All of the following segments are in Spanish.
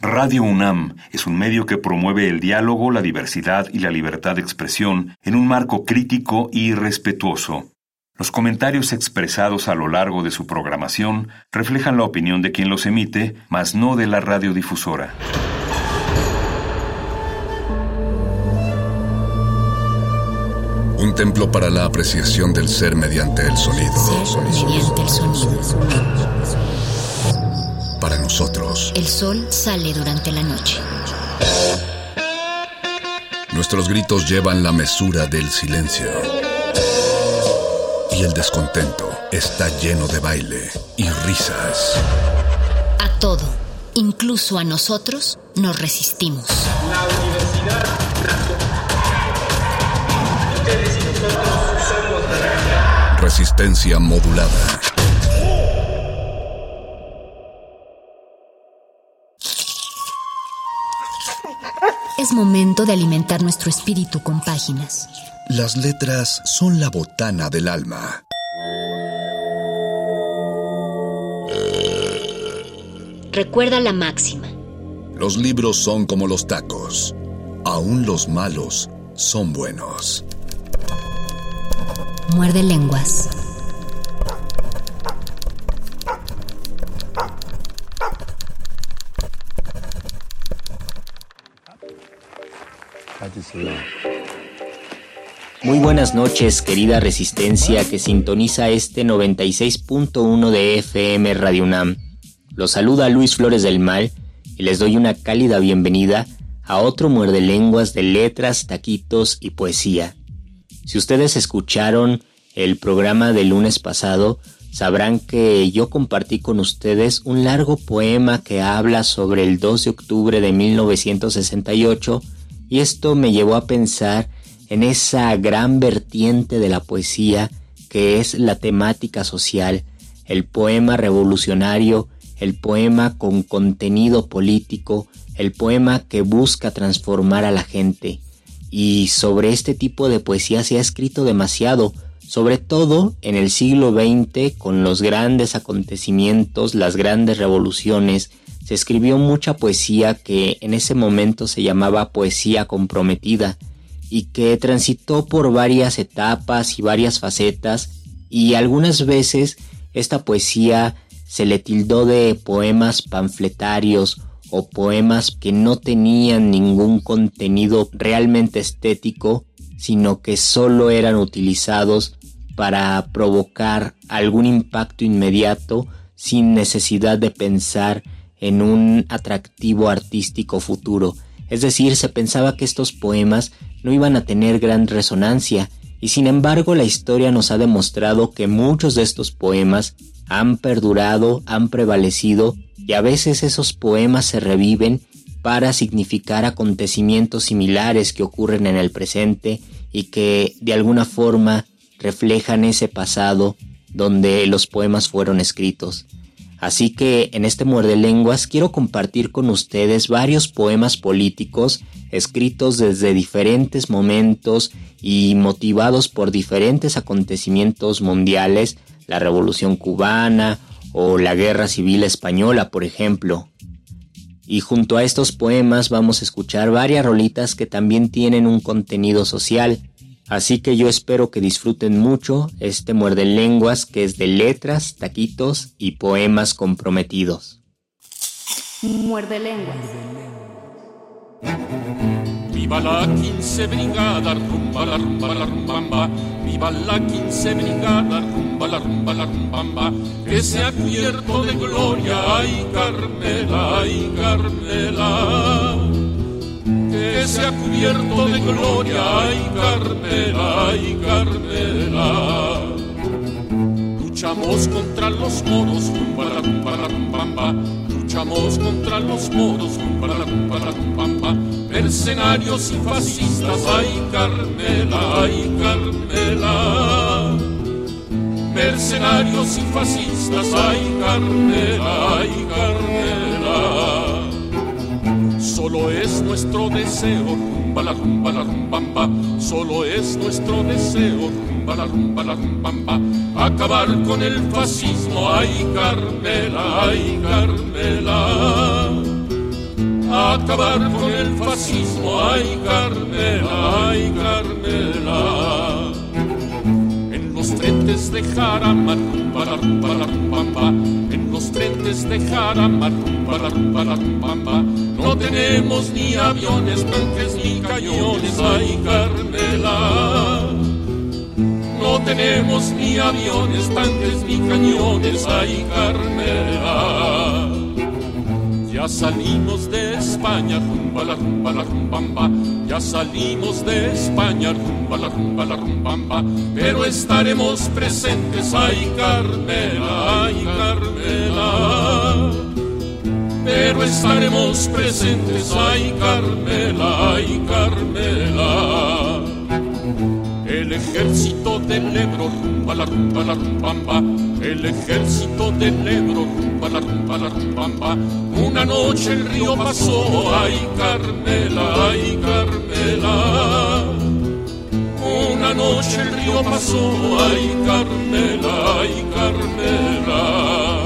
Radio UNAM es un medio que promueve el diálogo, la diversidad y la libertad de expresión en un marco crítico y respetuoso. Los comentarios expresados a lo largo de su programación reflejan la opinión de quien los emite, mas no de la radiodifusora. Un templo para la apreciación del ser mediante el sonido. Mediante el sonido. Para nosotros, el sol sale durante la noche. Nuestros gritos llevan la mesura del silencio. Y el descontento está lleno de baile y risas. A todo, incluso a nosotros, nos resistimos. La Universidad Nacional. Ustedes y nosotros somos la realidad. Resistencia modulada. Es momento de alimentar nuestro espíritu con páginas. Las letras son la botana del alma. Recuerda la máxima. Los libros son como los tacos. Aún los malos son buenos. Muerde lenguas. Muy buenas noches, querida Resistencia que sintoniza este 96.1 de FM Radio UNAM. Los saluda Luis Flores del Mal y les doy una cálida bienvenida a otro muerde lenguas de letras, taquitos y poesía. Si ustedes escucharon el programa del lunes pasado, sabrán que yo compartí con ustedes un largo poema que habla sobre el 2 de octubre de 1968 y esto me llevó a pensar en esa gran vertiente de la poesía que es la temática social, el poema revolucionario, el poema con contenido político, el poema que busca transformar a la gente. Y sobre este tipo de poesía se ha escrito demasiado, sobre todo en el siglo XX, con los grandes acontecimientos, las grandes revoluciones. Se escribió mucha poesía que en ese momento se llamaba poesía comprometida y que transitó por varias etapas y varias facetas, y algunas veces esta poesía se le tildó de poemas panfletarios o poemas que no tenían ningún contenido realmente estético, sino que solo eran utilizados para provocar algún impacto inmediato sin necesidad de pensar en un atractivo artístico futuro. Es decir, se pensaba que estos poemas no iban a tener gran resonancia, y sin embargo la historia nos ha demostrado que muchos de estos poemas han perdurado, han prevalecido, y a veces esos poemas se reviven para significar acontecimientos similares que ocurren en el presente y que de alguna forma reflejan ese pasado donde los poemas fueron escritos. Así que en este Muerde Lenguas quiero compartir con ustedes varios poemas políticos escritos desde diferentes momentos y motivados por diferentes acontecimientos mundiales, la Revolución Cubana o la Guerra Civil Española, por ejemplo. Y junto a estos poemas vamos a escuchar varias rolitas que también tienen un contenido social. Así que yo espero que disfruten mucho este Muerde Lenguas, que es de letras, taquitos y poemas comprometidos. Muerde Lenguas. Viva la 15 brigada, rumba la rumba la rumbamba. Viva la 15 brigada, rumba la rumba la rumbamba. Que se ha cubierto de gloria, ay Carmela, ay Carmela. Que se ha cubierto de gloria, ay Carmela, ay Carmela. Luchamos contra los moros, rumba la rumbamba. Luchamos contra los moros, rumba la rumbamba. Mercenarios y fascistas, ay Carmela, ay Carmela. Mercenarios y fascistas, ay Carmela, ay Carmela. Solo es nuestro deseo, rumba la rumbamba. Solo es nuestro deseo, rumba la rumbamba. Acabar con el fascismo, ay Carmela, ay Carmela. acabar con el fascismo. Ay, Carmela, ay, Carmela. En los frentes de Jarama, rumba la rumba la rumbamba. En los frentes de Jarama, rumba la rumba la rumbamba. No tenemos ni aviones, tanques ni cañones. Ay, Carmela. No tenemos ni aviones, tanques ni cañones. Ay, Carmela. Ya salimos de España, rumba la rumba la rumbamba. Ya salimos de España, rumba la rumbamba. Pero estaremos presentes, ay, Carmela, ay, Carmela. Pero estaremos presentes, ay, Carmela, ay, Carmela. El ejército del Ebro, rumba la rumbamba. El ejército del Ebro, rumba la rumbamba. Una noche el río pasó, ay, Carmela, ay, Carmela. Una noche el río pasó, ay, Carmela, ay, Carmela.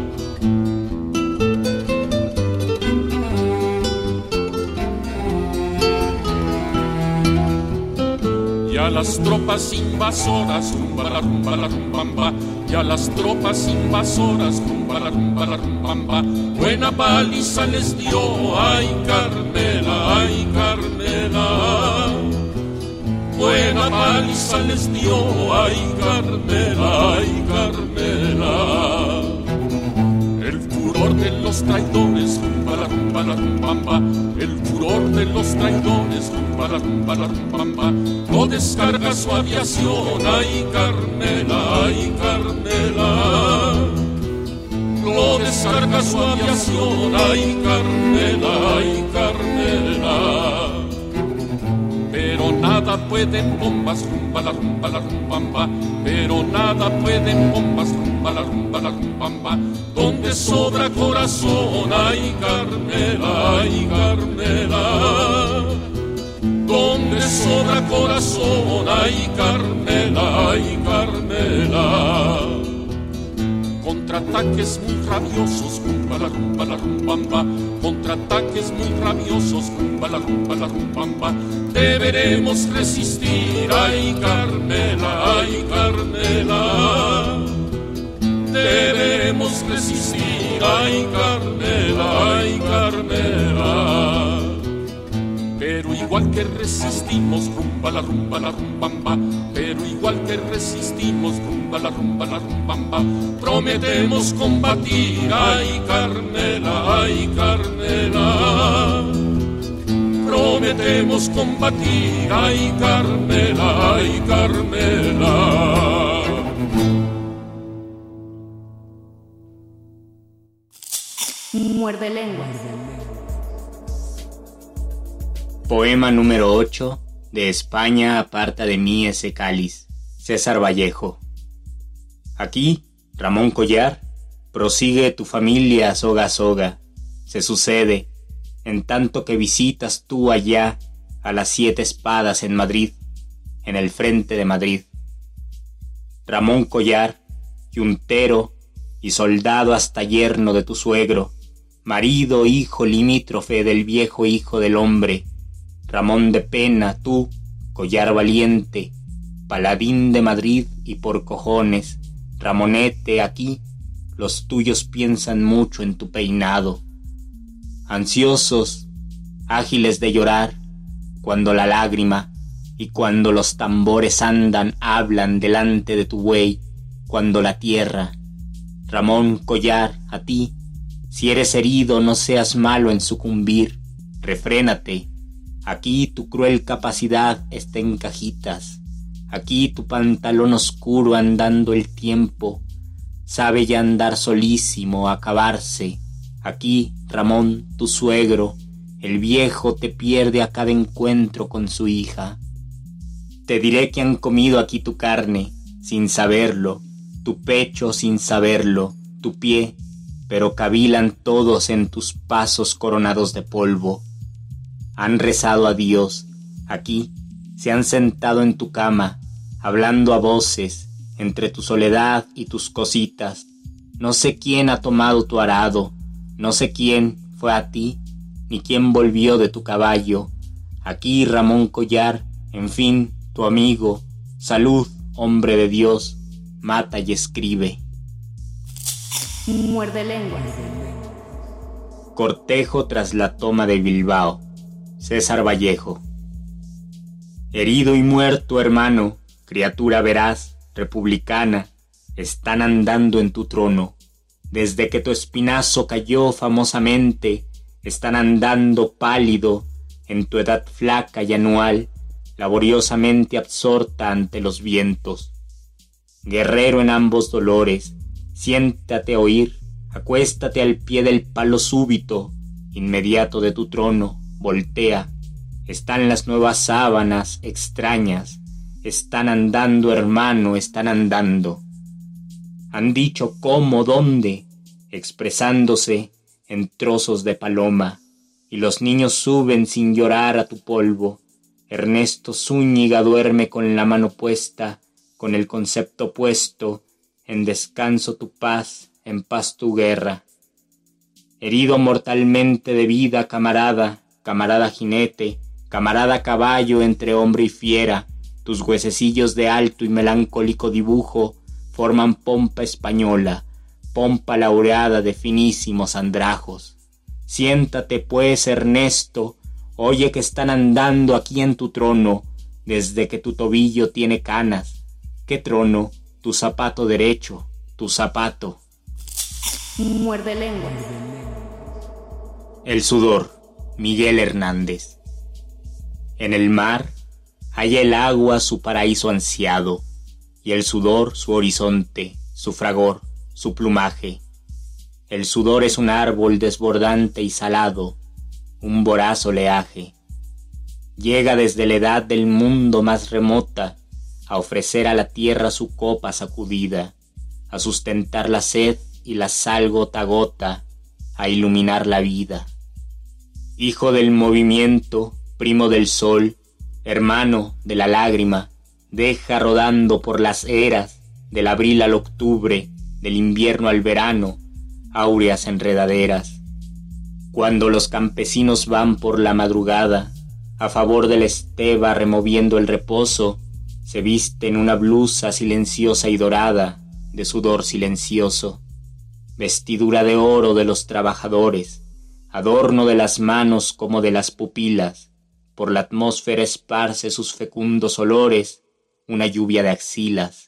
Ya las tropas invasoras, rumba la rumbamba. Ya las tropas invasoras, rumba la rumbamba. Buena paliza les dio, ay, Carmela, ay, Carmela. Buena paliza les dio, ay, Carmela, ay, Carmela. El furor de los traidores, rumba la rumbamba. El furor de los traidores, rumba la rumbamba. No descarga su aviación, ay, Carmela, ay, Carmela. No descarga su aviación, ay, Carmela, ay, Carmela. Pero nada pueden bombas, rumba la rumbamba. Pero nada pueden bombas, rumba la rumbamba. Donde sobra corazón, ay, Carmela, ay, Carmela. Donde sobra corazón, ay, Carmela, ay, Carmela. Contraataques muy rabiosos, rumba la rumbamba. Contraataques muy rabiosos, rumba la rumbamba. Deberemos resistir, ay, Carmela, ay, Carmela. Deberemos resistir, ay, Carmela, ay, Carmela. Pero igual que resistimos, rumba la rumbamba. Pero igual que resistimos, rumba la rumbamba. Prometemos combatir, ay, Carmela, ay, Carmela. Prometemos combatir, ay, Carmela, ay, Carmela. Muerde lenguas. Poema número 8 de España aparta de mí ese cáliz. César Vallejo. Aquí, Ramón Collar, prosigue tu familia soga a soga. Se sucede, en tanto que visitas tú allá a las 7 espadas en Madrid, en el frente de Madrid. Ramón Collar, yuntero y soldado hasta yerno de tu suegro, marido, hijo limítrofe del viejo hijo del hombre. Ramón de Pena, tú, Collar valiente, paladín de Madrid y por cojones, Ramonete, aquí, los tuyos piensan mucho en tu peinado. Ansiosos, ágiles de llorar, cuando la lágrima y cuando los tambores andan, hablan delante de tu buey, cuando la tierra. Ramón Collar, a ti, si eres herido no seas malo en sucumbir, refrénate. Aquí tu cruel capacidad está en cajitas. Aquí tu pantalón oscuro andando el tiempo sabe ya andar solísimo, acabarse. Aquí, Ramón, tu suegro, el viejo te pierde a cada encuentro con su hija. Te diré que han comido aquí tu carne, sin saberlo, tu pecho sin saberlo, tu pie, pero cavilan todos en tus pasos coronados de polvo. Han rezado a Dios, aquí se han sentado en tu cama, hablando a voces, entre tu soledad y tus cositas. No sé quién ha tomado tu arado, no sé quién fue a ti, ni quién volvió de tu caballo. Aquí Ramón Collar, en fin, tu amigo. Salud, hombre de Dios, mata y escribe. Muerde lenguas. Cortejo tras la toma de Bilbao. César Vallejo. Herido y muerto, hermano, criatura veraz, republicana, están andando en tu trono. Desde que tu espinazo cayó famosamente, están andando pálido, en tu edad flaca y anual, laboriosamente absorta ante los vientos. Guerrero en ambos dolores, siéntate a oír, acuéstate al pie del palo súbito, inmediato de tu trono, voltea. Están las nuevas sábanas extrañas, están andando, hermano, están andando. Han dicho cómo, dónde, expresándose en trozos de paloma, y los niños suben sin llorar a tu polvo. Ernesto Zúñiga duerme con la mano puesta, con el concepto puesto, en descanso tu paz, en paz tu guerra. Herido mortalmente de vida, camarada, camarada jinete, camarada caballo entre hombre y fiera, tus huesecillos de alto y melancólico dibujo forman pompa española, pompa laureada de finísimos andrajos. Siéntate pues, Ernesto, oye que están andando aquí en tu trono, desde que tu tobillo tiene canas. ¿Qué trono? Tu zapato derecho, tu zapato. Muerde lenguas. El sudor, Miguel Hernández. En el mar halla el agua su paraíso ansiado, y el sudor su horizonte, su fragor, su plumaje. El sudor es un árbol desbordante y salado, un voraz oleaje. Llega desde la edad del mundo más remota a ofrecer a la tierra su copa sacudida, a sustentar la sed y la sal gota a gota, a iluminar la vida. Hijo del movimiento, primo del sol, hermano de la lágrima, deja rodando por las eras, del abril al octubre, del invierno al verano, áureas enredaderas. Cuando los campesinos van por la madrugada, a favor de la esteva removiendo el reposo, se visten una blusa silenciosa y dorada, de sudor silencioso, vestidura de oro de los trabajadores, adorno de las manos como de las pupilas, por la atmósfera esparce sus fecundos olores, una lluvia de axilas.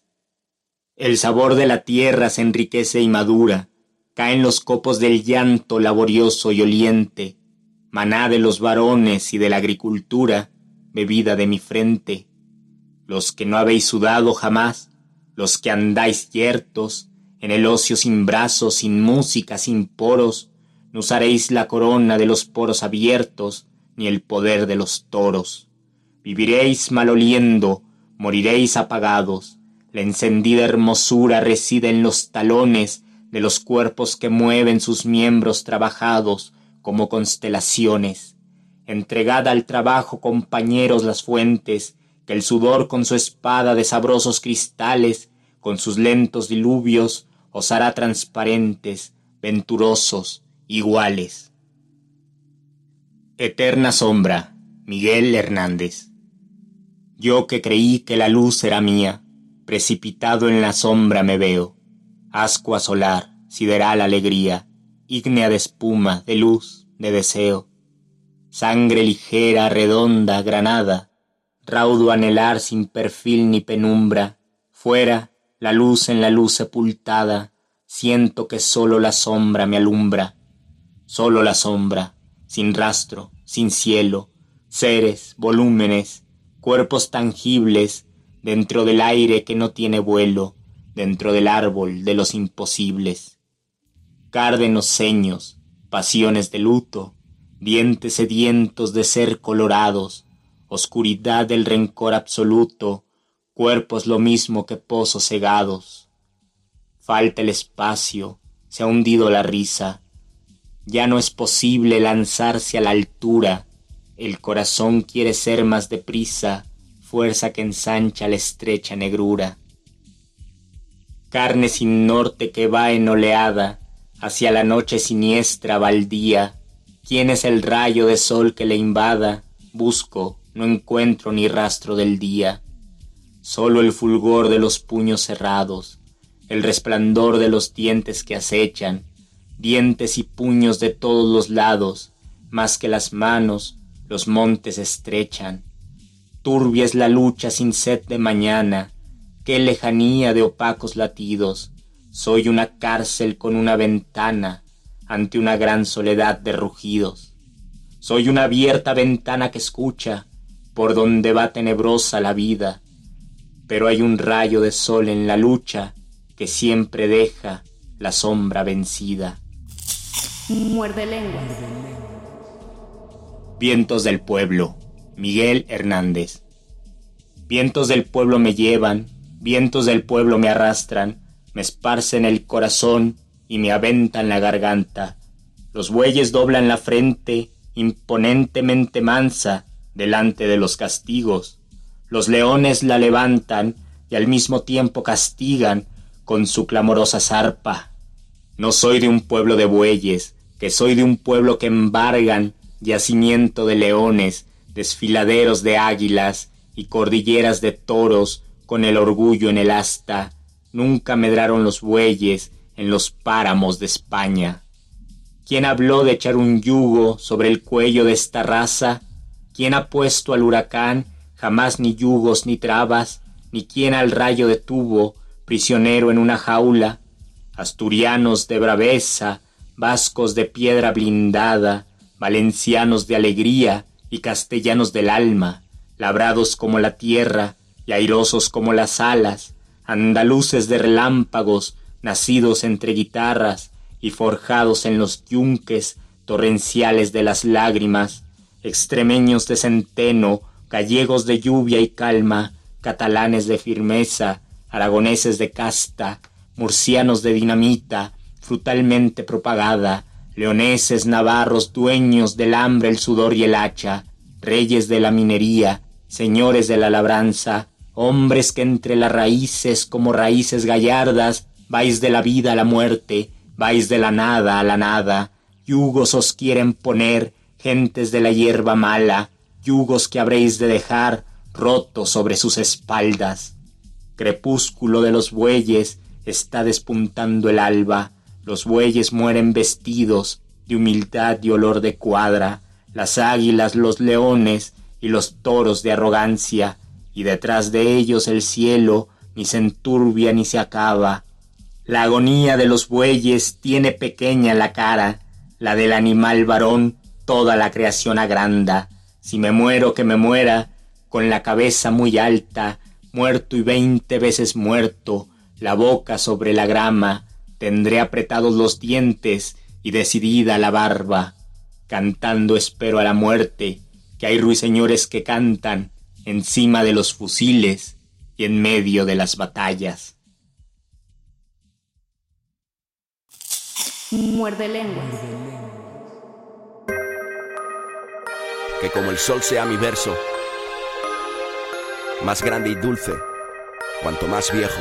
El sabor de la tierra se enriquece y madura, caen los copos del llanto laborioso y oliente, maná de los varones y de la agricultura, bebida de mi frente. Los que no habéis sudado jamás, los que andáis yertos, en el ocio sin brazos, sin música, sin poros, no usaréis la corona de los poros abiertos, ni el poder de los toros. Viviréis maloliendo, moriréis apagados. La encendida hermosura reside en los talones de los cuerpos que mueven sus miembros trabajados como constelaciones. Entregad al trabajo, compañeros, las fuentes, que el sudor con su espada de sabrosos cristales, con sus lentos diluvios, os hará transparentes, venturosos, iguales. Eterna sombra, Miguel Hernández. Yo que creí que la luz era mía, precipitado en la sombra me veo, ascua solar, sideral alegría, ígnea de espuma, de luz, de deseo. Sangre ligera, redonda, granada, raudo anhelar sin perfil ni penumbra, fuera, la luz en la luz sepultada, siento que solo la sombra me alumbra, solo la sombra, sin rastro, sin cielo, seres, volúmenes, cuerpos tangibles, dentro del aire que no tiene vuelo, dentro del árbol de los imposibles. Cárdenos ceños, pasiones de luto, dientes sedientos de ser colorados, oscuridad del rencor absoluto, cuerpos lo mismo que pozos cegados. Falta el espacio, se ha hundido la risa, ya no es posible lanzarse a la altura, el corazón quiere ser más deprisa, fuerza que ensancha la estrecha negrura. Carne sin norte que va en oleada, hacia la noche siniestra baldía, ¿Quién es el rayo de sol que le invada? Busco, no encuentro ni rastro del día. Solo el fulgor de los puños cerrados, el resplandor de los dientes que acechan, dientes y puños de todos los lados, más que las manos, los montes estrechan. Turbia es la lucha sin sed de mañana, qué lejanía de opacos latidos. Soy una cárcel con una ventana, ante una gran soledad de rugidos. Soy una abierta ventana que escucha, por donde va tenebrosa la vida. Pero hay un rayo de sol en la lucha, que siempre deja la sombra vencida. Muerde lenguas. Vientos del pueblo, Miguel Hernández. Vientos del pueblo me llevan, vientos del pueblo me arrastran, me esparcen el corazón y me aventan la garganta. Los bueyes doblan la frente, imponentemente mansa, delante de los castigos. Los leones la levantan y al mismo tiempo castigan con su clamorosa zarpa. No soy de un pueblo de bueyes, que soy de un pueblo que embargan yacimiento de leones, desfiladeros de águilas y cordilleras de toros con el orgullo en el asta. Nunca medraron los bueyes en los páramos de España. ¿Quién habló de echar un yugo sobre el cuello de esta raza? ¿Quién ha puesto al huracán jamás ni yugos ni trabas? Ni quién al rayo detuvo, prisionero en una jaula? Asturianos de braveza, vascos de piedra blindada, valencianos de alegría y castellanos del alma, labrados como la tierra y airosos como las alas, andaluces de relámpagos, nacidos entre guitarras y forjados en los yunques torrenciales de las lágrimas, extremeños de centeno, gallegos de lluvia y calma, catalanes de firmeza, aragoneses de casta, murcianos de dinamita, frutalmente propagada, leoneses navarros dueños del hambre, el sudor y el hacha, reyes de la minería, señores de la labranza, hombres que entre las raíces como raíces gallardas vais de la vida a la muerte, vais de la nada a la nada, yugos os quieren poner, gentes de la hierba mala, yugos que habréis de dejar rotos sobre sus espaldas. Crepúsculo de los bueyes, está despuntando el alba, los bueyes mueren vestidos de humildad y olor de cuadra, las águilas, los leones y los toros de arrogancia, y detrás de ellos el cielo ni se enturbia ni se acaba. La agonía de los bueyes tiene pequeña la cara, la del animal varón toda la creación agranda. Si me muero que me muera, con la cabeza muy alta, muerto y 20 veces muerto, la boca sobre la grama, tendré apretados los dientes y decidida la barba. Cantando espero a la muerte, que hay ruiseñores que cantan encima de los fusiles y en medio de las batallas. Muerde lenguas. Que como el sol sea mi verso, más grande y dulce, cuanto más viejo.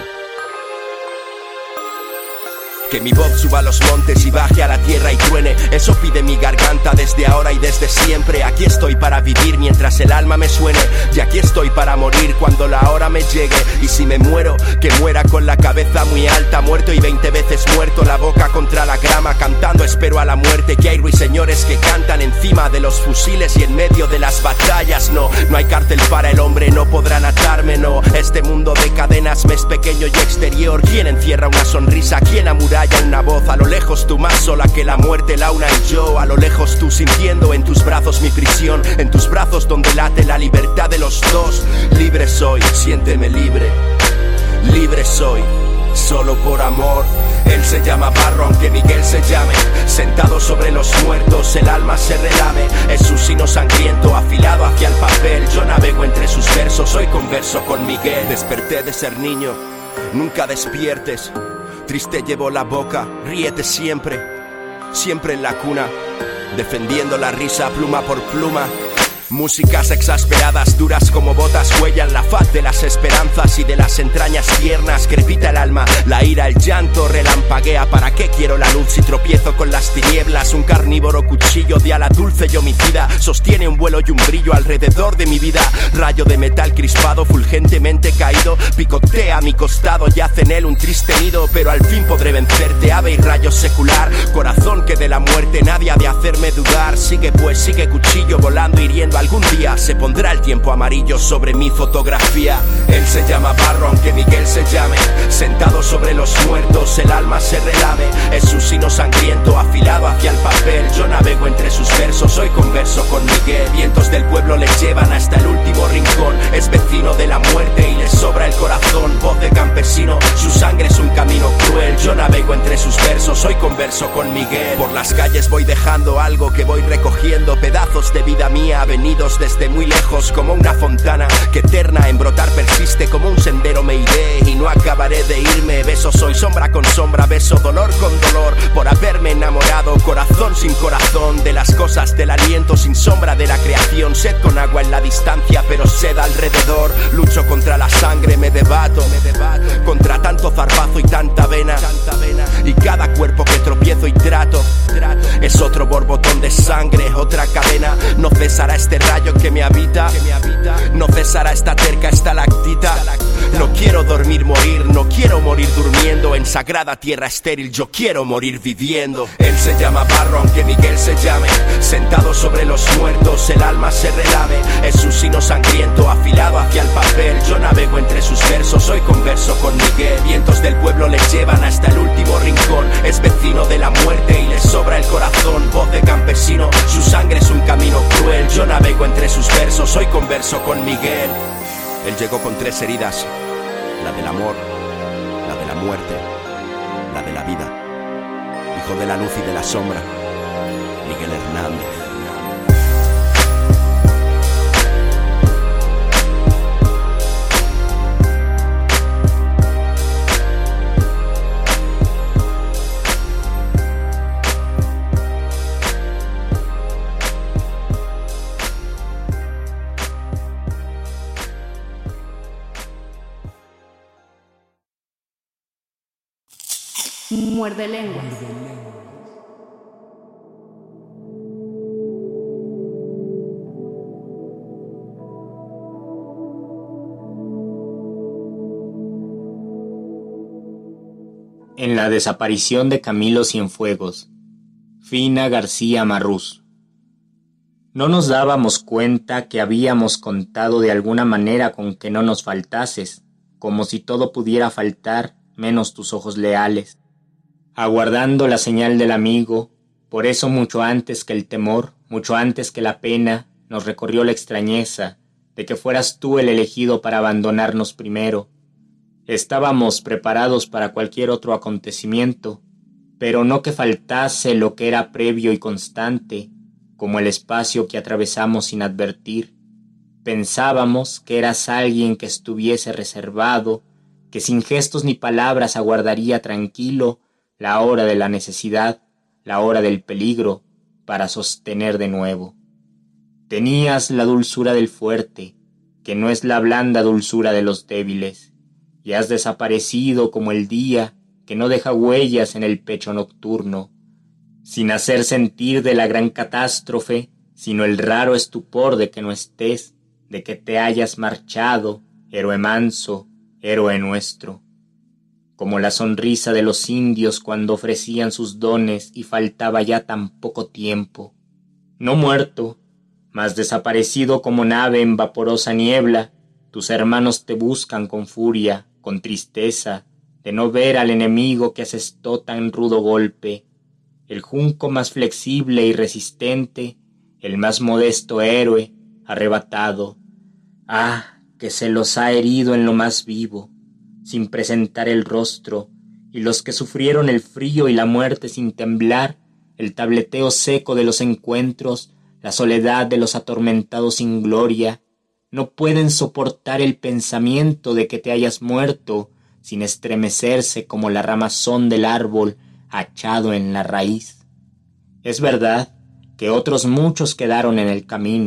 Que mi voz suba a los montes y baje a la tierra y truene, eso pide mi garganta desde ahora y desde siempre. Aquí estoy para vivir mientras el alma me suene, y aquí estoy para morir cuando la hora me llegue. Y si me muero, que muera con la cabeza muy alta, muerto y 20 veces muerto, la boca contra la grama, cantando espero a la muerte. Que hay ruiseñores que cantan encima de los fusiles y en medio de las batallas. No, no hay cárcel para el hombre, no podrán atarme, no. Este mundo de cadenas me es pequeño y exterior. ¿Quién encierra una sonrisa? ¿Quién amuralla una voz? A lo lejos tú más sola que la muerte, la una y yo. A lo lejos tú sintiendo en tus brazos mi prisión, en tus brazos donde late la libertad de los dos. Libre soy, siénteme libre. Libre soy, solo por amor. Él se llama Barro aunque Miguel se llame. Sentado sobre los muertos el alma se relame. Es un sino sangriento afilado hacia el papel. Yo navego entre sus versos, hoy converso con Miguel. Desperté de ser niño, nunca despiertes. Triste llevo la boca, ríete siempre, siempre en la cuna, defendiendo la risa pluma por pluma. Músicas exasperadas, duras como botas, huellan la faz de las esperanzas y de las entrañas tiernas. Crepita el alma, la ira, el llanto relampaguea. ¿Para qué quiero la luz si tropiezo con las tinieblas? Un carnívoro cuchillo de ala dulce y homicida sostiene un vuelo y un brillo alrededor de mi vida. Rayo de metal crispado, fulgentemente caído, picotea a mi costado, yace en él un triste nido. Pero al fin podré vencerte, ave y rayo secular. Corazón que de la muerte nadie ha de hacerme dudar. Sigue pues, sigue cuchillo volando, hiriendo. Algún día se pondrá el tiempo amarillo sobre mi fotografía. Él se llama Barro, aunque Miguel se llame. Sentado sobre los muertos, el alma se relame. Es un sino sangriento, afilado hacia el papel. Yo navego entre sus versos, hoy converso con Miguel. Vientos del pueblo le llevan hasta el último rincón. Es vecino de la muerte y le sobra el corazón. Voz de campesino, su sangre es un camino cruel. Yo navego entre sus versos, hoy converso con Miguel. Por las calles voy dejando algo que voy recogiendo. Pedazos de vida mía, venidos desde muy lejos. Como una fontana que eterna en brotar persiste. Como un sendero me iré y no acabaré de irme. Beso soy sombra con sombra, beso dolor con dolor. Por haberme enamorado, corazón sin corazón. De las cosas del aliento sin sombra de la creación. Sed con agua en la distancia, pero sed alrededor. Lucho contra la sangre, me debato contra tanto zarpazo y tanta vena. Y cada cuerpo que tropiezo y trato es otro borbotón de sangre, otra cadena. No cesará este rayo que me habita, no cesará esta terca estalactita. No quiero dormir, morir, no quiero morir durmiendo. En sagrada tierra estéril yo quiero morir viviendo. Él se llama Barro, aunque Miguel se llame. Sentado sobre los muertos, el alma se relame. Es un sino sangriento, afilado hacia el papel. Yo navego entre sus versos, hoy converso con Miguel. Vientos del pueblo le llevan hasta el último rincón. Es vecino de la muerte y le sobra el corazón. Voz de campesino, su sangre es un camino cruel. Yo navego entre sus versos, hoy converso con Miguel. Él llegó con 3 heridas: la del amor, la de la muerte, la de la vida. Hijo de la luz y de la sombra, Miguel Hernández. Muerde lenguas. En la desaparición de Camilo Cienfuegos, Fina García Marrús. No nos dábamos cuenta que habíamos contado de alguna manera con que no nos faltases, como si todo pudiera faltar menos tus ojos leales. Aguardando la señal del amigo, por eso mucho antes que el temor, mucho antes que la pena, nos recorrió la extrañeza de que fueras tú el elegido para abandonarnos primero. Estábamos preparados para cualquier otro acontecimiento, pero no que faltase lo que era previo y constante, como el espacio que atravesamos sin advertir. Pensábamos que eras alguien que estuviese reservado, que sin gestos ni palabras aguardaría tranquilo la hora de la necesidad, la hora del peligro, para sostener de nuevo. Tenías la dulzura del fuerte, que no es la blanda dulzura de los débiles, y has desaparecido como el día que no deja huellas en el pecho nocturno, sin hacer sentir de la gran catástrofe, sino el raro estupor de que no estés, de que te hayas marchado, héroe manso, héroe nuestro. Como la sonrisa de los indios cuando ofrecían sus dones y faltaba ya tan poco tiempo. No muerto, mas desaparecido como nave en vaporosa niebla, tus hermanos te buscan con furia, con tristeza, de no ver al enemigo que asestó tan rudo golpe, el junco más flexible y resistente, el más modesto héroe, arrebatado. Ah, que se los ha herido en lo más vivo, sin presentar el rostro, y los que sufrieron el frío y la muerte sin temblar, el tableteo seco de los encuentros, la soledad de los atormentados sin gloria, no pueden soportar el pensamiento de que te hayas muerto, sin estremecerse como la ramazón del árbol hachado en la raíz. Es verdad que otros muchos quedaron en el camino,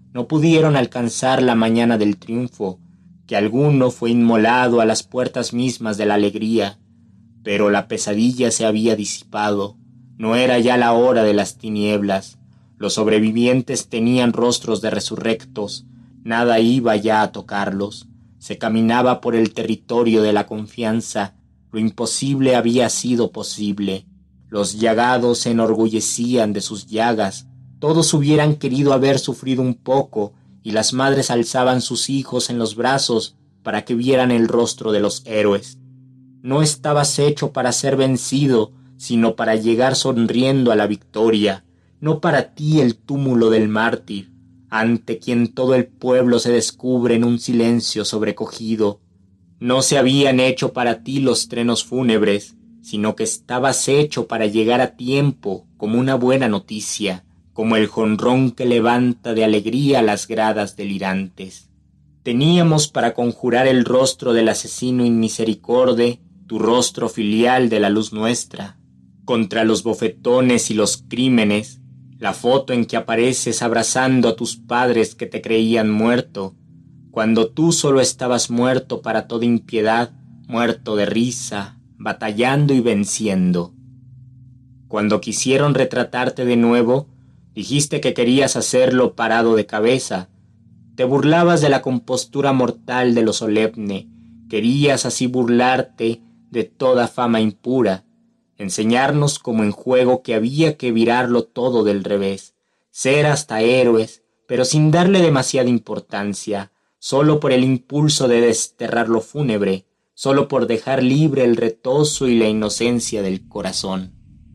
no pudieron alcanzar la mañana del triunfo, que alguno fue inmolado a las puertas mismas de la alegría, pero la pesadilla se había disipado, no era ya la hora de las tinieblas, los sobrevivientes tenían rostros de resurrectos, nada iba ya a tocarlos, se caminaba por el territorio de la confianza, lo imposible había sido posible, los llagados se enorgullecían de sus llagas, todos hubieran querido haber sufrido un poco, y las madres alzaban sus hijos en los brazos para que vieran el rostro de los héroes. No estabas hecho para ser vencido, sino para llegar sonriendo a la victoria, no para ti el túmulo del mártir, ante quien todo el pueblo se descubre en un silencio sobrecogido. No se habían hecho para ti los trenos fúnebres, sino que estabas hecho para llegar a tiempo como una buena noticia, como el jonrón que levanta de alegría las gradas delirantes. Teníamos para conjurar el rostro del asesino inmisericorde, tu rostro filial de la luz nuestra, contra los bofetones y los crímenes, la foto en que apareces abrazando a tus padres que te creían muerto, cuando tú solo estabas muerto para toda impiedad, muerto de risa, batallando y venciendo. Cuando quisieron retratarte de nuevo, dijiste que querías hacerlo parado de cabeza. Te burlabas de la compostura mortal de lo solemne, querías así burlarte de toda fama impura, enseñarnos como en juego que había que virarlo todo del revés, ser hasta héroes, pero sin darle demasiada importancia, solo por el impulso de desterrar lo fúnebre, solo por dejar libre el retozo y la inocencia del corazón.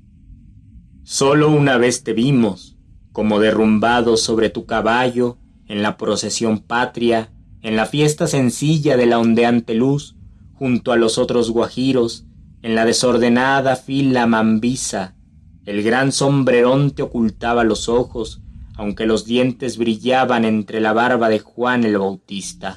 Solo una vez te vimos, como derrumbado sobre tu caballo, en la procesión patria, en la fiesta sencilla de la ondeante luz, junto a los otros guajiros, en la desordenada fila mambisa, el gran sombrerón te ocultaba los ojos, aunque los dientes brillaban entre la barba de Juan el Bautista.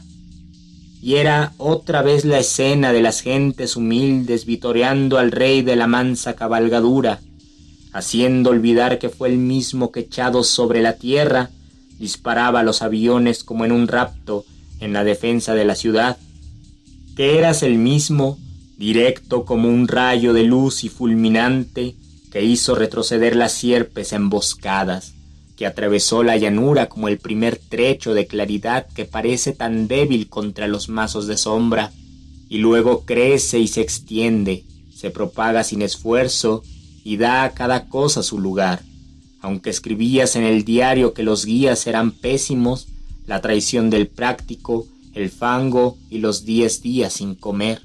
Y era otra vez la escena de las gentes humildes vitoreando al rey de la mansa cabalgadura, haciendo olvidar que fue el mismo que echado sobre la tierra, disparaba a los aviones como en un rapto en la defensa de la ciudad, que eras el mismo, directo como un rayo de luz y fulminante, que hizo retroceder las sierpes emboscadas, que atravesó la llanura como el primer trecho de claridad que parece tan débil contra los mazos de sombra, y luego crece y se extiende, se propaga sin esfuerzo, y da a cada cosa su lugar. Aunque escribías en el diario que los guías eran pésimos, la traición del práctico, el fango y los 10 días sin comer.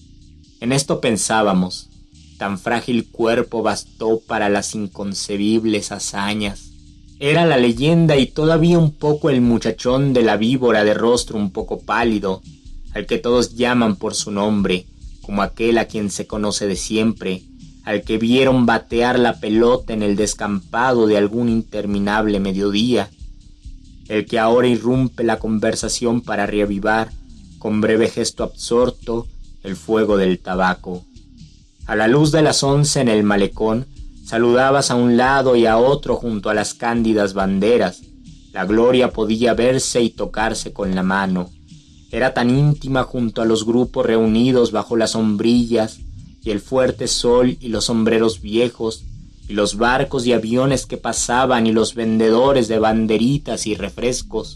En esto pensábamos, tan frágil cuerpo bastó para las inconcebibles hazañas. Era la leyenda y todavía un poco el muchachón de la víbora de rostro un poco pálido, al que todos llaman por su nombre, como aquel a quien se conoce de siempre, al que vieron batear la pelota en el descampado de algún interminable mediodía, el que ahora irrumpe la conversación para reavivar, con breve gesto absorto, el fuego del tabaco. A la luz de las 11 en el malecón, saludabas a un lado y a otro junto a las cándidas banderas. La gloria podía verse y tocarse con la mano. Era tan íntima junto a los grupos reunidos bajo las sombrillas, y el fuerte sol y los sombreros viejos, y los barcos y aviones que pasaban y los vendedores de banderitas y refrescos.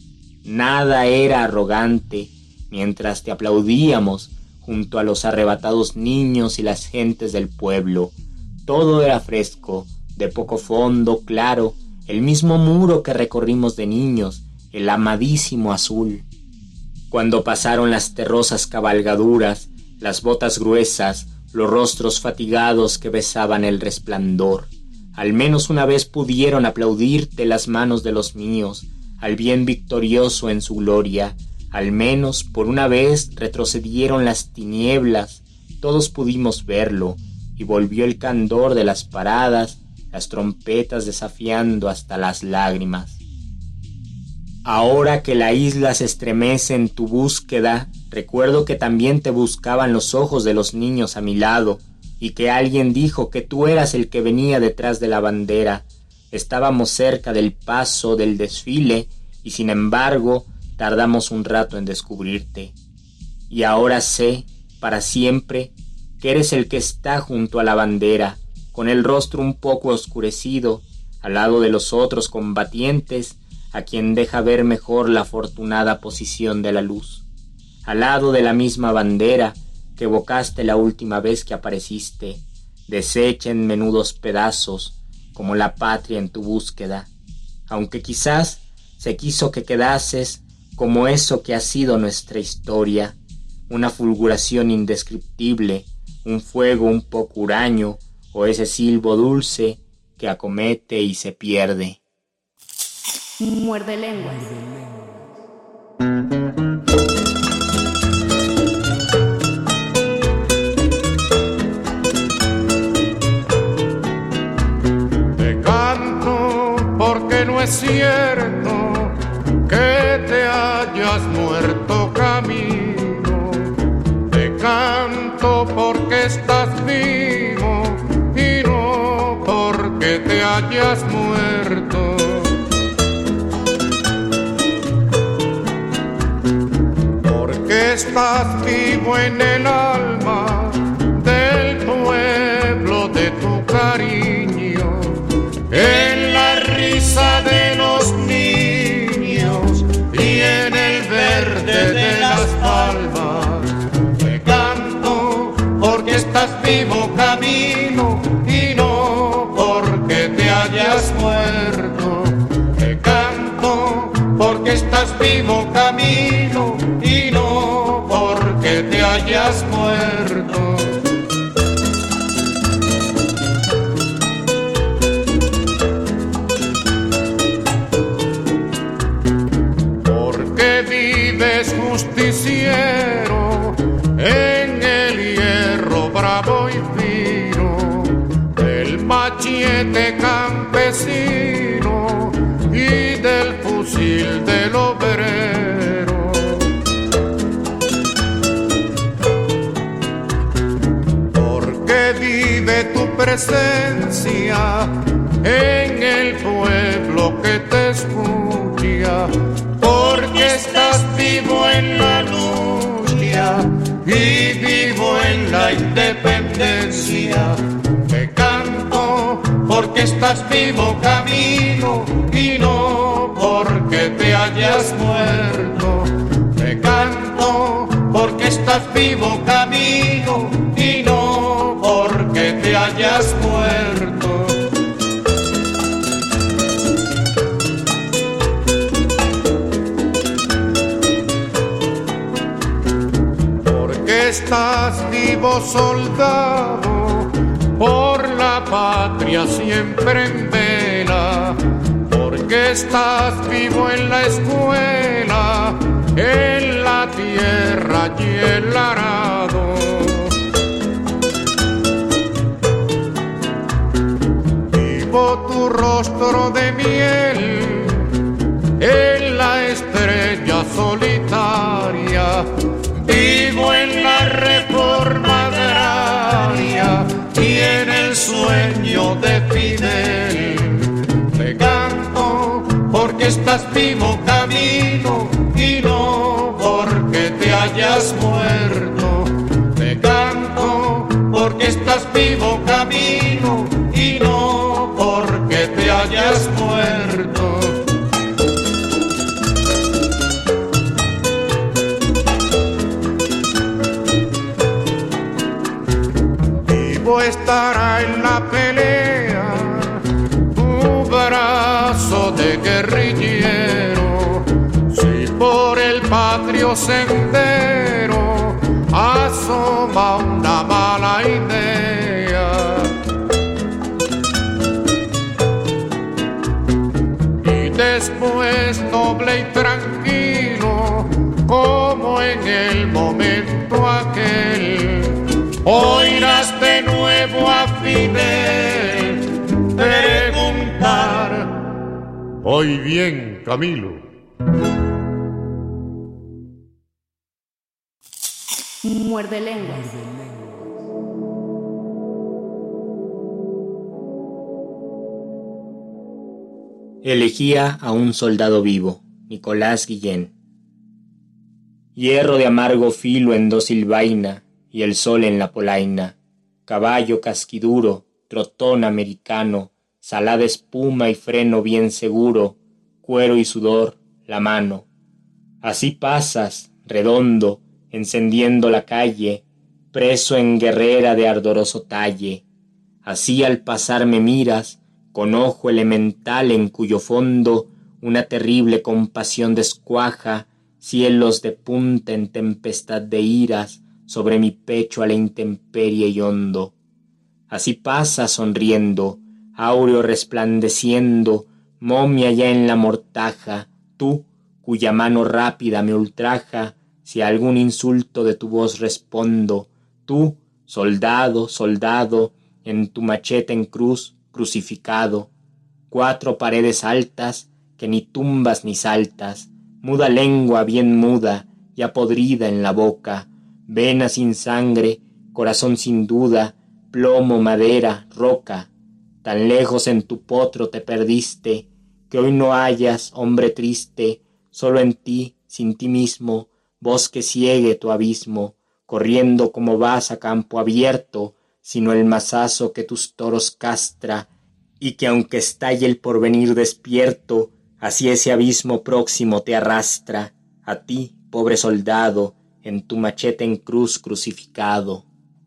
Nada era arrogante, mientras te aplaudíamos junto a los arrebatados niños y las gentes del pueblo. Todo era fresco, de poco fondo, claro, el mismo muro que recorrimos de niños, el amadísimo azul. Cuando pasaron las terrosas cabalgaduras, las botas gruesas, los rostros fatigados que besaban el resplandor. Al menos una vez pudieron aplaudirte las manos de los míos, al bien victorioso en su gloria. Al menos por una vez retrocedieron las tinieblas, todos pudimos verlo, y volvió el candor de las paradas, las trompetas desafiando hasta las lágrimas. Ahora que la isla se estremece en tu búsqueda, recuerdo que también te buscaban los ojos de los niños a mi lado, y que alguien dijo que tú eras el que venía detrás de la bandera. Estábamos cerca del paso del desfile, y sin embargo tardamos un rato en descubrirte. Y ahora sé, para siempre, que eres el que está junto a la bandera, con el rostro un poco oscurecido, al lado de los otros combatientes, a quien deja ver mejor la afortunada posición de la luz, al lado de la misma bandera que evocaste la última vez que apareciste, deshecha en menudos pedazos, como la patria en tu búsqueda, aunque quizás se quiso que quedases como eso que ha sido nuestra historia, una fulguración indescriptible, un fuego un poco huraño, o ese silbo dulce que acomete y se pierde. Muerde lenguas. Te canto porque no es cierto que te hayas muerto camino. Te canto porque estás vivo y no porque te hayas muerto. Porque estás vivo en el alma del pueblo de tu cariño, en la risa de los niños y en el verde de las palmas. Te canto porque estás vivo camino y no porque te hayas muerto. Te canto porque estás vivo camino y no porque te hayas muerto. Porque vives justiciero en el hierro bravo y fino del machete campesino y del fusil del obrero. Porque vive tu presencia en el pueblo que te escucha, porque estás vivo en la lucha y vivo en la independencia. Te canto porque estás vivo camino y no porque te hayas muerto. Te canto porque estás vivo camino y no porque te hayas muerto. Porque estás vivo soldado, por la patria siempre en vela, porque estás vivo en la escuela, en la tierra y el arado. Vivo tu rostro de miel en la estrella solitaria, vivo en la reforma agraria y en el sueño de Fidel. Te canto porque estás vivo camino y no porque te hayas muerto. Te canto porque estás vivo camino y no porque te hayas muerto. Vivo estará en la pelea tu brazo de guerrillero, si por el patrio sendero asoma una mala idea. Y después noble y tranquilo, como en el momento aquel, oirás de nuevo a Fidel preguntar: «Voy bien, Camilo». Muerde lenguas. Elegía a un soldado vivo, Nicolás Guillén. Hierro de amargo filo en dócil vaina, y el sol en la polaina, caballo casquiduro, trotón americano, salada espuma y freno bien seguro, cuero y sudor, la mano. Así pasas, redondo, encendiendo la calle, preso en guerrera de ardoroso talle. Así al pasar me miras, con ojo elemental en cuyo fondo una terrible compasión descuaja, cielos de punta en tempestad de iras, sobre mi pecho a la intemperie y hondo. Así pasa sonriendo, áureo resplandeciendo, momia ya en la mortaja, tú, cuya mano rápida me ultraja, si a algún insulto de tu voz respondo, tú, soldado, soldado, en tu machete en cruz, crucificado, 4 paredes altas, que ni tumbas ni saltas, muda lengua bien muda, ya podrida en la boca, vena sin sangre, corazón sin duda, plomo, madera, roca, tan lejos en tu potro te perdiste, que hoy no hallas, hombre triste, solo en ti, sin ti mismo, bosque ciegue tu abismo, corriendo como vas a campo abierto, sino el mazazo que tus toros castra, y que aunque estalle el porvenir despierto, así ese abismo próximo te arrastra, a ti, pobre soldado, en tu machete en cruz crucificado.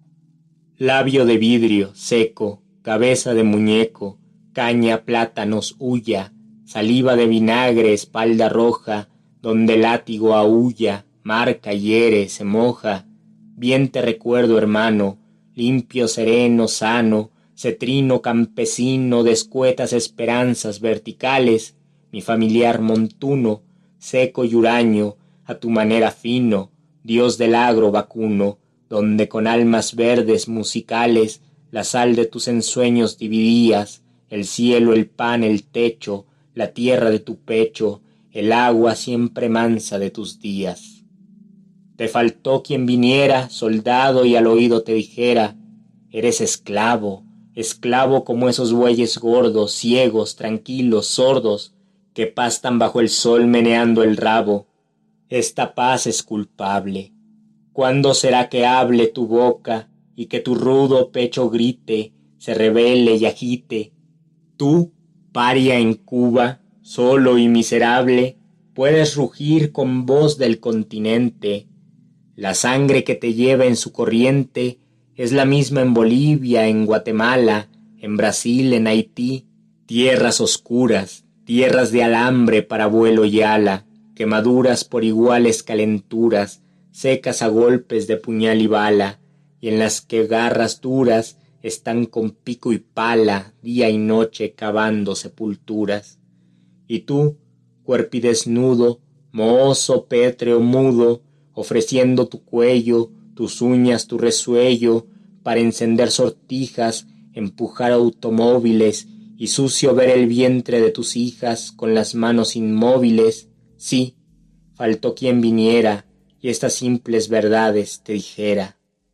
Labio de vidrio, seco, cabeza de muñeco, caña, plátanos, huya, saliva de vinagre, espalda roja, donde el látigo aúlla, marca, hiere, se moja. Bien te recuerdo, hermano, limpio, sereno, sano, cetrino campesino de escuetas esperanzas verticales, mi familiar montuno, seco y huraño, a tu manera fino, dios del agro vacuno, donde con almas verdes musicales la sal de tus ensueños dividías, el cielo, el pan, el techo, la tierra de tu pecho, el agua siempre mansa de tus días. Te faltó quien viniera, soldado, y al oído te dijera, eres esclavo, esclavo como esos bueyes gordos, ciegos, tranquilos, sordos, que pastan bajo el sol meneando el rabo. Esta paz es culpable. ¿Cuándo será que hable tu boca y que tu rudo pecho grite, se revele y agite? Tú, paria en Cuba, solo y miserable, puedes rugir con voz del continente. La sangre que te lleva en su corriente es la misma en Bolivia, en Guatemala, en Brasil, en Haití, tierras oscuras, tierras de alambre para vuelo y ala, quemaduras por iguales calenturas, secas a golpes de puñal y bala, y en las que garras duras están con pico y pala, día y noche cavando sepulturas. Y tú, cuerpidesnudo, mohoso, pétreo, mudo, ofreciendo tu cuello, tus uñas, tu resuello, para encender sortijas, empujar automóviles, y sucio ver el vientre de tus hijas con las manos inmóviles, sí, faltó quien viniera y estas simples verdades te dijera.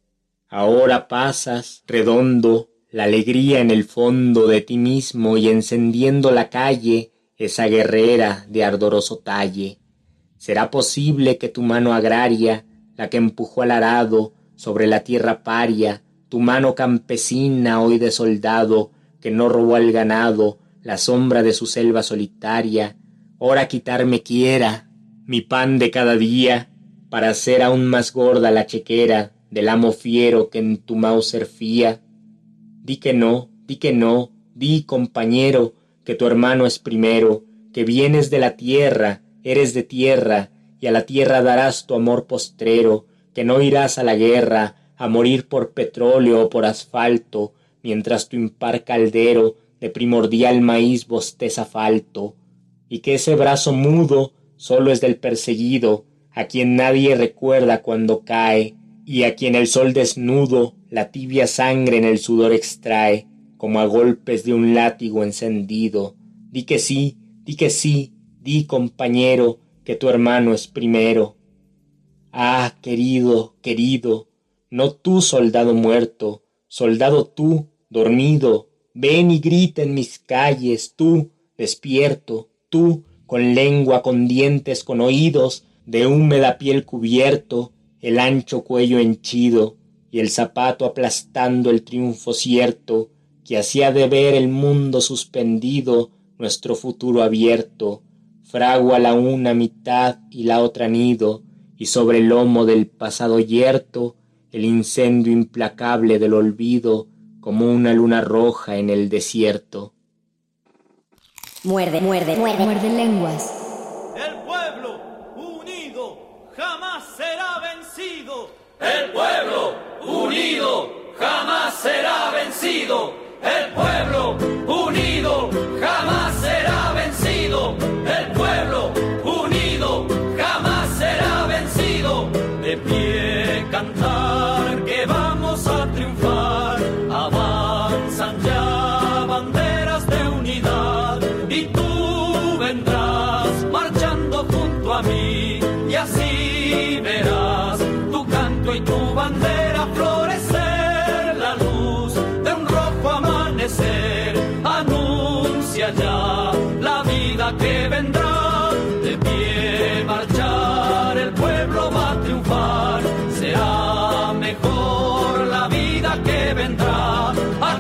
Ahora pasas, redondo, la alegría en el fondo de ti mismo y encendiendo la calle, esa guerrera de ardoroso talle. ¿Será posible que tu mano agraria, la que empujó al arado sobre la tierra paria, tu mano campesina hoy de soldado, que no robó al ganado la sombra de su selva solitaria, ora quitarme quiera mi pan de cada día, para hacer aún más gorda la chequera del amo fiero que en tu Mauser fía? Di que no, di, compañero, que tu hermano es primero, que vienes de la tierra, eres de tierra, y a la tierra darás tu amor postrero, que no irás a la guerra, a morir por petróleo o por asfalto, mientras tu impar caldero de primordial maíz bosteza falto, y que ese brazo mudo solo es del perseguido, a quien nadie recuerda cuando cae, y a quien el sol desnudo la tibia sangre en el sudor extrae, como a golpes de un látigo encendido. Di que sí, di, compañero, que tu hermano es primero. Ah, querido, no tú, soldado muerto, soldado tú, dormido, ven y grita en mis calles, tú, despierto, tú, con lengua, con dientes, con oídos, de húmeda piel cubierto, el ancho cuello henchido, y el zapato aplastando el triunfo cierto, que hacía de ver el mundo suspendido, nuestro futuro abierto, fragua la una mitad y la otra nido, y sobre el lomo del pasado yerto, el incendio implacable del olvido, como una luna roja en el desierto. Muerde lenguas. El pueblo unido jamás será vencido. El pueblo unido jamás será vencido. El pueblo unido jamás será vencido. El pueblo unido jamás será vencido. De pie cantar que vamos a triunfar. Avanzan ya banderas de unidad y tú vendrás marchando junto a mí y así verás tu canto y tu bandera florecer. La luz de un rojo amanecer anuncia ya la vida que vendrá. De pie marchar, el pueblo va a triunfar. Será mejor la vida que vendrá a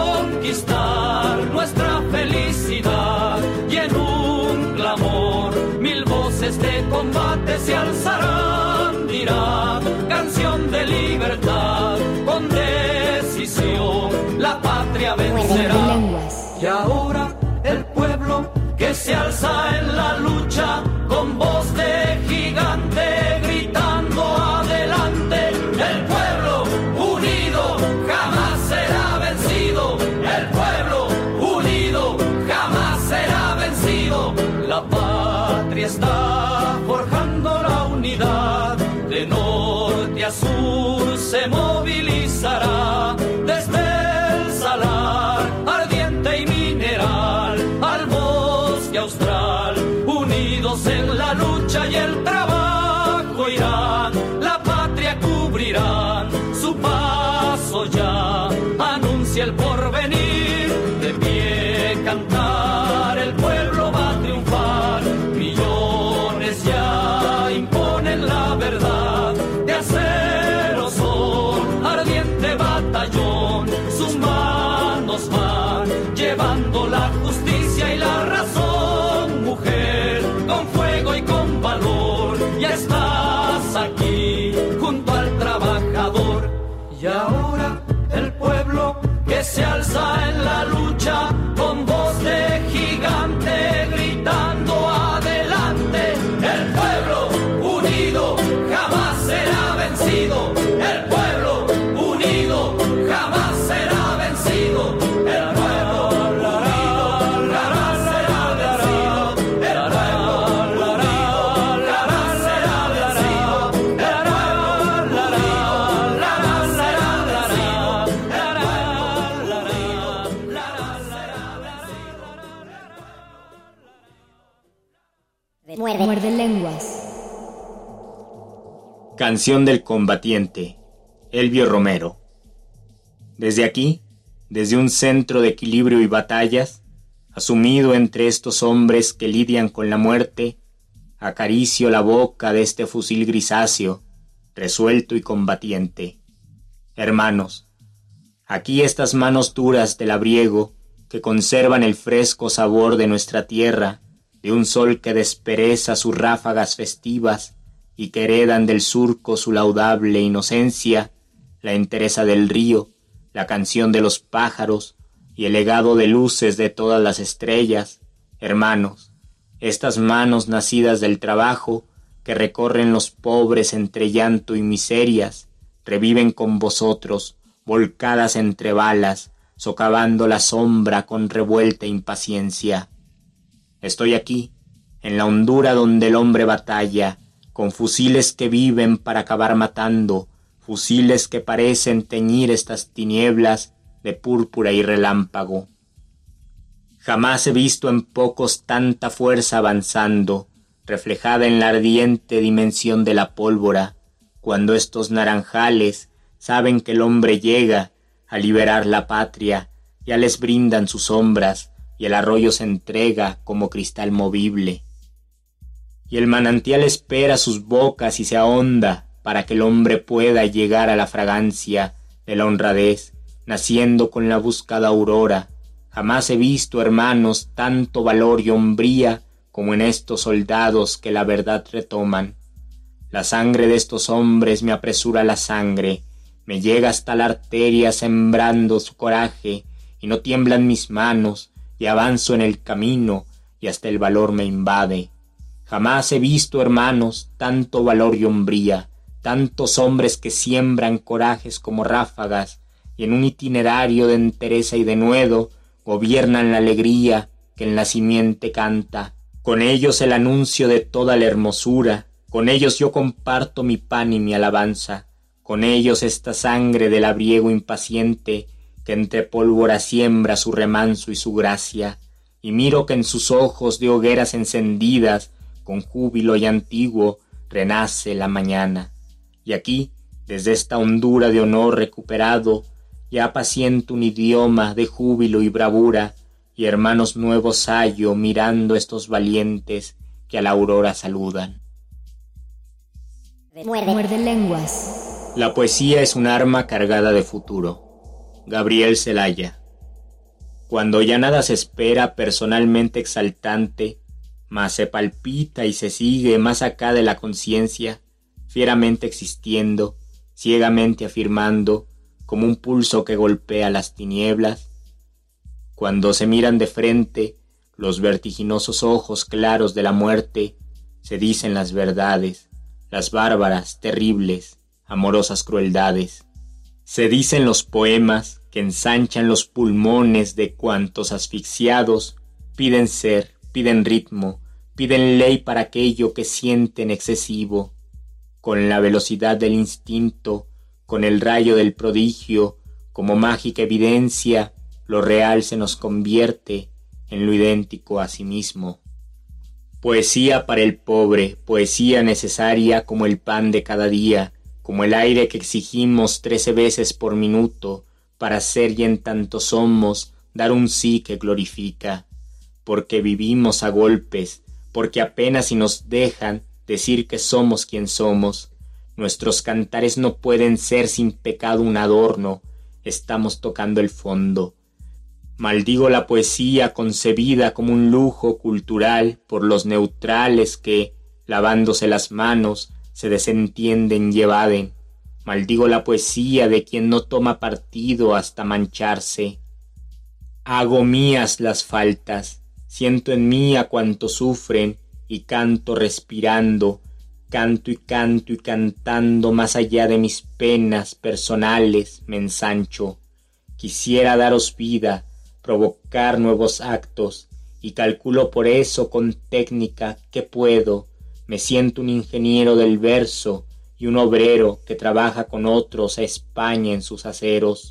conquistar nuestra felicidad. Y en un clamor mil voces de combate se alzarán, dirán canción de libertad. Con decisión la patria vencerá. Y ahora el pueblo que se alza en la lucha con voz de gigante gritando adelante. El pueblo unido jamás será vencido. El pueblo unido jamás será vencido. La patria está forjando la unidad. De norte a sur se movilizará. Desde el salar ardiente y mineral al bosque austral, unidos en la lucha y el trabajo irán. La patria cubrirán, su paso ya anuncia el porvenir. De pie cantar, el pueblo va a triunfar. Millones ya imponen la verdad. De acero son ardiente batallón. Sus manos van llevando la justicia y la razón. Mujer, con fuego y con valor, ya estás aquí junto al trabajador. Y ahora el pueblo que se alza en la lucha con voz de gigante gritando adelante. El pueblo unido jamás será vencido. El pueblo unido jamás será vencido. El pueblo unido jamás será vencido. El pueblo unido jamás será vencido. El pueblo unido jamás será vencido. Muerde lenguas. Canción del combatiente, Elvio Romero. Desde aquí, desde un centro de equilibrio y batallas, asumido entre estos hombres que lidian con la muerte, acaricio la boca de este fusil grisáceo, resuelto y combatiente. Hermanos, aquí estas manos duras del labriego que conservan el fresco sabor de nuestra tierra, de un sol que despereza sus ráfagas festivas y que heredan del surco su laudable inocencia, la entereza del río, la canción de los pájaros y el legado de luces de todas las estrellas. Hermanos, estas manos nacidas del trabajo que recorren los pobres entre llanto y miserias, reviven con vosotros, volcadas entre balas, socavando la sombra con revuelta impaciencia. Estoy aquí, en la hondura donde el hombre batalla, con fusiles que viven para acabar matando, fusiles que parecen teñir estas tinieblas de púrpura y relámpago. Jamás he visto en pocos tanta fuerza avanzando, reflejada en la ardiente dimensión de la pólvora, cuando estos naranjales saben que el hombre llega a liberar la patria, ya les brindan sus sombras, y el arroyo se entrega como cristal movible. y el manantial espera sus bocas y se ahonda para que el hombre pueda llegar a la fragancia de la honradez, naciendo con la buscada aurora. Jamás he visto, hermanos, tanto valor y hombría como en estos soldados que la verdad retoman. La sangre de estos hombres me apresura la sangre, me llega hasta la arteria sembrando su coraje, y no tiemblan mis manos, y avanzo en el camino, y hasta el valor me invade. Jamás he visto, hermanos, tanto valor y hombría, tantos hombres que siembran corajes como ráfagas, y en un itinerario de entereza y denuedo gobiernan la alegría que en la simiente canta. Con ellos el anuncio de toda la hermosura, con ellos yo comparto mi pan y mi alabanza, con ellos esta sangre del labriego impaciente que entre pólvora siembra su remanso y su gracia, y miro que en sus ojos de hogueras encendidas, con júbilo y antiguo, renace la mañana. Y aquí, desde esta hondura de honor recuperado, ya paciento un idioma de júbilo y bravura, y hermanos nuevos hallo mirando estos valientes que a la aurora saludan. Muerde lenguas. La poesía es un arma cargada de futuro. Gabriel Celaya. Cuando ya nada se espera personalmente exaltante, mas se palpita y se sigue más acá de la conciencia, fieramente existiendo, ciegamente afirmando, como un pulso que golpea las tinieblas. Cuando se miran de frente los vertiginosos ojos claros de la muerte, se dicen las verdades, las bárbaras, terribles, amorosas crueldades. Se dicen los poemas que ensanchan los pulmones de cuantos asfixiados piden ser, piden ritmo, piden ley para aquello que sienten excesivo. Con la velocidad del instinto, con el rayo del prodigio, como mágica evidencia, lo real se nos convierte en lo idéntico a sí mismo. Poesía para el pobre, poesía necesaria como el pan de cada día, como el aire que exigimos 13 veces por minuto, para ser y en tanto somos, dar un sí que glorifica. Porque vivimos a golpes, porque apenas si nos dejan decir que somos quien somos. Nuestros cantares no pueden ser sin pecado un adorno, estamos tocando el fondo. Maldigo la poesía concebida como un lujo cultural por los neutrales que, lavándose las manos, se desentienden y evaden. Maldigo la poesía de quien no toma partido hasta mancharse. Hago mías las faltas, siento en mí a cuanto sufren y canto respirando, canto y cantando más allá de mis penas personales me ensancho. Quisiera daros vida, provocar nuevos actos, y calculo por eso con técnica que puedo. Me siento un ingeniero del verso y un obrero que trabaja con otros a España en sus aceros.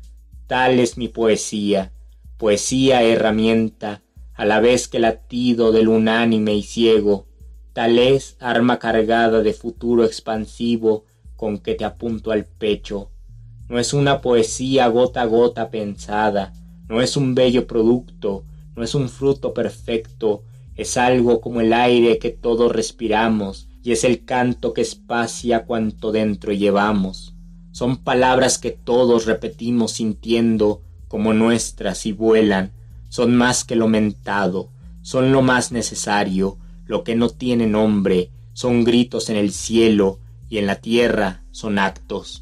Tal es mi poesía, poesía herramienta, a la vez que latido del unánime y ciego. Tal es arma cargada de futuro expansivo con que te apunto al pecho. No es una poesía gota a gota pensada, no es un bello producto, no es un fruto perfecto, es algo como el aire que todos respiramos y es el canto que espacia cuanto dentro llevamos. Son palabras que todos repetimos sintiendo como nuestras y vuelan, son más que lo mentado, son lo más necesario, lo que no tiene nombre, son gritos en el cielo y en la tierra son actos.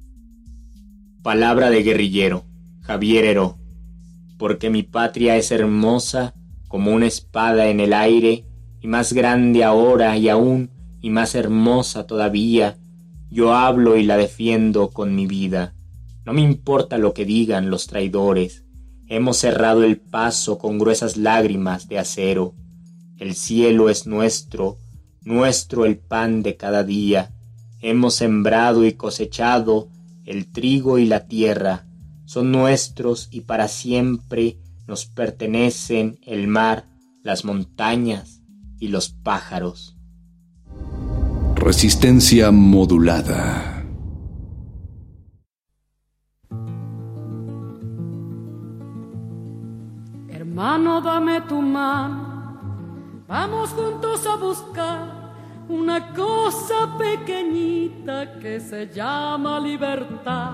Palabra de guerrillero, Javier Heró. Porque mi patria es hermosa como una espada en el aire, y más grande ahora y aún, y más hermosa todavía, yo hablo y la defiendo con mi vida. No me importa lo que digan los traidores, hemos cerrado el paso con gruesas lágrimas de acero. El cielo es nuestro, nuestro el pan de cada día, hemos sembrado y cosechado el trigo y la tierra, son nuestros y para siempre nos pertenecen el mar, las montañas y los pájaros. Resistencia modulada. Hermano, dame tu mano, Vamos juntos a buscar una cosa pequeñita que se llama libertad.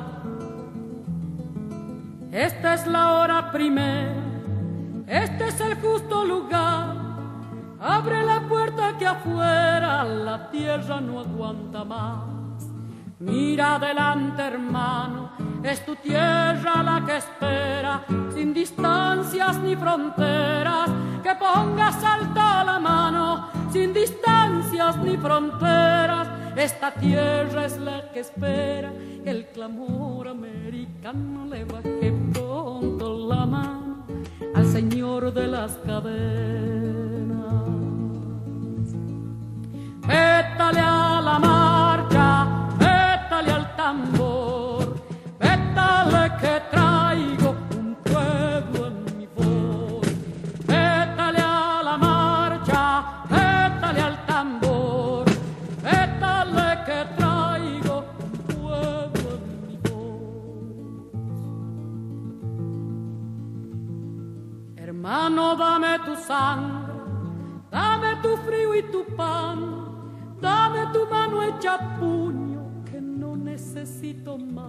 Esta es la hora primera, este es el justo lugar. Abre la puerta que afuera la tierra no aguanta más. Mira adelante, hermano, es tu tierra la que espera, sin distancias ni fronteras, que pongas alta la mano, sin distancias ni fronteras. Esta tierra es la que espera, que el clamor americano le baje pronto la mano al señor de las cadenas. Vétale a la marcha, vétale al tambor, vétale que traigo un pueblo en mi voz. Vétale a la marcha, vétale al tambor, vétale que traigo un pueblo en mi voz. Hermano, dame tu sangre, dame tu frío y tu pan, dame tu mano hecha puño, que no necesito más.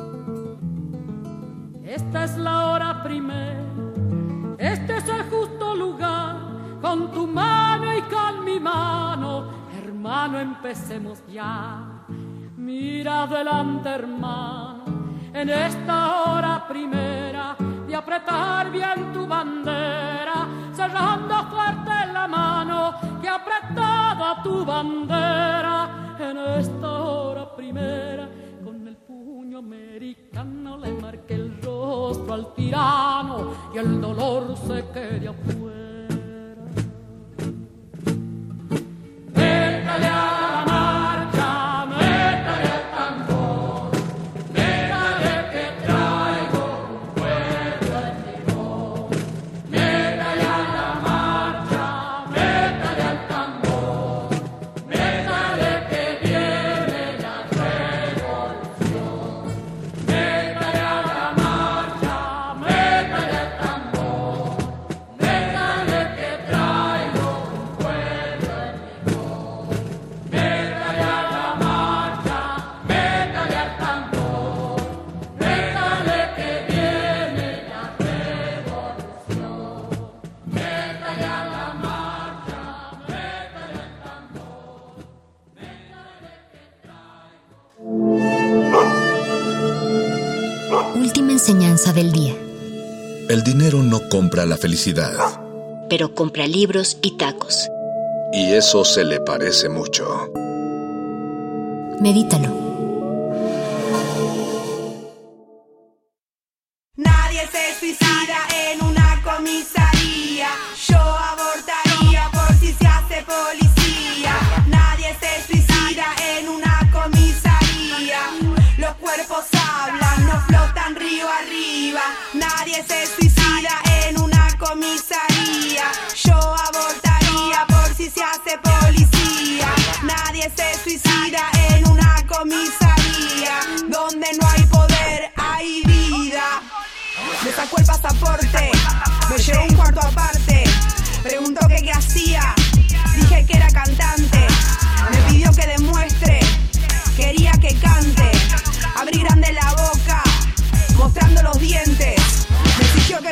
Esta es la hora primera, este es el justo lugar. Con tu mano y con mi mano, hermano, empecemos ya. Mira adelante, hermano, en esta hora primera, de apretar bien tu bandera, cerrando fuerte la mano que apretada tu bandera. En esta hora primera, con el puño americano le marque el rostro al tirano y el dolor se quede afuera. Métale a la marcha, métale al tambor, métale que traigo un pueblo en mi voz. Métale a la marcha, métale al tambor, métale que viene la revolución. Métale a la marcha, métale al tambor, métale que traigo un pueblo en mi voz. Métale a la marcha, métale al tambor, métale que viene la revolución. Métale a la marcha, métale al tambor, métale que traigo. Última enseñanza del día. El dinero no compra la felicidad. Pero compra libros y tacos. Y eso se le parece mucho. Medítalo. Nadie se suicida en una comisaría. Yo abortaría por si se hace policía. Nadie se suicida en una comisaría. Los cuerpos hablan, no flotan río arriba. Nadie se suicida en una comisaría. Yo abortaría por si se hace policía. Nadie se suicida en una comisaría. Donde no hay poder, hay vida. Me sacó el pasaporte, me llevó un cuarto aparte. Preguntó que qué hacía, dije que era cantante. Me pidió que demuestre, quería que cante. Abrí grande la boca, mostrando los dientes. Me exigió que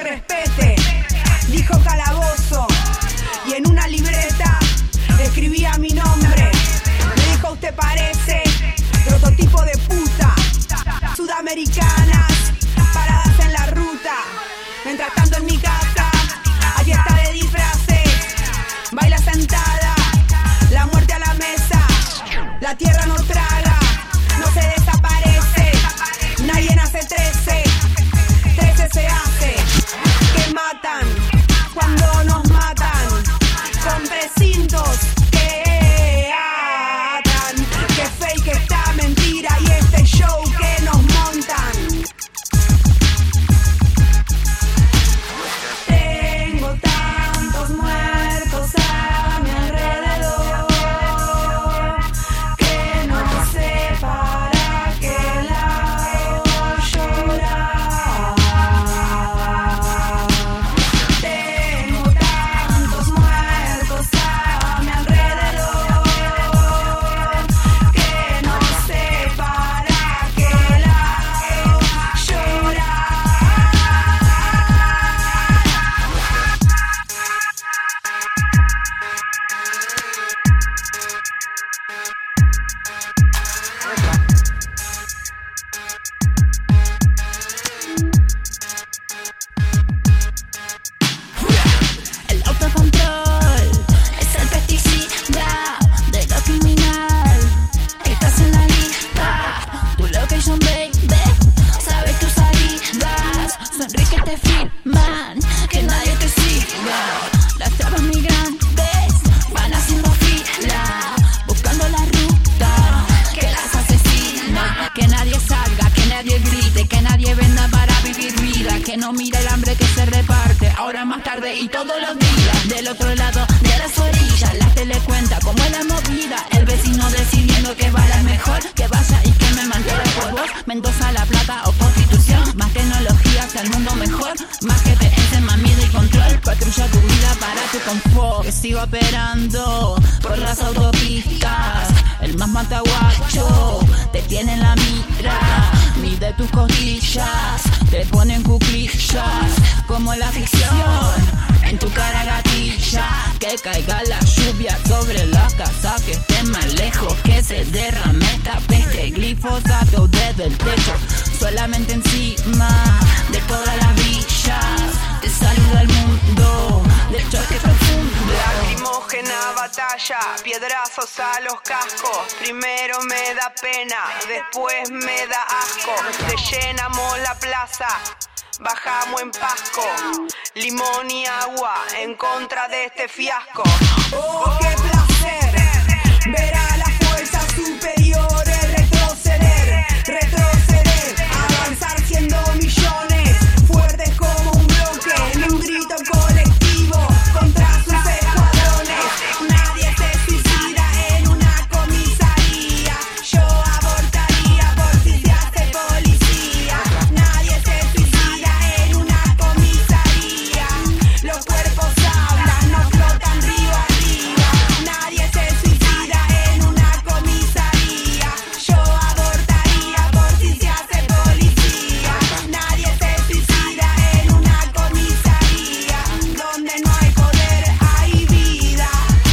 operando por las autopistas. El más mataguacho te tiene en la mira, mide tus costillas, te ponen cuclillas como la ficción. En tu cara gatilla, que caiga la lluvia sobre la casa, que esté más lejos, que se derrame esta peste, glifosato desde el techo, solamente encima de todas las villas. Te saluda el mundo del choque profundo. Lacrimógena batalla, piedrazos a los cascos. Primero me da pena, después me da asco. Rellenamos la plaza, bajamos en Pasco, limón y agua en contra de este fiasco. Oh, qué placer ver a las fuerzas superiores retroceder, avanzar siendo millones, fuertes como un bloque, en un grito colectivo contra sus escuadrones. Nadie se suicida en una comisaría, yo abortaría por si se hace policía. Nadie se suicida en una comisaría, los cuerpos hablan, no flotan río arriba. Nadie se suicida en una comisaría, yo abortaría por si se hace policía. Nadie se suicida en una comisaría, donde no hay poder hay vida.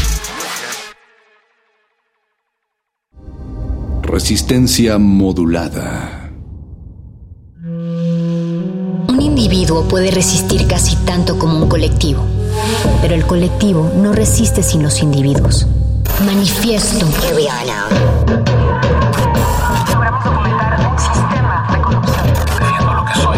Resistencia modulada. Un individuo puede resistir casi tanto como un colectivo, pero el colectivo no resiste sin los individuos. Manifiesto. Logramos documentar un sistema de corrupción. Defiendo lo que soy.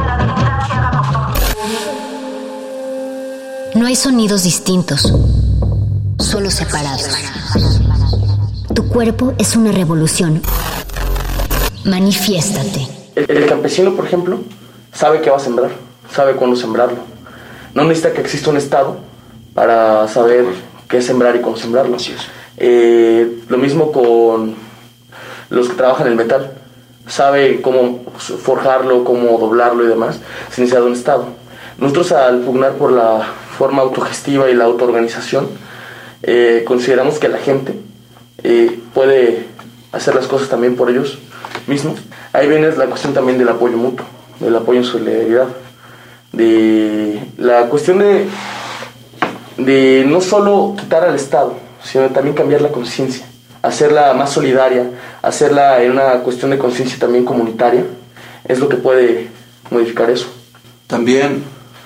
No hay sonidos distintos, solo separados. Tu cuerpo es una revolución. Manifiéstate. El campesino, por ejemplo, sabe qué va a sembrar, sabe cuándo sembrarlo. No necesita que exista un Estado para saber qué sembrar y cuándo sembrarlo. Así es. Lo mismo con los que trabajan el metal. Sabe cómo forjarlo, cómo doblarlo y demás, sin necesidad de un Estado. Nosotros, al pugnar por la forma autogestiva y la autoorganización, consideramos que la gente puede hacer las cosas también por ellos mismos. Ahí viene la cuestión también del apoyo mutuo, del apoyo en solidaridad, de la cuestión de no solo quitar al Estado, sino también cambiar la conciencia, hacerla más solidaria, hacerla en una cuestión de conciencia también comunitaria, es lo que puede modificar eso. También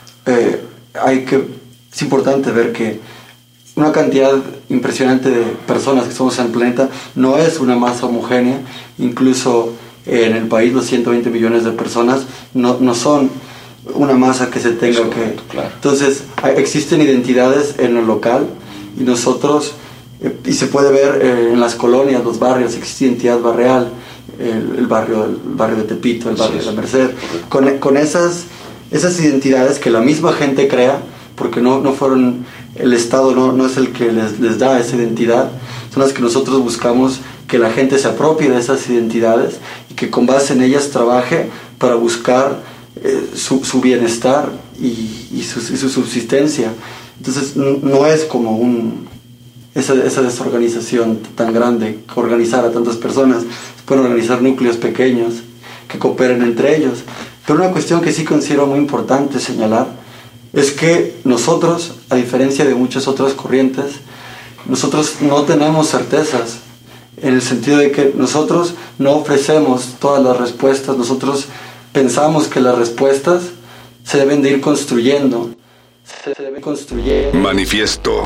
es importante ver que una cantidad impresionante de personas que somos en el planeta no es una masa homogénea. Incluso en el país los 120 millones de personas no son una masa que se tenga que... Claro. Entonces existen identidades en lo local y nosotros, y se puede ver en las colonias, los barrios, existe identidad barrial, el barrio de Tepito, el barrio de La Merced, con esas identidades que la misma gente crea, porque no fueron, el Estado no es el que les da esa identidad, son las que nosotros buscamos que la gente se apropie de esas identidades y que con base en ellas trabaje para buscar su bienestar y su subsistencia. Entonces no es como esa desorganización tan grande que organizar a tantas personas. Se pueden organizar núcleos pequeños que cooperen entre ellos. Pero una cuestión que sí considero muy importante señalar es que nosotros, a diferencia de muchas otras corrientes, nosotros no tenemos certezas, en el sentido de que nosotros no ofrecemos todas las respuestas. Nosotros pensamos que las respuestas se deben de ir construyendo. Manifiesto.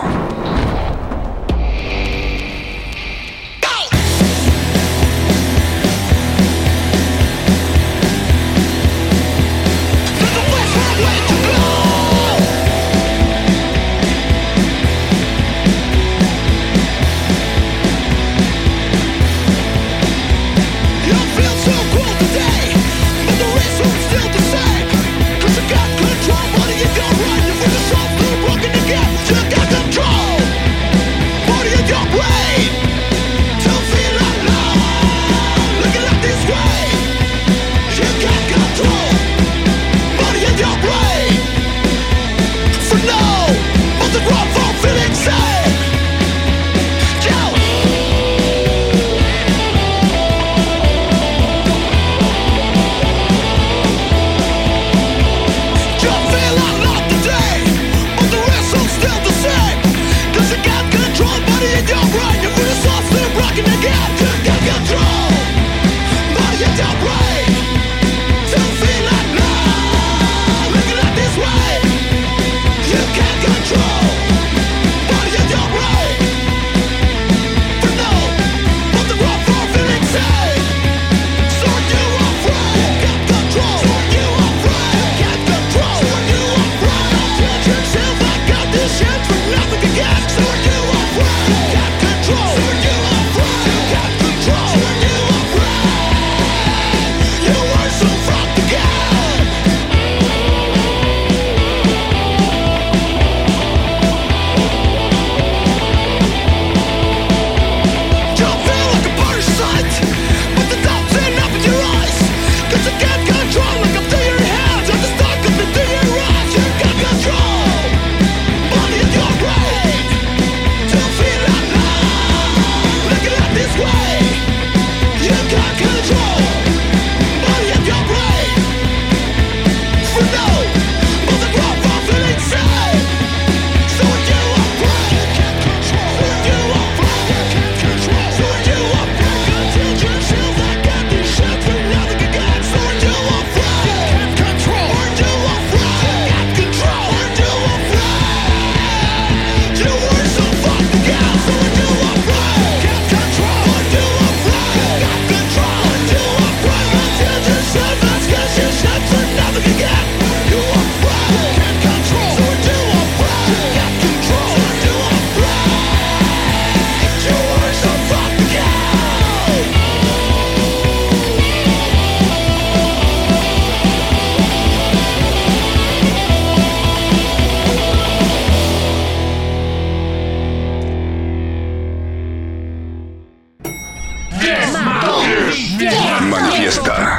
Control, but you don't run. You feel yourself through broken again. You got control. Manifiesta.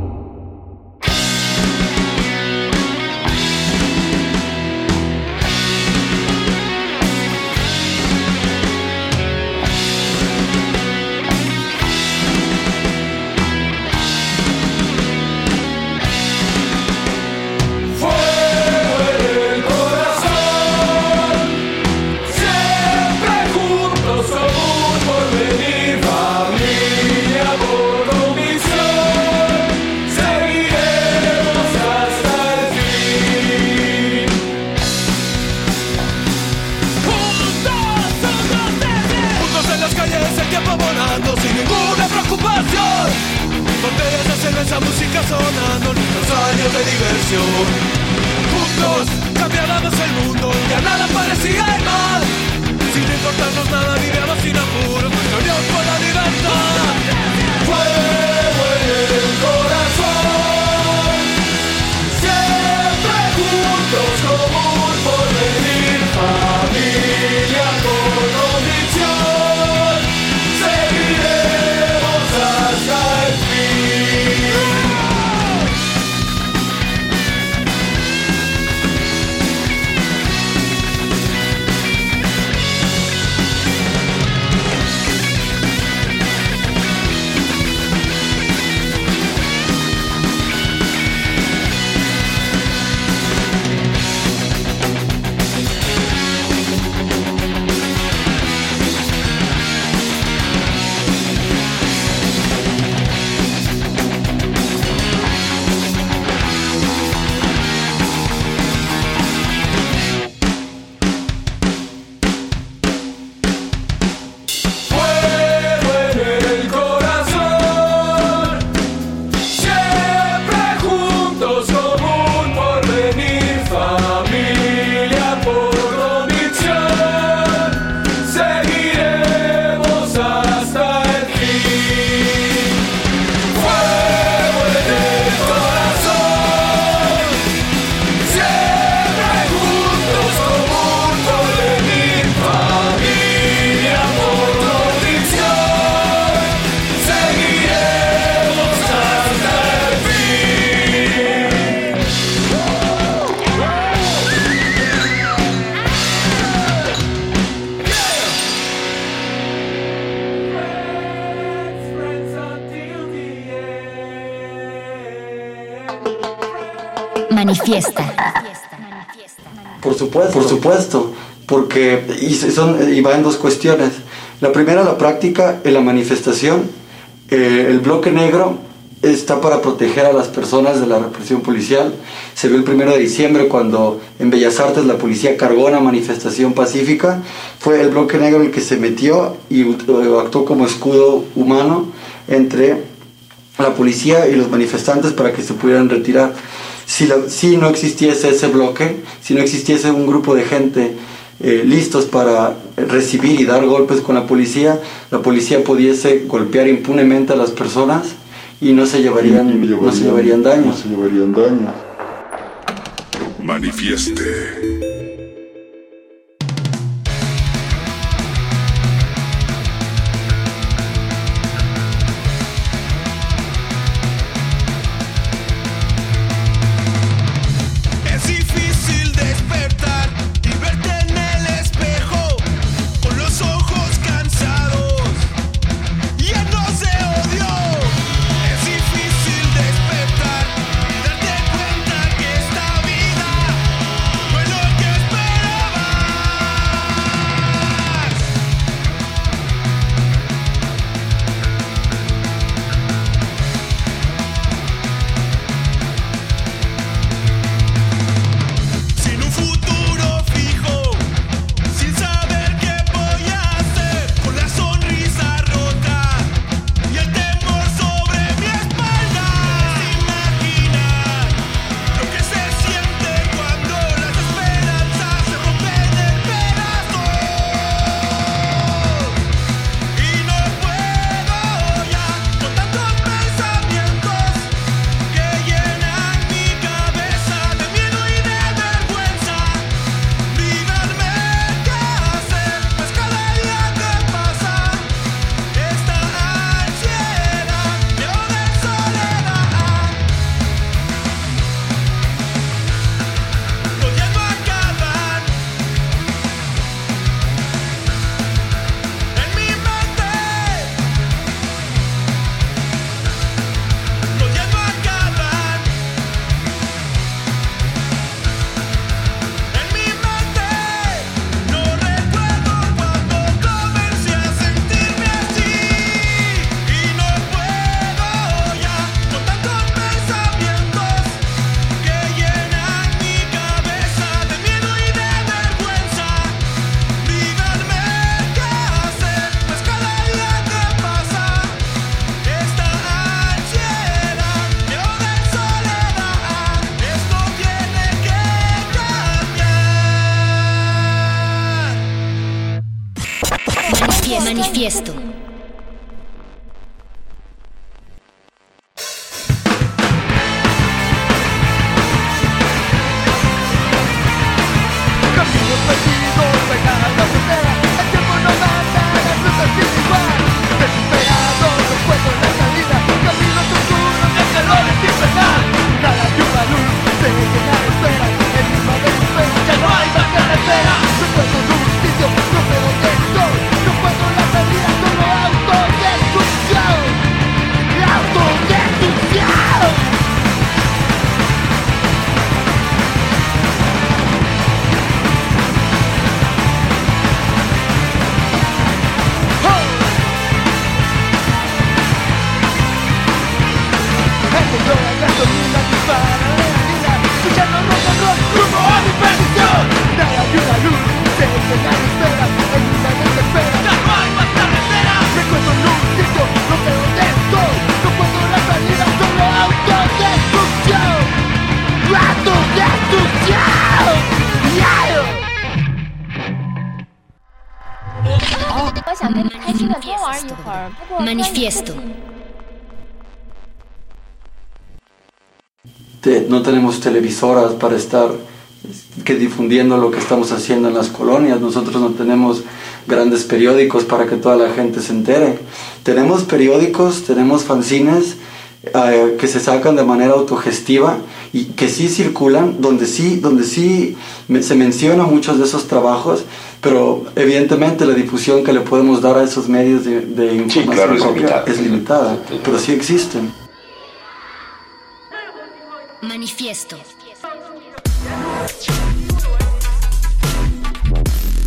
Esa música sonando, nuestros años de diversión. Juntos cambiábamos el mundo, ya nada parecía mal. Sin importarnos nada, vivíamos sin apuros, nuestra unión por la libertad. Fuego en el corazón, siempre juntos como un porvenir, familia con convicción. Seguiremos hasta el fin. Manifiesta. Por supuesto. porque y va en dos cuestiones. La primera, la práctica en la manifestación. El bloque negro está para proteger a las personas de la represión policial. Se vio el 1 de diciembre cuando en Bellas Artes la policía cargó una manifestación pacífica. Fue el bloque negro el que se metió y actuó como escudo humano entre la policía y los manifestantes para que se pudieran retirar. Si no existiese ese bloque, si no existiese un grupo de gente listos para recibir y dar golpes con la policía pudiese golpear impunemente a las personas y no se llevarían daños. Manifieste. Manifiesto. Manifiesto. No tenemos televisoras para estar difundiendo lo que estamos haciendo en las colonias. Nosotros no tenemos grandes periódicos para que toda la gente se entere. Tenemos periódicos, tenemos fanzines que se sacan de manera autogestiva y que sí circulan, donde sí se menciona muchos de esos trabajos, pero evidentemente la difusión que le podemos dar a esos medios de información es limitada, pero sí existen. Manifiesto.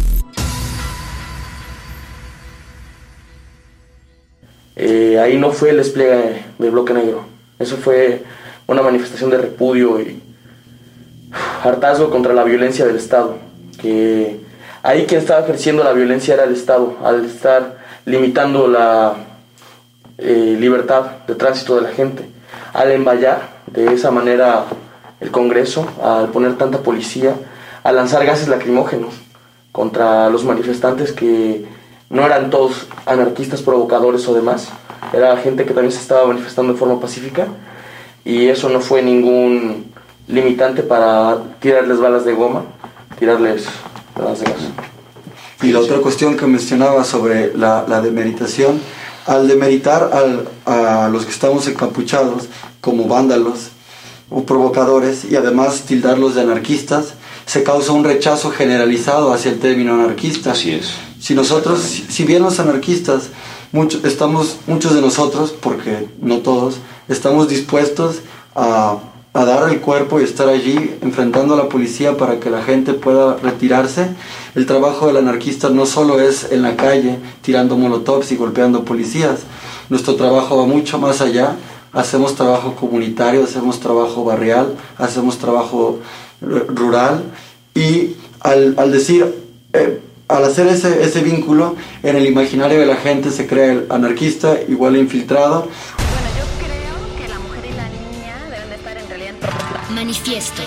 ahí no fue el despliegue del bloque negro. Eso fue una manifestación de repudio y hartazgo contra la violencia del Estado. Que ahí quien estaba ejerciendo la violencia era el Estado, al estar limitando la libertad de tránsito de la gente, al envallar de esa manera el Congreso, al poner tanta policía, al lanzar gases lacrimógenos contra los manifestantes que no eran todos anarquistas, provocadores o demás, era gente que también se estaba manifestando de forma pacífica, y eso no fue ningún limitante para tirarles balas de goma, tirarles balas de gas. Y la otra cuestión que mencionaba sobre la demeritación, al demeritar a los que estamos encapuchados como vándalos o provocadores y además tildarlos de anarquistas, se causa un rechazo generalizado hacia el término anarquista. Así es. Si nosotros, si bien los anarquistas, muchos de nosotros, porque no todos, estamos dispuestos a dar el cuerpo y estar allí enfrentando a la policía para que la gente pueda retirarse, el trabajo del anarquista no solo es en la calle tirando molotovs y golpeando policías. Nuestro trabajo va mucho más allá. Hacemos trabajo comunitario, hacemos trabajo barrial, hacemos trabajo rural, y al hacer ese vínculo en el imaginario de la gente se crea el anarquista igual infiltrado. Bueno, yo creo que la mujer y la niña deben de estar en realidad en todos lados. Manifiesto.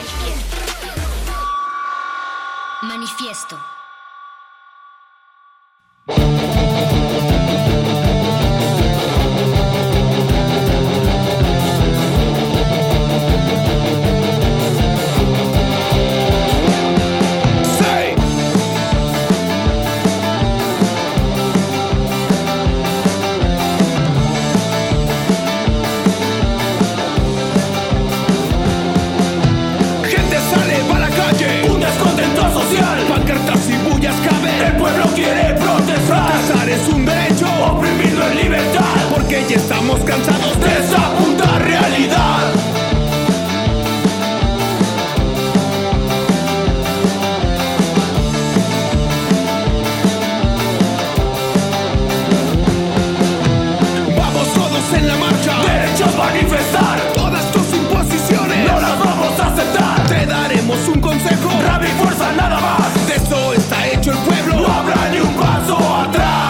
Manifiesto. Pancartas y bullas caben. El pueblo quiere protestar. Protestar es un derecho, oprimirlo en libertad. Porque ya estamos cansados de esa puta realidad. Vamos todos en la marcha. Derechos manifestar. Todas tus imposiciones no las vamos a aceptar. Te daremos un consejo. Rabia y fuerza, nada más. De eso está hecho el pueblo. No habrá ni un paso atrás.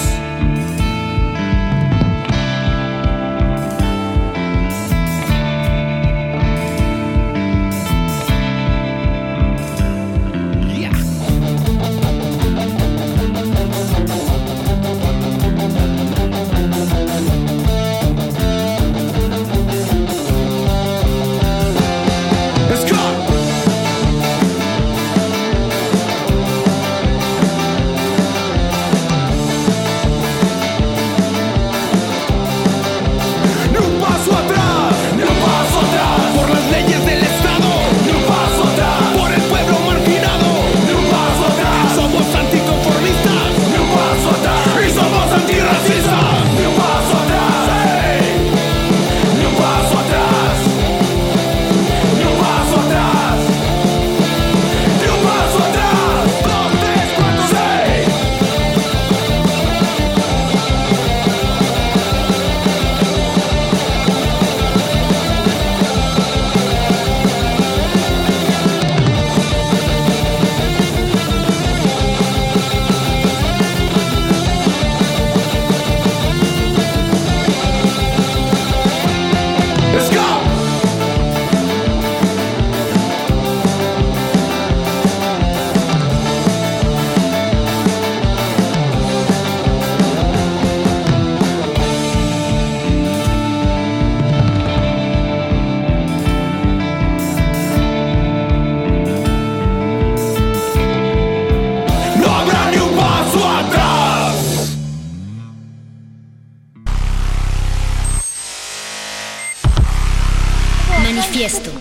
Manifiesto.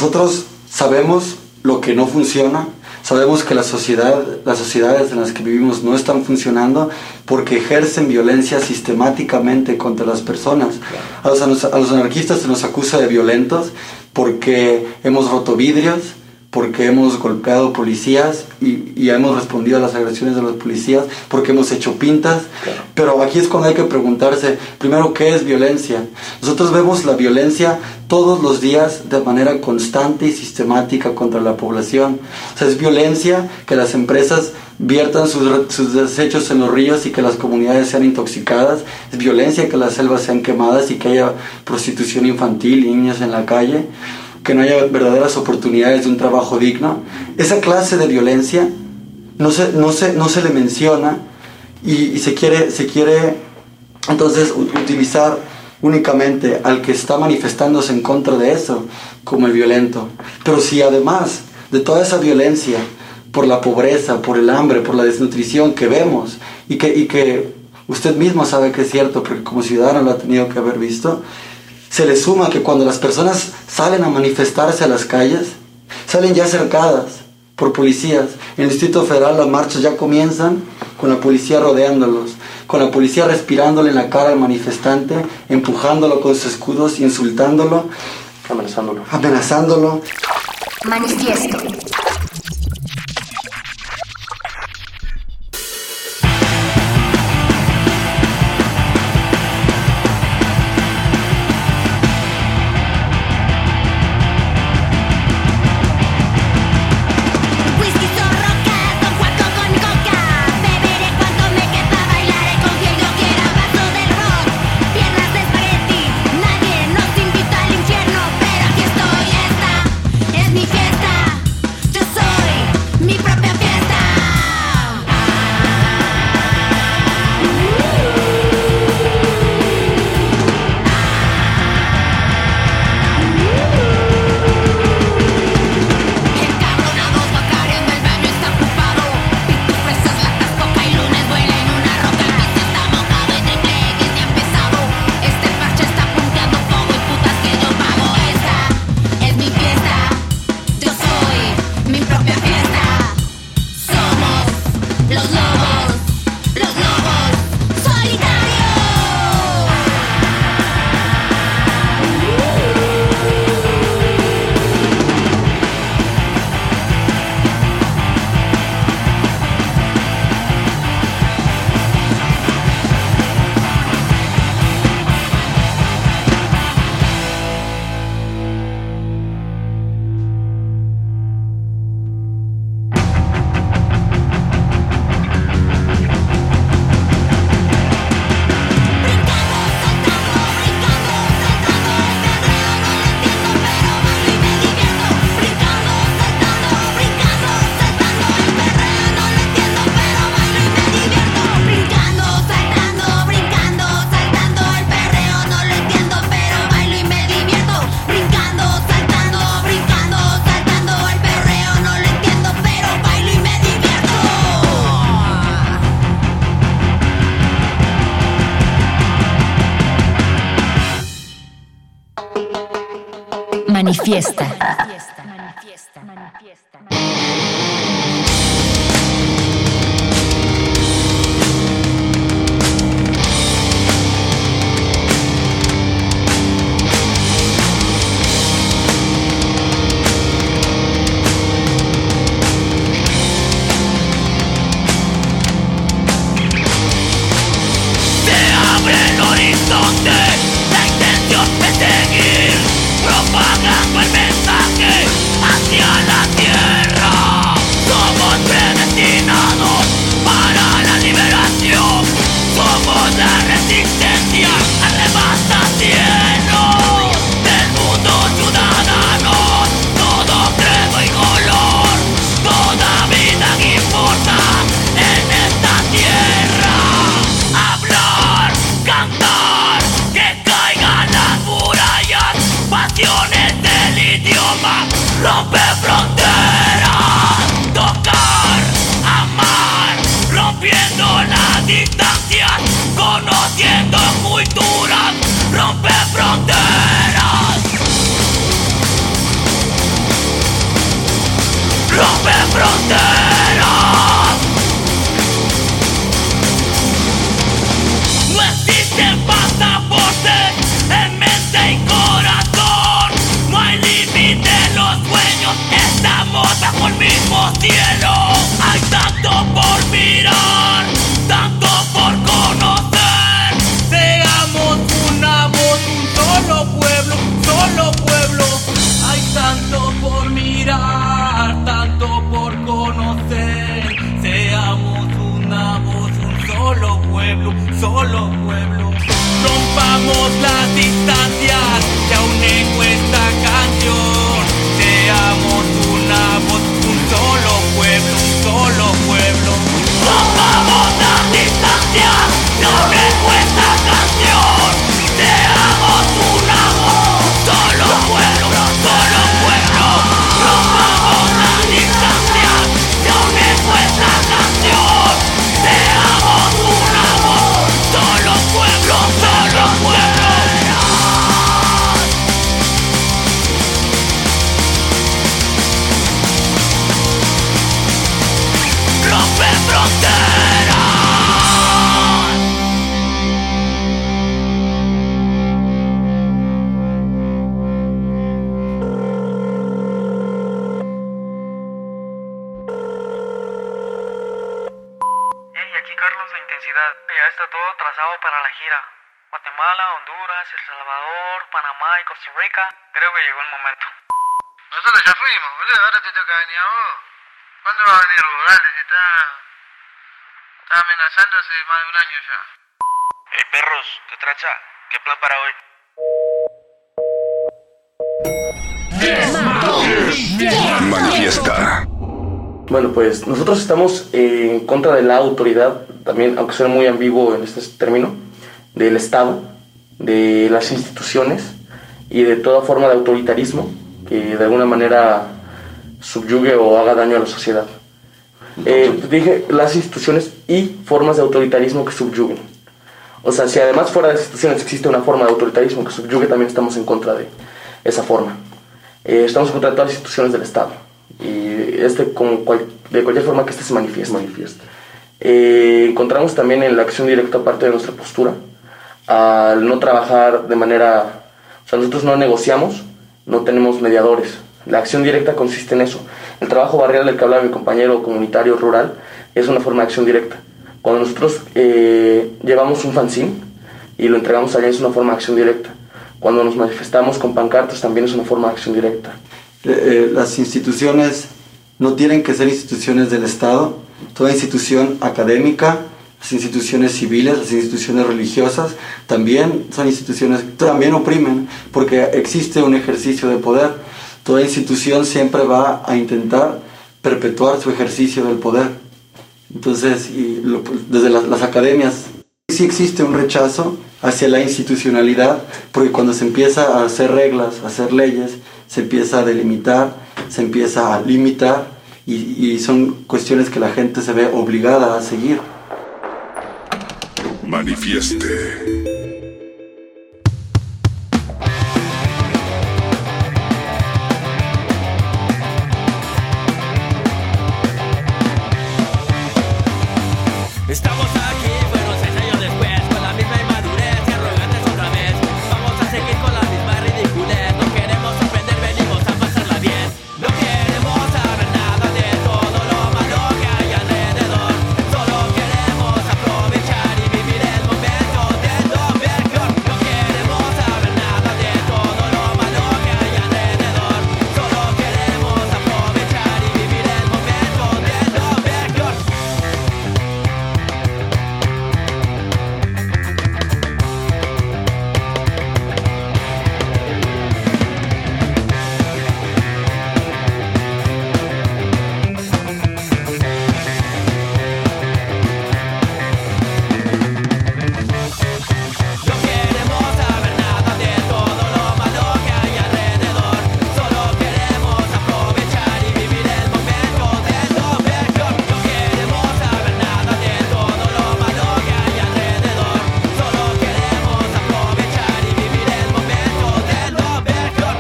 nosotros sabemos lo que no funciona, sabemos que las sociedades en las que vivimos no están funcionando porque ejercen violencia sistemáticamente contra las personas. A los anarquistas se nos acusa de violentos porque hemos roto vidrios, porque hemos golpeado policías y hemos respondido a las agresiones de los policías, porque hemos hecho pintas. Claro. Pero aquí es cuando hay que preguntarse, primero, ¿qué es violencia? Nosotros vemos la violencia todos los días de manera constante y sistemática contra la población. O sea, es violencia que las empresas viertan sus desechos en los ríos y que las comunidades sean intoxicadas. Es violencia que las selvas sean quemadas y que haya prostitución infantil y niños en la calle, que no haya verdaderas oportunidades de un trabajo digno. Esa clase de violencia no se le menciona y se quiere entonces utilizar únicamente al que está manifestándose en contra de eso como el violento. Pero si además de toda esa violencia por la pobreza, por el hambre, por la desnutrición que vemos y que usted mismo sabe que es cierto porque como ciudadano lo ha tenido que haber visto, se le suma que cuando las personas salen a manifestarse a las calles, salen ya cercadas por policías. En el Distrito Federal las marchas ya comienzan con la policía rodeándolos, con la policía respirándole en la cara al manifestante, empujándolo con sus escudos, insultándolo, amenazándolo. Manifiesto. Manifiesta. Propagando el mensaje hacia la tierra. rompamos las distancias que aún eco esta canción. Seamos una voz, un solo pueblo, un solo pueblo. Rompamos las distancias que aún eco esta canción. Seamos una voz, solo pueblo, solo pueblo. Rompamos las distancias que aún eco esta canción. Seamos una voz, solo pueblo, solo pueblo. Rompe fronteras. Aquí Carlos de Intensidad. Ya está todo trazado para la gira. Guatemala, Honduras, El Salvador, Panamá y Costa Rica. Creo que llegó el momento. Nosotros ya fuimos, boludo. Ahora te toca venir a vos. ¿Cuándo va a venir vos? Dale, si está amenazando hace más de un año ya. Perros, ¿qué tranza? ¿Qué plan para hoy? Manifiesta. Bueno, pues nosotros estamos en contra de la autoridad, también, aunque suene muy ambiguo en este término, del Estado, de las instituciones y de toda forma de autoritarismo que de alguna manera subyugue o haga daño a la sociedad. Dije las instituciones y formas de autoritarismo que subyuguen. O sea, si además fuera de las instituciones existe una forma de autoritarismo que subyugue, también estamos en contra de esa forma. Estamos en contra de todas las instituciones del Estado. Y de cualquier forma que se manifieste. Encontramos también en la acción directa parte de nuestra postura al no trabajar de manera... O sea, nosotros no negociamos, no tenemos mediadores. La acción directa consiste en eso. El trabajo barrial del que hablaba mi compañero comunitario rural es una forma de acción directa. Cuando nosotros llevamos un fanzine y lo entregamos allá es una forma de acción directa. Cuando nos manifestamos con pancartas también es una forma de acción directa. Las instituciones no tienen que ser instituciones del Estado. Toda institución académica, las instituciones civiles, las instituciones religiosas, también son instituciones que también oprimen, porque existe un ejercicio de poder. Toda institución siempre va a intentar perpetuar su ejercicio del poder. Entonces, desde las academias sí existe un rechazo hacia la institucionalidad, porque cuando se empieza a hacer reglas, a hacer leyes, se empieza a delimitar, se empieza a limitar, y son cuestiones que la gente se ve obligada a seguir. Manifieste. Estamos aquí, buenos 6 años después, con la misma inmadurez y arrogantes otra vez. Vamos a seguir con la misma ridiculez. No queremos aprender, venimos a pasarla bien. No queremos saber nada de todo lo malo que hay alrededor. Solo queremos aprovechar y vivir el momento de lo mejor. No queremos saber nada de todo lo malo que hay alrededor. Solo queremos aprovechar y vivir el momento de lo mejor. No queremos saber nada de todo lo malo que hay alrededor. Solo queremos aprovechar y vivir el momento de lo mejor. No queremos saber nada de todo lo malo que hay alrededor. Solo queremos aprovechar y vivir el momento de lo mejor.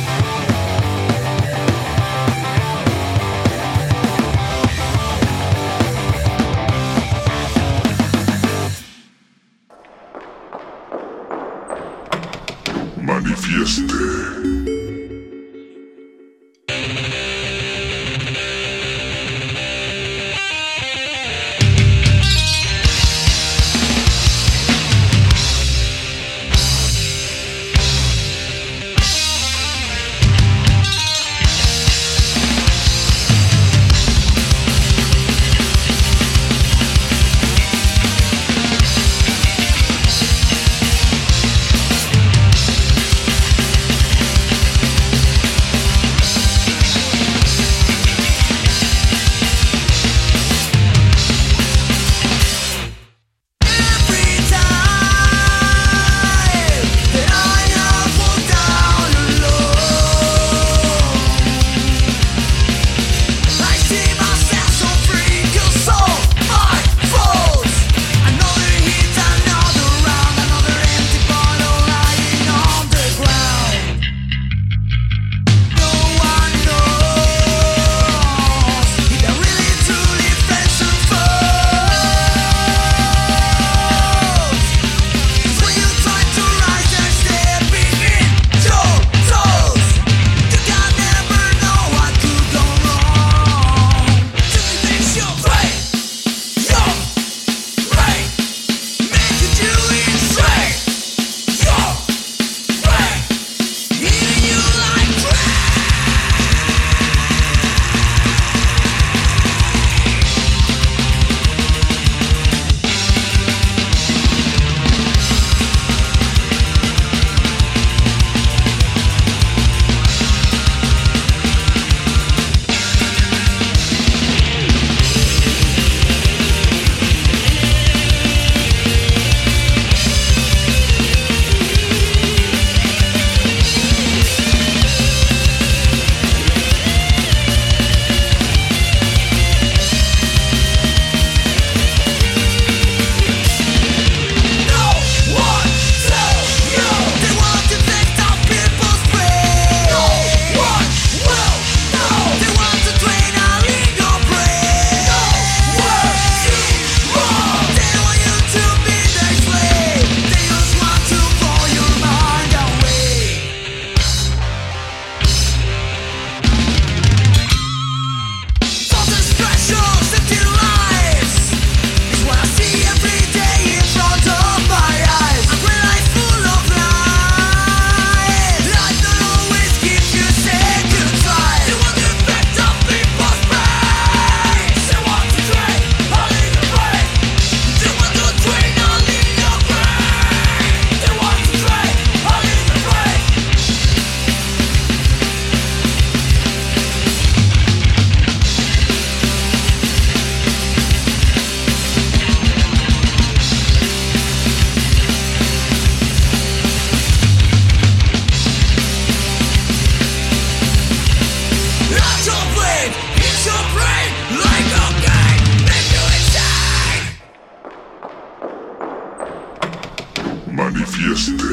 Manifieste.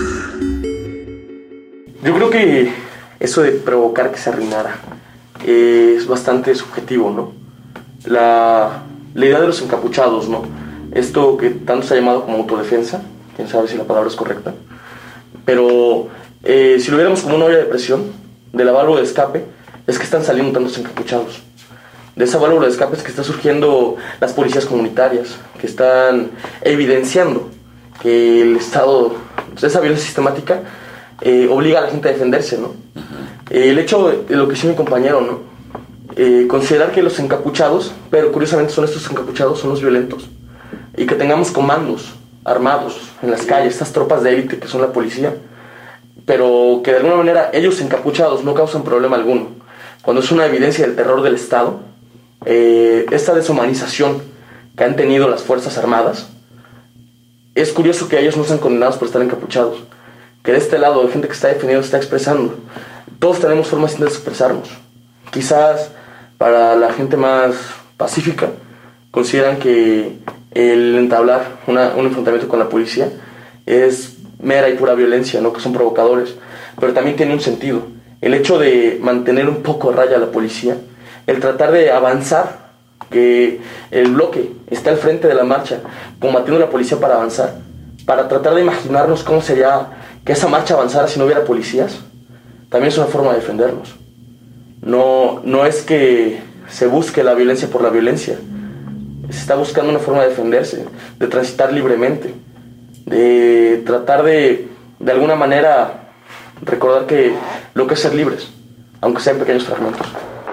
Yo creo que eso de provocar que se arruinara es bastante subjetivo, ¿no? La idea de los encapuchados, ¿no? Esto que tanto se ha llamado como autodefensa, quién sabe si la palabra es correcta, pero si lo viéramos como una olla de presión, de la válvula de escape, es que están saliendo tantos encapuchados. De esa válvula de escape es que están surgiendo las policías comunitarias, que están evidenciando que el Estado, esa violencia sistemática, obliga a la gente a defenderse, ¿no? El hecho de lo que dice mi compañero, ¿no? Considerar que los encapuchados, pero curiosamente son estos encapuchados, son los violentos, y que tengamos comandos armados en las calles, estas tropas de élite que son la policía, pero que de alguna manera ellos encapuchados no causan problema alguno. Cuando es una evidencia del terror del Estado, esta deshumanización que han tenido las Fuerzas Armadas, es curioso que ellos no sean condenados por estar encapuchados, que de este lado hay gente que está defendiendo, está expresando. Todos tenemos formas de expresarnos. Quizás para la gente más pacífica consideran que el entablar un enfrentamiento con la policía es mera y pura violencia, ¿no? Que son provocadores, pero también tiene un sentido. El hecho de mantener un poco a raya a la policía, el tratar de avanzar, que el bloque está al frente de la marcha, combatiendo a la policía para avanzar, para tratar de imaginarnos cómo sería que esa marcha avanzara si no hubiera policías, también es una forma de defendernos. No es que se busque la violencia por la violencia, se está buscando una forma de defenderse, de transitar libremente, de tratar de alguna manera recordar que lo que es ser libres, aunque sea en pequeños fragmentos.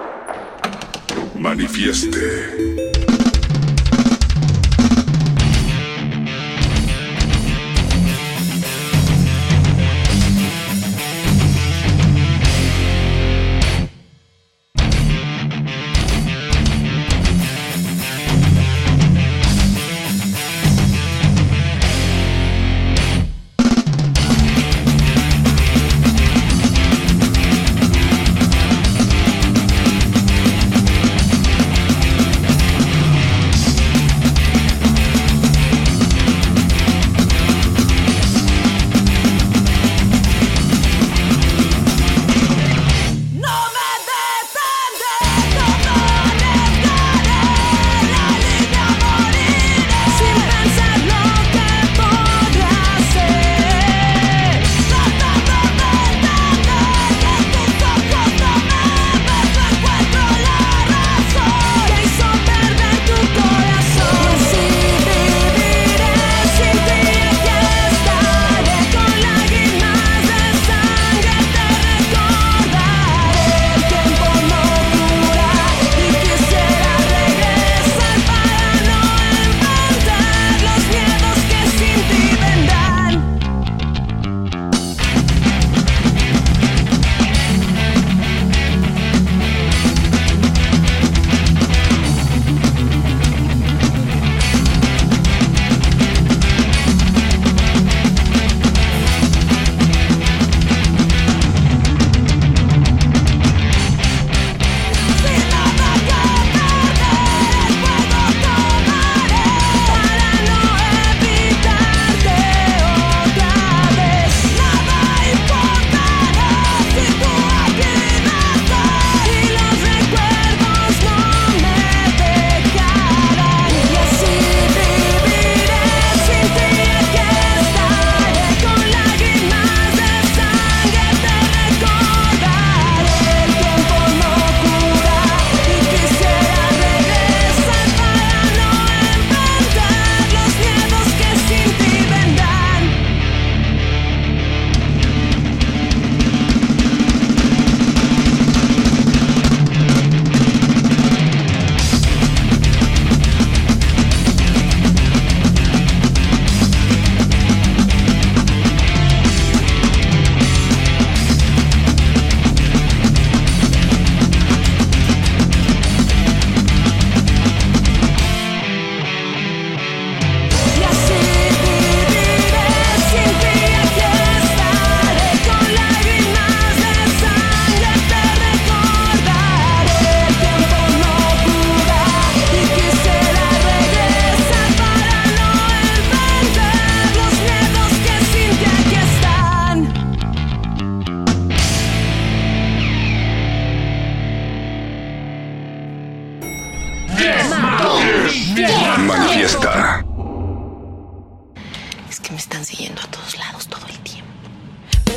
Manifieste.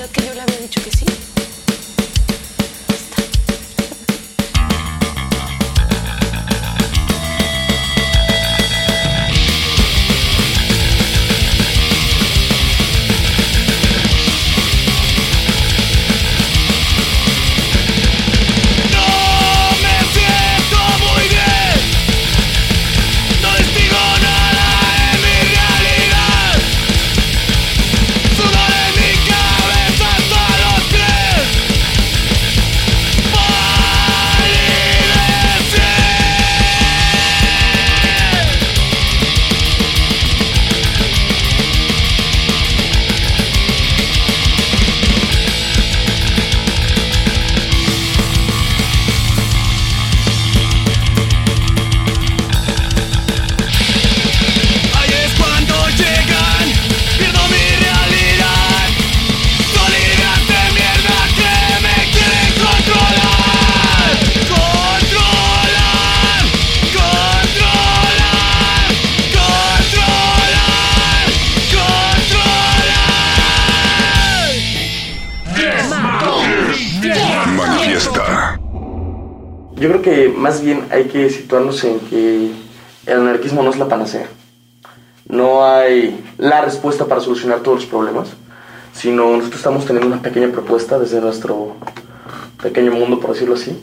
¿Verdad que yo le había dicho que sí? Yo creo que más bien hay que situarnos en que el anarquismo no es la panacea. No hay la respuesta para solucionar todos los problemas, sino nosotros estamos teniendo una pequeña propuesta desde nuestro pequeño mundo, por decirlo así.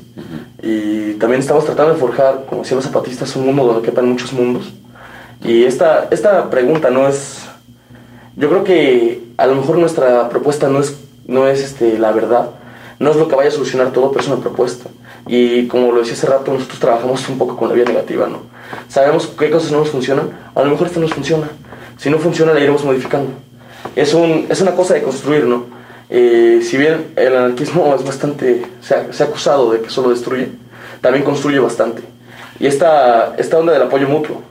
Y también estamos tratando de forjar, como decían los zapatistas, un mundo donde quepan muchos mundos. Y esta pregunta no es... Yo creo que a lo mejor nuestra propuesta no es la verdad, no es lo que vaya a solucionar todo, pero es una propuesta. Y como lo decía hace rato, nosotros trabajamos un poco con la vía negativa, ¿no? Sabemos qué cosas no nos funcionan, a lo mejor esta nos funciona. Si no funciona, la iremos modificando. Es una cosa de construir, ¿no? Si bien el anarquismo es bastante... se ha acusado de que solo destruye, también construye bastante. Y esta onda del apoyo mutuo,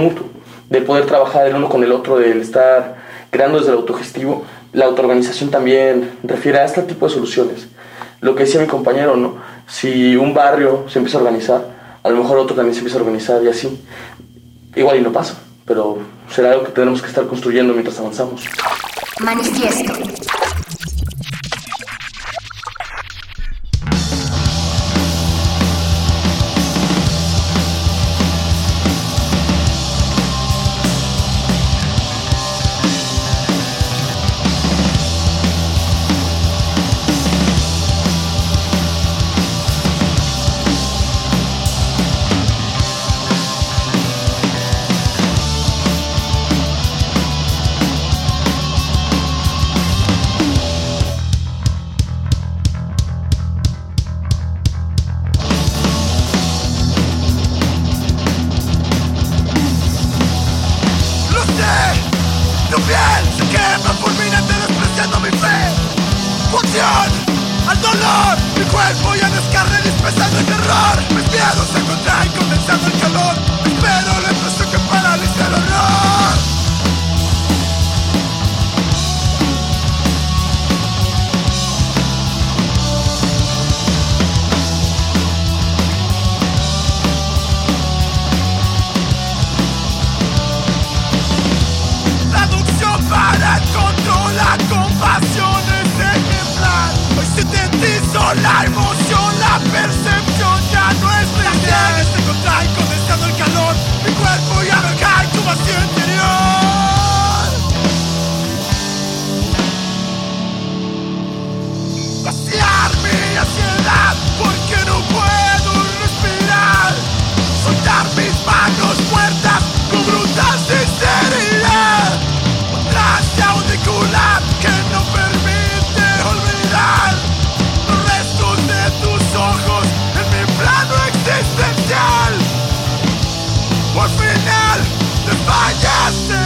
del poder trabajar el uno con el otro, del estar creando desde el autogestivo, la autoorganización también refiere a este tipo de soluciones. Lo que decía mi compañero, ¿no? Si un barrio se empieza a organizar, a lo mejor otro también se empieza a organizar y así. Igual y no pasa, pero será algo que tenemos que estar construyendo mientras avanzamos. Manifiesto. La emoción, la percepción ya no es real. Se contrae condensando el calor. Mi cuerpo ya no cae tu vacío interior. Vaciar mi ansiedad porque no puedo respirar. Soltar mis manos muertas con brutal sinceridad. Otra hacia auricular que no permite olvidar tus ojos en mi plano existencial. Por final desfallaste.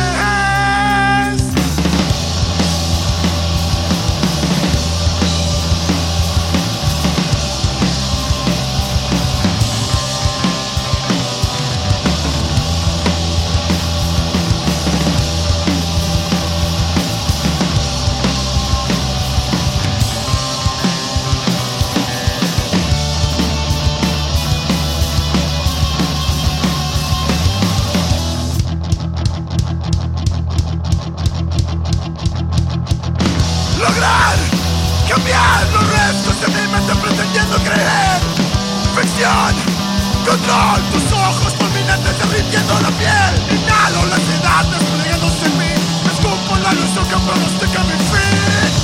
cambiar los restos de mi mente pretendiendo creer. Ficción, control, tus ojos fulminantes derritiendo la piel. Inhalo la ansiedad desplegándose en mí. Escupo la luz que pronostica mi fin.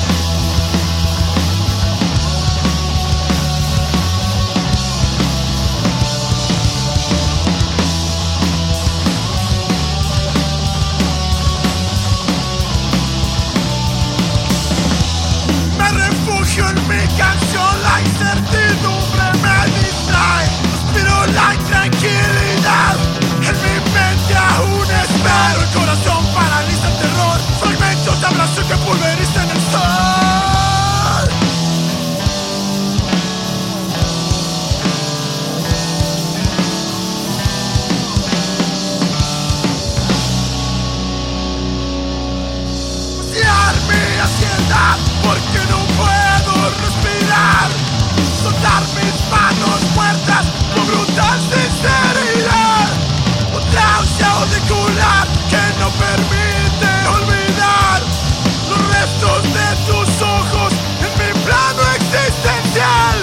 En mi canción la incertidumbre me distrae. Respiro la intranquilidad. En mi mente aún espero. El corazón paraliza el terror. Fragmentos de abrazo que pulverizan el sol. Vaciar mi ansiedad porque no puedo respirar, soltar mis manos muertas con brutal sinceridad, otra náusea auricular que no permite olvidar los restos de tus ojos en mi plano existencial.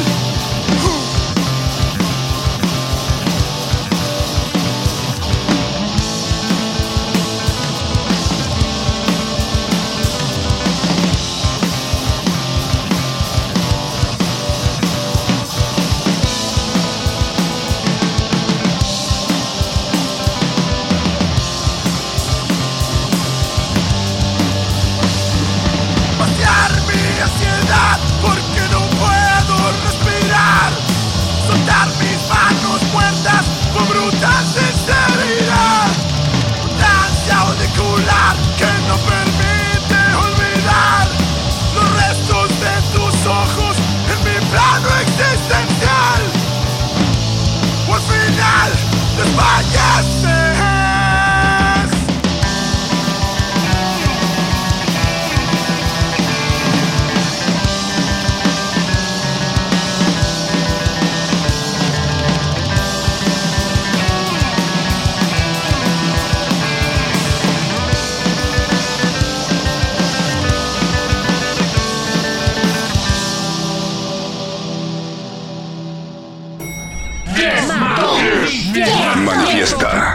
Porque no puedo respirar, soltar mis manos muertas con brutal sinceridad, una ansia auricular que no permite olvidar los restos de tus ojos en mi plano existencial. O al final desfalleces. Manifiesta.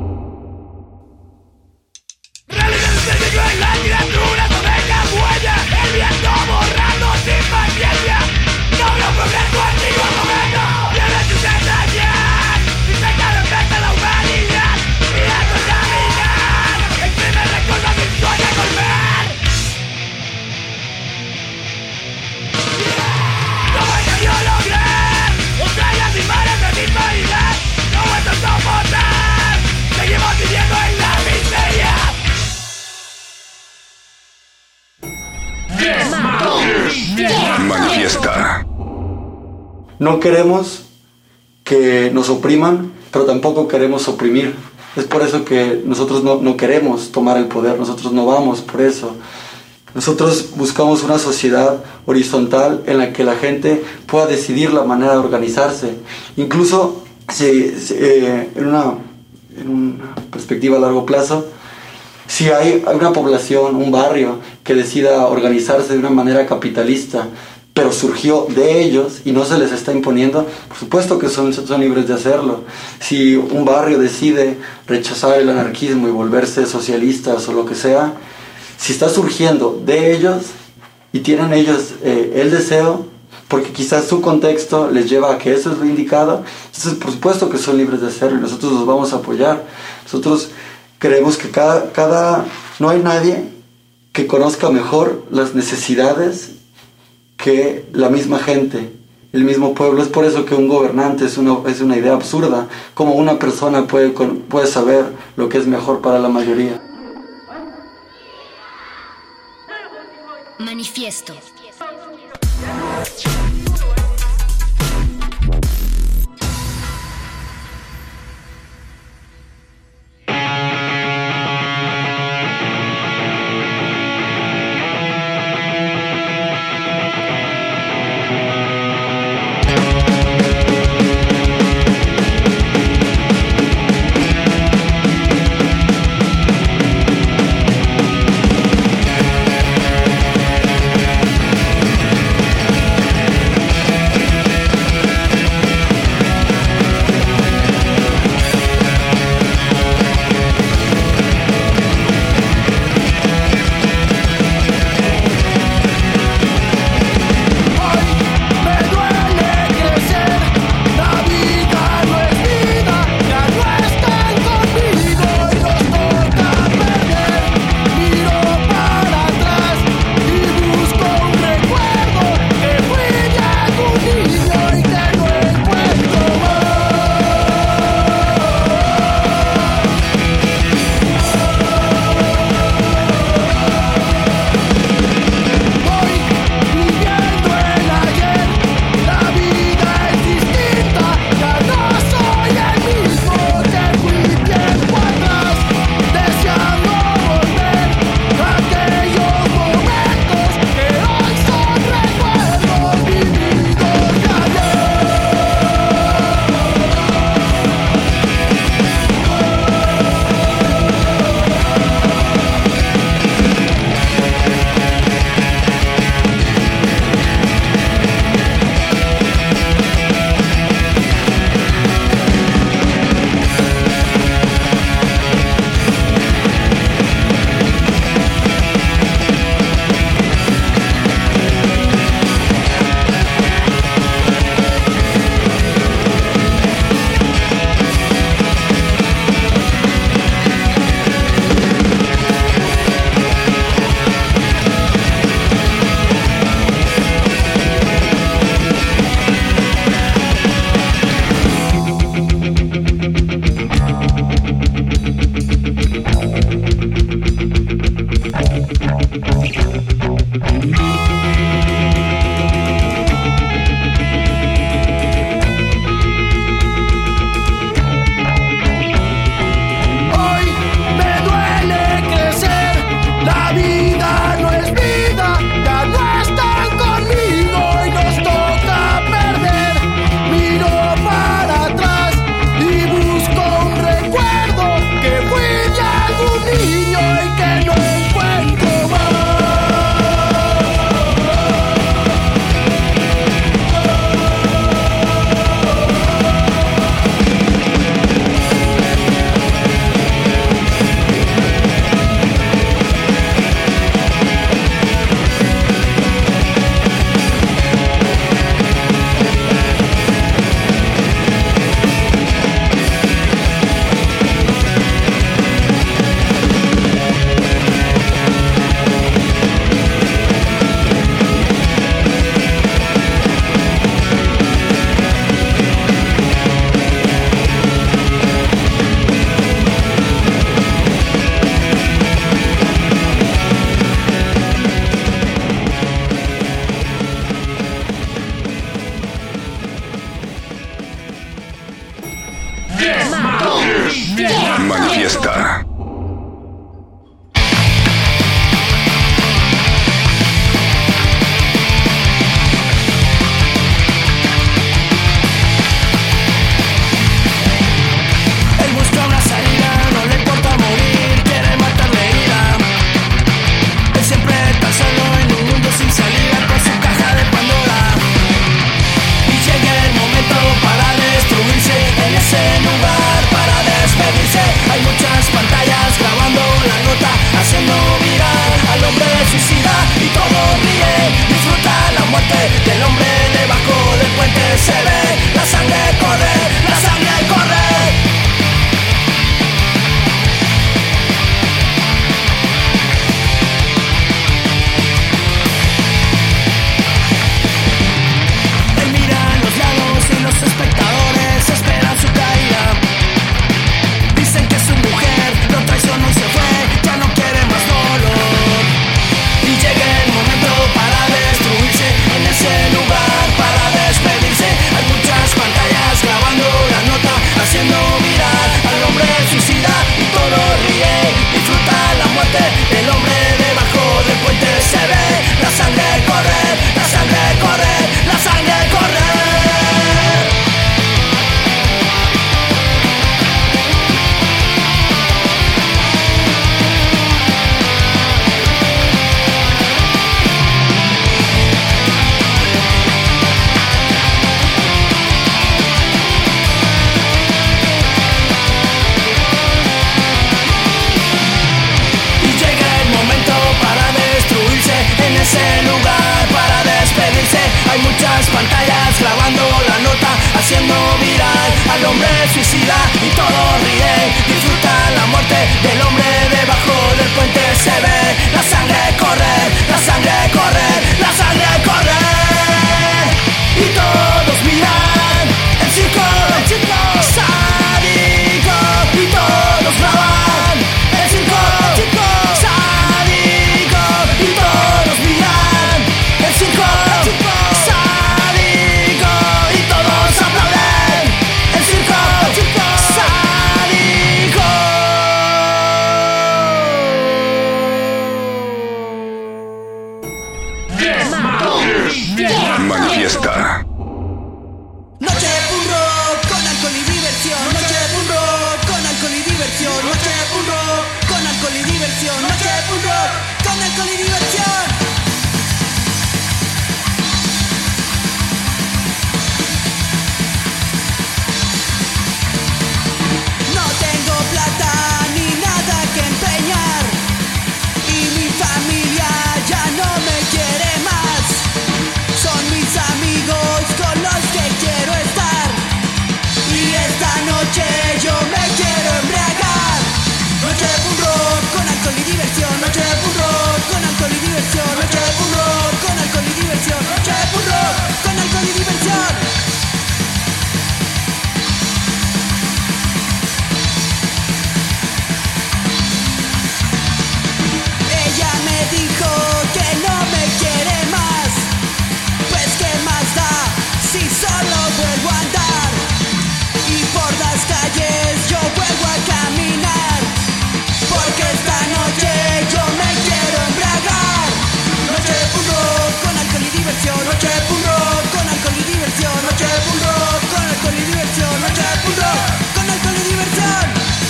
Manifiesta. No queremos que nos opriman, pero tampoco queremos oprimir. Es por eso que nosotros no queremos tomar el poder, nosotros no vamos por eso. Nosotros buscamos una sociedad horizontal en la que la gente pueda decidir la manera de organizarse. Incluso en una perspectiva a largo plazo, si hay una población, un barrio que decida organizarse de una manera capitalista, pero surgió de ellos y no se les está imponiendo, por supuesto que son libres de hacerlo. Si un barrio decide rechazar el anarquismo y volverse socialistas o lo que sea, si está surgiendo de ellos y tienen ellos el deseo, porque quizás su contexto les lleva a que eso es lo indicado, entonces por supuesto que son libres de hacerlo y nosotros los vamos a apoyar. Nosotros creemos que no hay nadie que conozca mejor las necesidades que la misma gente, el mismo pueblo. Es por eso que un gobernante es una idea absurda. Como una persona puede saber lo que es mejor para la mayoría. Manifiesto. Manifiesta. Manifiesta. Noche de puro con alcohol y diversión. Noche de puro con alcohol y diversión. Noche de puro con alcohol y diversión. Noche de puro con alcohol y diversión. No tengo plata ni nada que empeñar y mi familia ya no me quiere más. Son mis amigos con los que quiero estar y esta noche yo me quiero embriagar. Noche de puro con alcohol y diversión. Noche de puro con alcohol y diversión. Noche de puro con alcohol y diversión. Noche de puro con alcohol y diversión. Ella me dijo que no me quiere más. Pues qué más da si solo vuelvo a andar y por las calles yo vuelvo a caminar. Porque esta noche yo me quiero embriagar. Noche de puro con alcohol y diversión. Noche de puro con alcohol y diversión. Noche de puro con alcohol y diversión. Noche de puro con alcohol y diversión.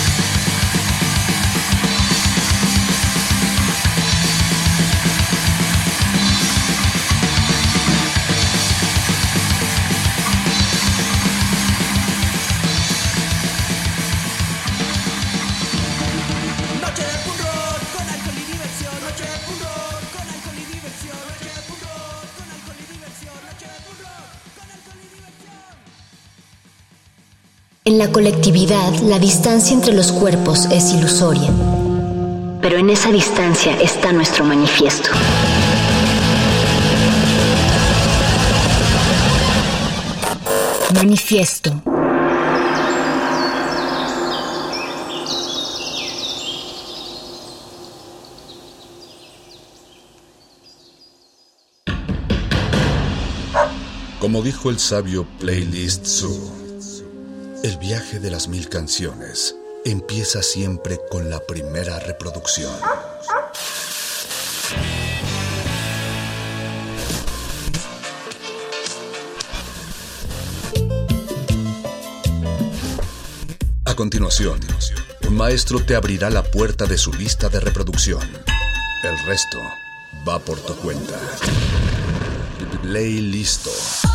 Noche de puro con alcohol y diversión. Noche de puro con alcohol y diversión. Noche de puro con alcohol y diversión. Noche de puro con alcohol y diversión. En la colectividad, la distancia entre los cuerpos es ilusoria. Pero en esa distancia está nuestro manifiesto. Manifiesto. Como dijo el sabio Playlist Zoo, el viaje de las 1000 canciones empieza siempre con la primera reproducción. A continuación, un maestro te abrirá la puerta de su lista de reproducción. El resto va por tu cuenta. Play listo.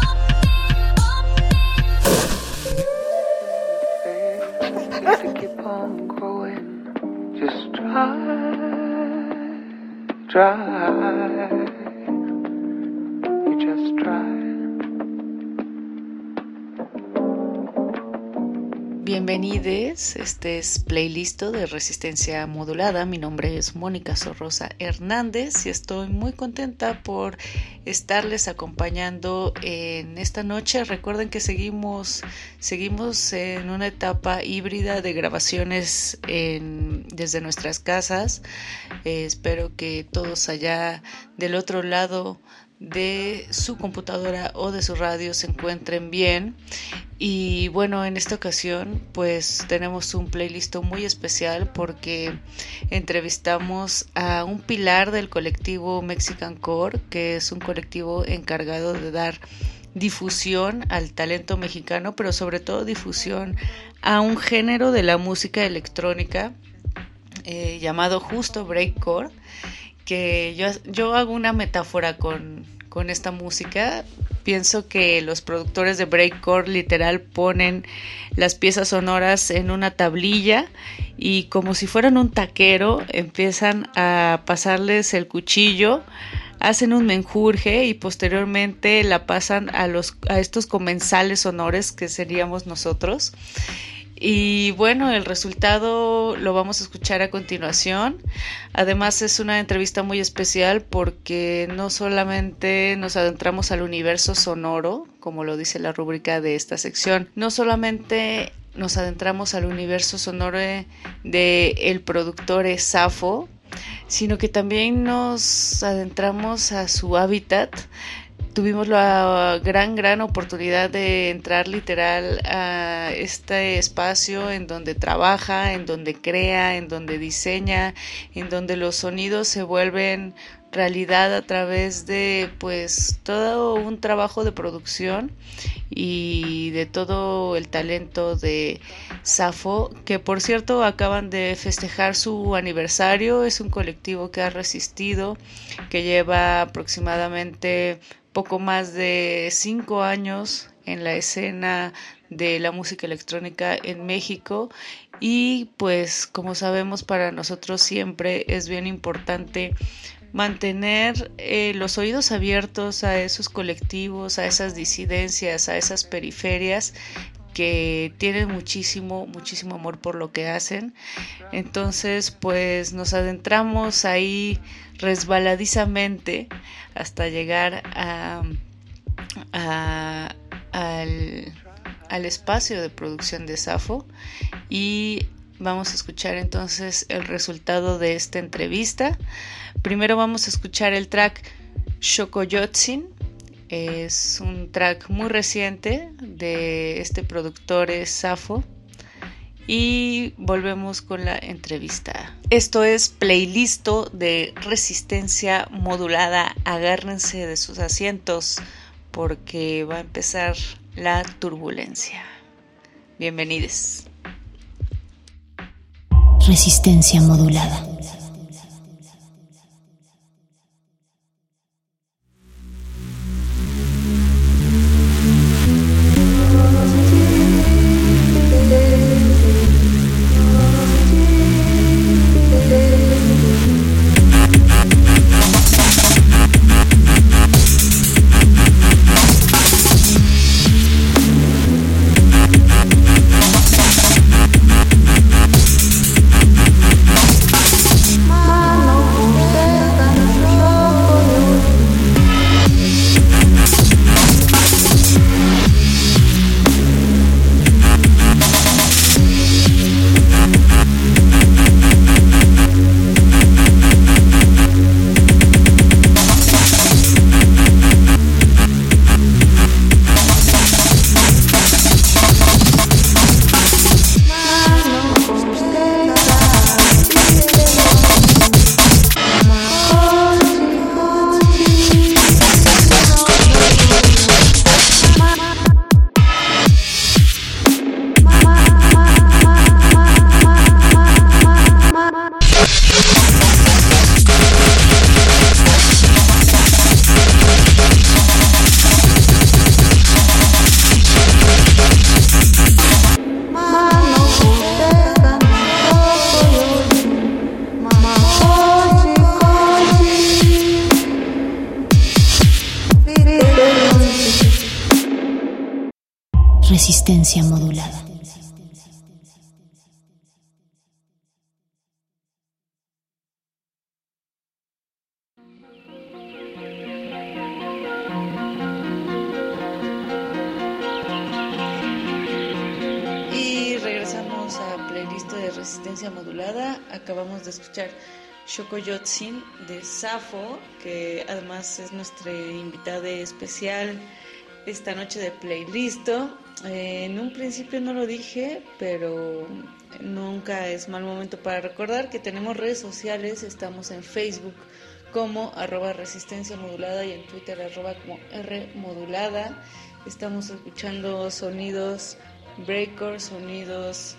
Bienvenidos, este es Playlist de Resistencia Modulada. Mi nombre es Mónica Sorrosa Hernández y estoy muy contenta por estarles acompañando en esta noche. Recuerden que seguimos en una etapa híbrida de grabaciones desde nuestras casas. Espero que todos allá del otro lado de su computadora o de su radio se encuentren bien. Y bueno, en esta ocasión pues tenemos un playlist muy especial porque entrevistamos a un pilar del colectivo Mexican Core, que es un colectivo encargado de dar difusión al talento mexicano, pero sobre todo difusión a un género de la música electrónica llamado justo breakcore, que yo hago una metáfora con esta música. Pienso que los productores de breakcore literal ponen las piezas sonoras en una tablilla y como si fueran un taquero empiezan a pasarles el cuchillo, hacen un menjurje y posteriormente la pasan a estos comensales sonores que seríamos nosotros. Y bueno, el resultado lo vamos a escuchar a continuación. Además es una entrevista muy especial porque no solamente nos adentramos al universo sonoro, como lo dice la rúbrica de esta sección, no solamente nos adentramos al universo sonoro de el productor Safo, sino que también nos adentramos a su hábitat. Tuvimos la gran oportunidad de entrar literal a este espacio en donde trabaja, en donde crea, en donde diseña, en donde los sonidos se vuelven realidad a través de pues todo un trabajo de producción y de todo el talento de Safo, que por cierto acaban de festejar su aniversario. Es un colectivo que ha resistido, que lleva aproximadamente poco más de 5 años en la escena de la música electrónica en México y pues como sabemos para nosotros siempre es bien importante mantener los oídos abiertos a esos colectivos, a esas disidencias, a esas periferias que tienen muchísimo amor por lo que hacen. Entonces pues nos adentramos ahí resbaladizamente hasta llegar al espacio de producción de Safo y vamos a escuchar entonces el resultado de esta entrevista. Primero vamos a escuchar el track Xocoyotzin. Es un track muy reciente de este productor Safo y volvemos con la entrevista. Esto es Playlist de Resistencia Modulada. Agárrense de sus asientos porque va a empezar la turbulencia. Bienvenidos. Resistencia Modulada. Resistencia modulada. Y regresamos a playlist de Resistencia modulada. Acabamos de escuchar Xocoyotzin de Safo, que además es nuestra invitada especial esta noche de playlist. En un principio no lo dije, pero nunca es mal momento para recordar que tenemos redes sociales. Estamos en Facebook como @resistencia modulada y en Twitter como @rmodulada. Estamos escuchando sonidos breakers, sonidos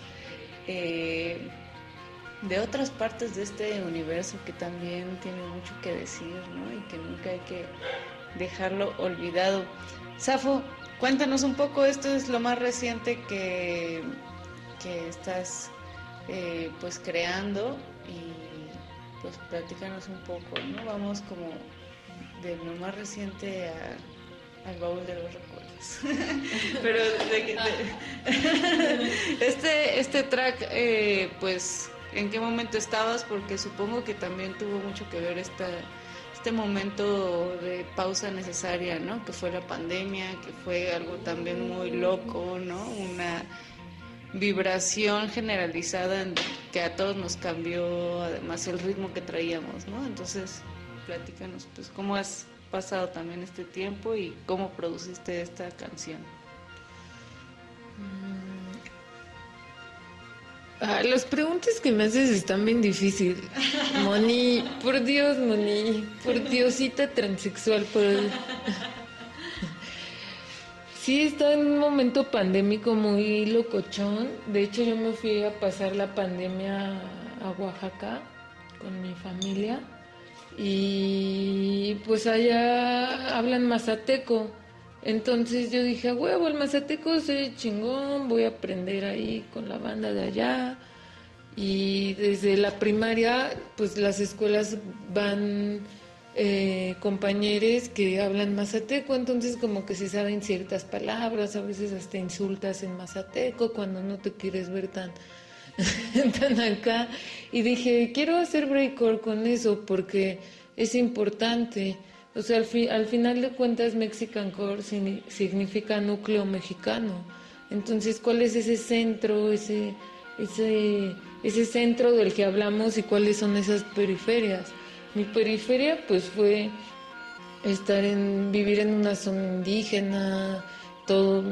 de otras partes de este universo que también tiene mucho que decir, ¿no? Y que nunca hay que dejarlo olvidado. Safo, cuéntanos un poco, esto es lo más reciente que estás pues creando, y pues platícanos un poco, ¿no? Vamos como de lo más reciente al baúl de los recuerdos. Pero este track, pues, ¿en qué momento estabas? Porque supongo que también tuvo mucho que ver este momento de pausa necesaria, ¿no? Que fue la pandemia, que fue algo también muy loco, ¿no? Una vibración generalizada que a todos nos cambió, además, el ritmo que traíamos, ¿no? Entonces, platícanos, pues, ¿cómo has pasado también este tiempo y cómo produciste esta canción? Las preguntas que me haces están bien difíciles. Moni, por Dios, Moni, por Diosita transexual, por... Sí, está en un momento pandémico muy locochón. De hecho, yo me fui a pasar la pandemia a Oaxaca con mi familia. Y pues allá hablan mazateco. Entonces yo dije, a huevo, el mazateco soy chingón, voy a aprender ahí con la banda de allá. Y desde la primaria, pues las escuelas van compañeros que hablan mazateco, entonces como que se saben ciertas palabras, a veces hasta insultas en mazateco cuando no te quieres ver tan acá. Y dije, quiero hacer breakcore con eso porque es importante. O sea, al final de cuentas, Mexican Core significa núcleo mexicano. Entonces, ¿cuál es ese centro, ese centro del que hablamos y cuáles son esas periferias? Mi periferia, pues, fue vivir en una zona indígena, todo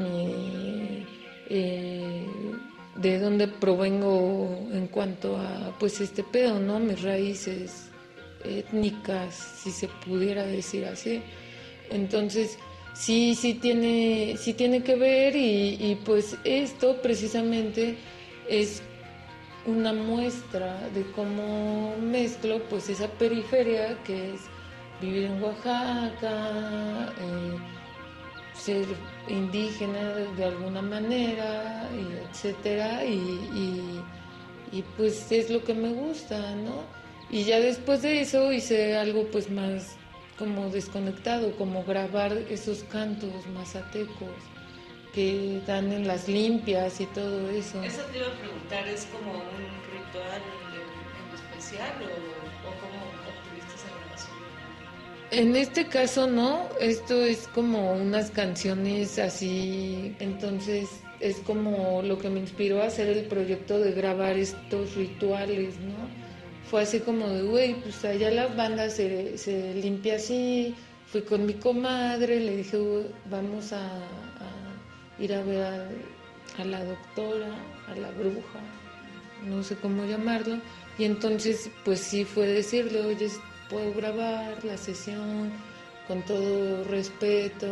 de dónde provengo en cuanto a, pues, este pedo, ¿no? Mis raíces étnicas, si se pudiera decir así. Entonces sí tiene que ver, y pues esto precisamente es una muestra de cómo mezclo pues esa periferia que es vivir en Oaxaca, ser indígena de alguna manera, y etcétera, y pues es lo que me gusta, ¿no? Y ya después de eso hice algo pues más como desconectado, como grabar esos cantos mazatecos que dan en las limpias y todo eso. Eso te iba a preguntar, ¿es como un ritual en especial o cómo obtuviste esa grabación? En este caso no, esto es como unas canciones así, entonces es como lo que me inspiró a hacer el proyecto de grabar estos rituales, ¿no? Fue así como de, güey, pues allá la banda se limpia así. Fui con mi comadre, le dije, vamos a ir a ver a la doctora, a la bruja, no sé cómo llamarlo. Y entonces, pues sí fue decirle, oye, puedo grabar la sesión con todo respeto,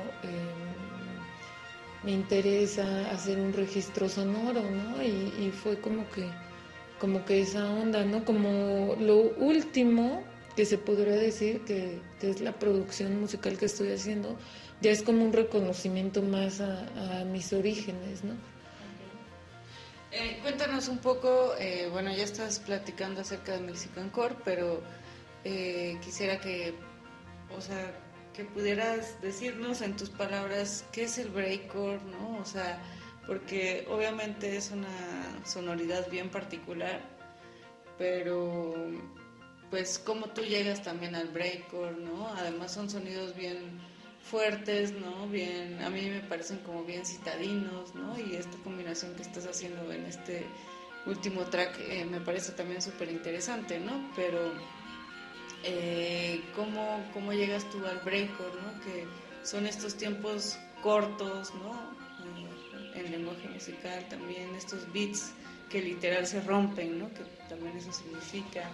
me interesa hacer un registro sonoro, ¿no? Y fue como que esa onda, ¿no? Como lo último que se podría decir que es la producción musical que estoy haciendo, ya es como un reconocimiento más a mis orígenes, ¿no? Cuéntanos un poco, bueno, ya estás platicando acerca de Mexican Core, pero quisiera que, o sea, que pudieras decirnos en tus palabras qué es el breakcore, ¿no? O sea, porque obviamente es una sonoridad bien particular, pero pues cómo tú llegas también al breakcore, ¿no? Además son sonidos bien fuertes, ¿no? Bien, a mí me parecen como bien citadinos, ¿no? Y esta combinación que estás haciendo en este último track me parece también súper interesante, ¿no? Pero ¿cómo llegas tú al breakcore, ¿no? Que son estos tiempos cortos, ¿no? En lenguaje musical también, estos beats que literal se rompen, ¿no? Que también eso significa,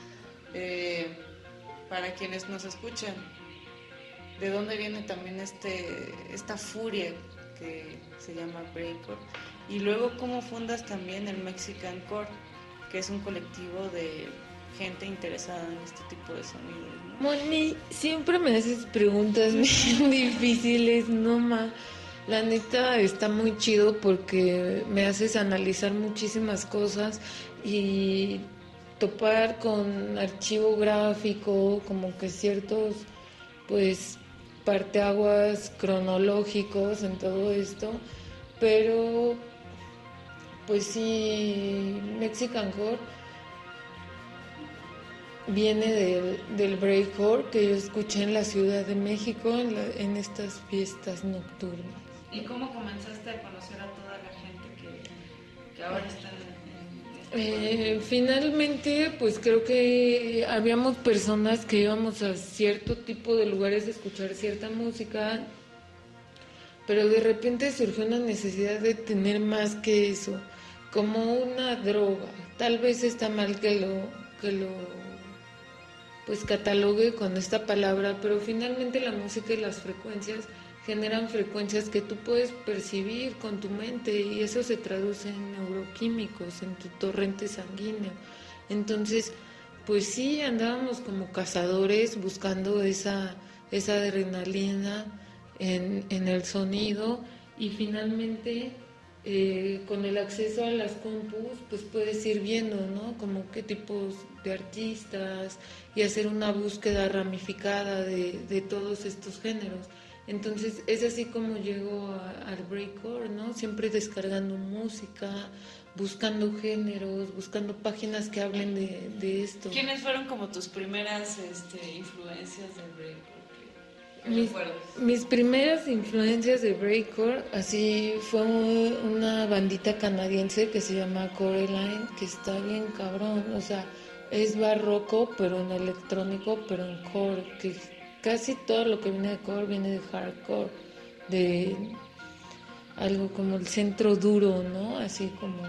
para quienes nos escuchan, ¿de dónde viene también esta furia que se llama breakcore? Y luego, ¿cómo fundas también el Mexican Core, que es un colectivo de gente interesada en este tipo de sonidos, ¿no? Moni, siempre me haces preguntas bien difíciles, no ma. La neta está muy chido porque me haces analizar muchísimas cosas y topar con archivo gráfico, como que ciertos, pues, parteaguas cronológicos en todo esto, pero pues sí, Mexican Core viene del breakcore que yo escuché en la Ciudad de México en estas fiestas nocturnas. ¿Y cómo comenzaste a conocer a toda la gente que ahora está en finalmente, pues creo que habíamos personas que íbamos a cierto tipo de lugares a escuchar cierta música, pero de repente surgió una necesidad de tener más que eso, como una droga. Tal vez está mal que lo pues catalogue con esta palabra, pero finalmente la música y las frecuencias generan frecuencias que tú puedes percibir con tu mente y eso se traduce en neuroquímicos, en tu torrente sanguíneo. Entonces, pues sí, andábamos como cazadores buscando esa adrenalina en el sonido y finalmente con el acceso a las compus pues puedes ir viendo, ¿no? Como qué tipos de artistas y hacer una búsqueda ramificada de todos estos géneros. Entonces es así como llego al breakcore, ¿no? Siempre descargando música, buscando géneros, buscando páginas que hablen de esto. ¿Quiénes fueron como tus primeras influencias del breakcore? Mis primeras influencias de breakcore, así fue una bandita canadiense que se llama Coraline, que está bien cabrón, o sea, es barroco, pero en electrónico, pero en core, que casi todo lo que viene de core viene de hardcore, de algo como el centro duro, ¿no? Así como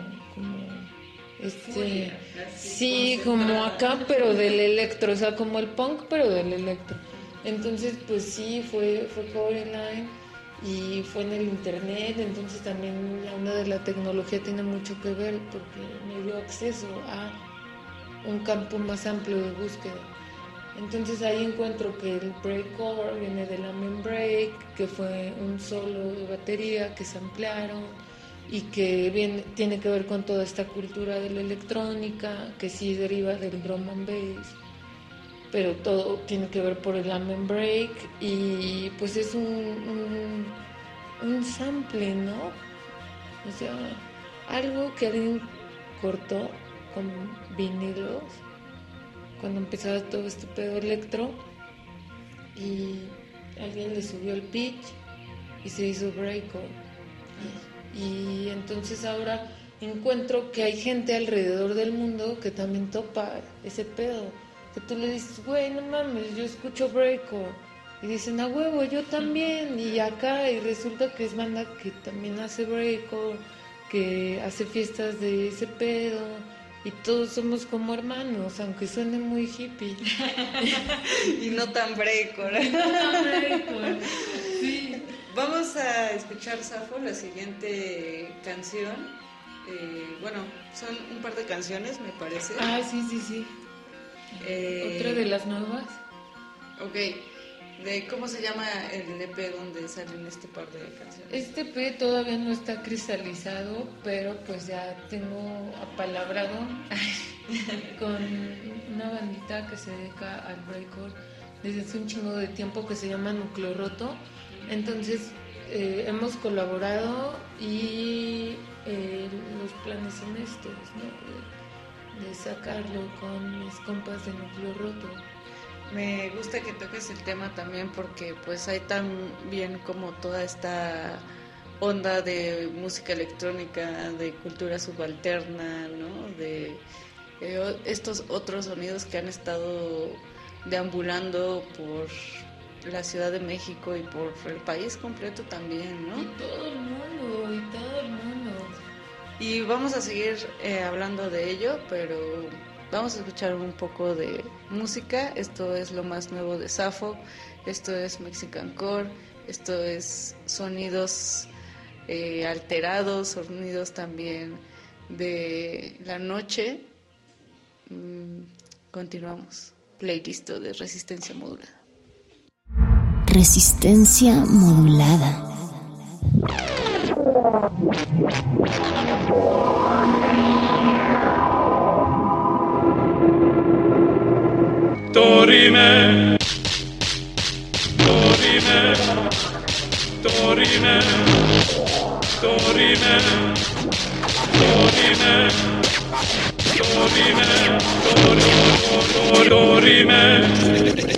sí, como acá, pero del electro, o sea, como el punk, pero del electro. Entonces, pues sí, fue Coraline y fue en el internet, entonces también la onda de la tecnología tiene mucho que ver porque me dio acceso a un campo más amplio de búsqueda. Entonces ahí encuentro que el breakcore viene del Amen Break, que fue un solo de batería que samplearon y que tiene que ver con toda esta cultura de la electrónica, que sí deriva del drum and bass, pero todo tiene que ver por el Amen Break y pues es un sample, ¿no? O sea, algo que alguien cortó con vinilos cuando empezaba todo este pedo electro y alguien le subió el pitch y se hizo breakcore. Y entonces ahora encuentro que hay gente alrededor del mundo que también topa ese pedo, que tú le dices, güey, no mames, yo escucho breakcore, y dicen, a huevo, yo también, y acá, y resulta que es banda que también hace breakcore, que hace fiestas de ese pedo, y todos somos como hermanos, aunque suene muy hippie. Y no tan breakcore. No tan breakcore, sí. Vamos a escuchar, Safo, la siguiente canción. Bueno, son un par de canciones, me parece. Ah, sí. ¿Otra de las nuevas? Ok. ¿Cómo se llama el EP donde salen este par de canciones? Este EP todavía no está cristalizado, pero pues ya tengo apalabrado con una bandita que se dedica al breakcore desde hace un chingo de tiempo que se llama Núcleo Roto. Entonces hemos colaborado y los planes son estos, ¿no? De sacarlo con mis compas de Núcleo Roto. Me gusta que toques el tema también porque pues hay también como toda esta onda de música electrónica, de cultura subalterna, ¿no? De estos otros sonidos que han estado deambulando por la Ciudad de México y por el país completo también, ¿no? Y todo el mundo. Y vamos a seguir hablando de ello, pero vamos a escuchar un poco de música. Esto es lo más nuevo de Safo, esto es Mexican Core, esto es sonidos alterados, sonidos también de la noche. Continuamos. Playlist de Resistencia Modulada. Resistencia Modulada. Dorime, Dorime, Dorime, Dorime, Dorime, Dorime, Dorime.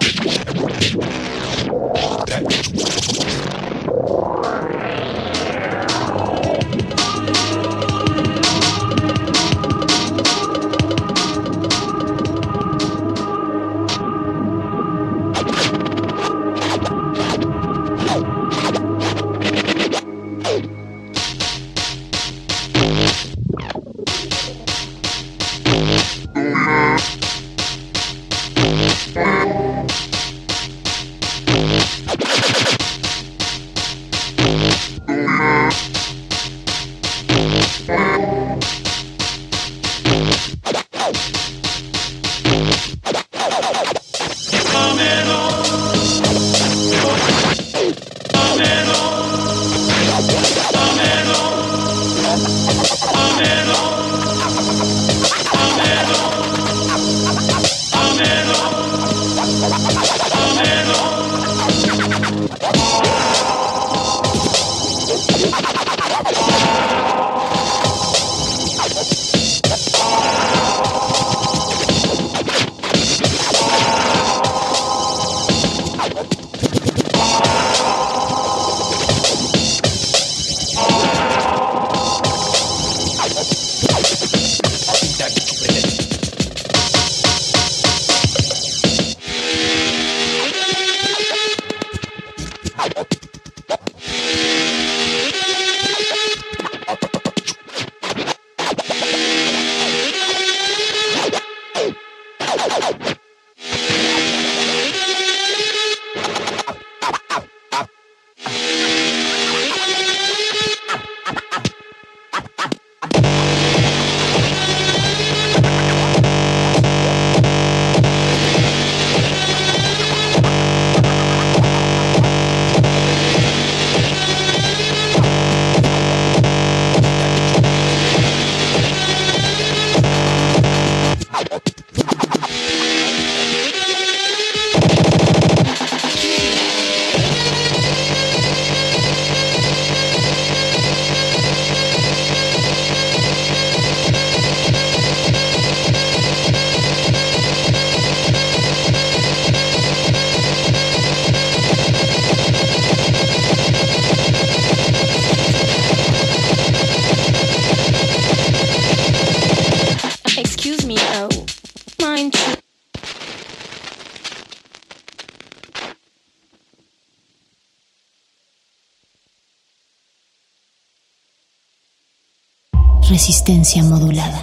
Resistencia Modulada.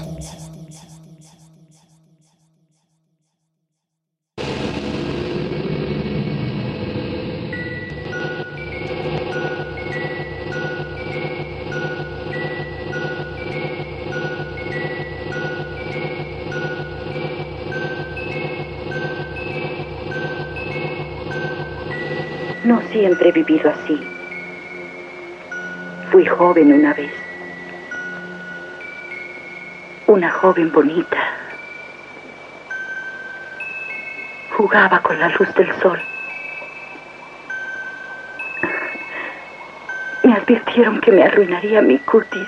No siempre he vivido así. Fui joven una vez. Una joven bonita. Jugaba con la luz del sol. Me advirtieron que me arruinaría mi cutis.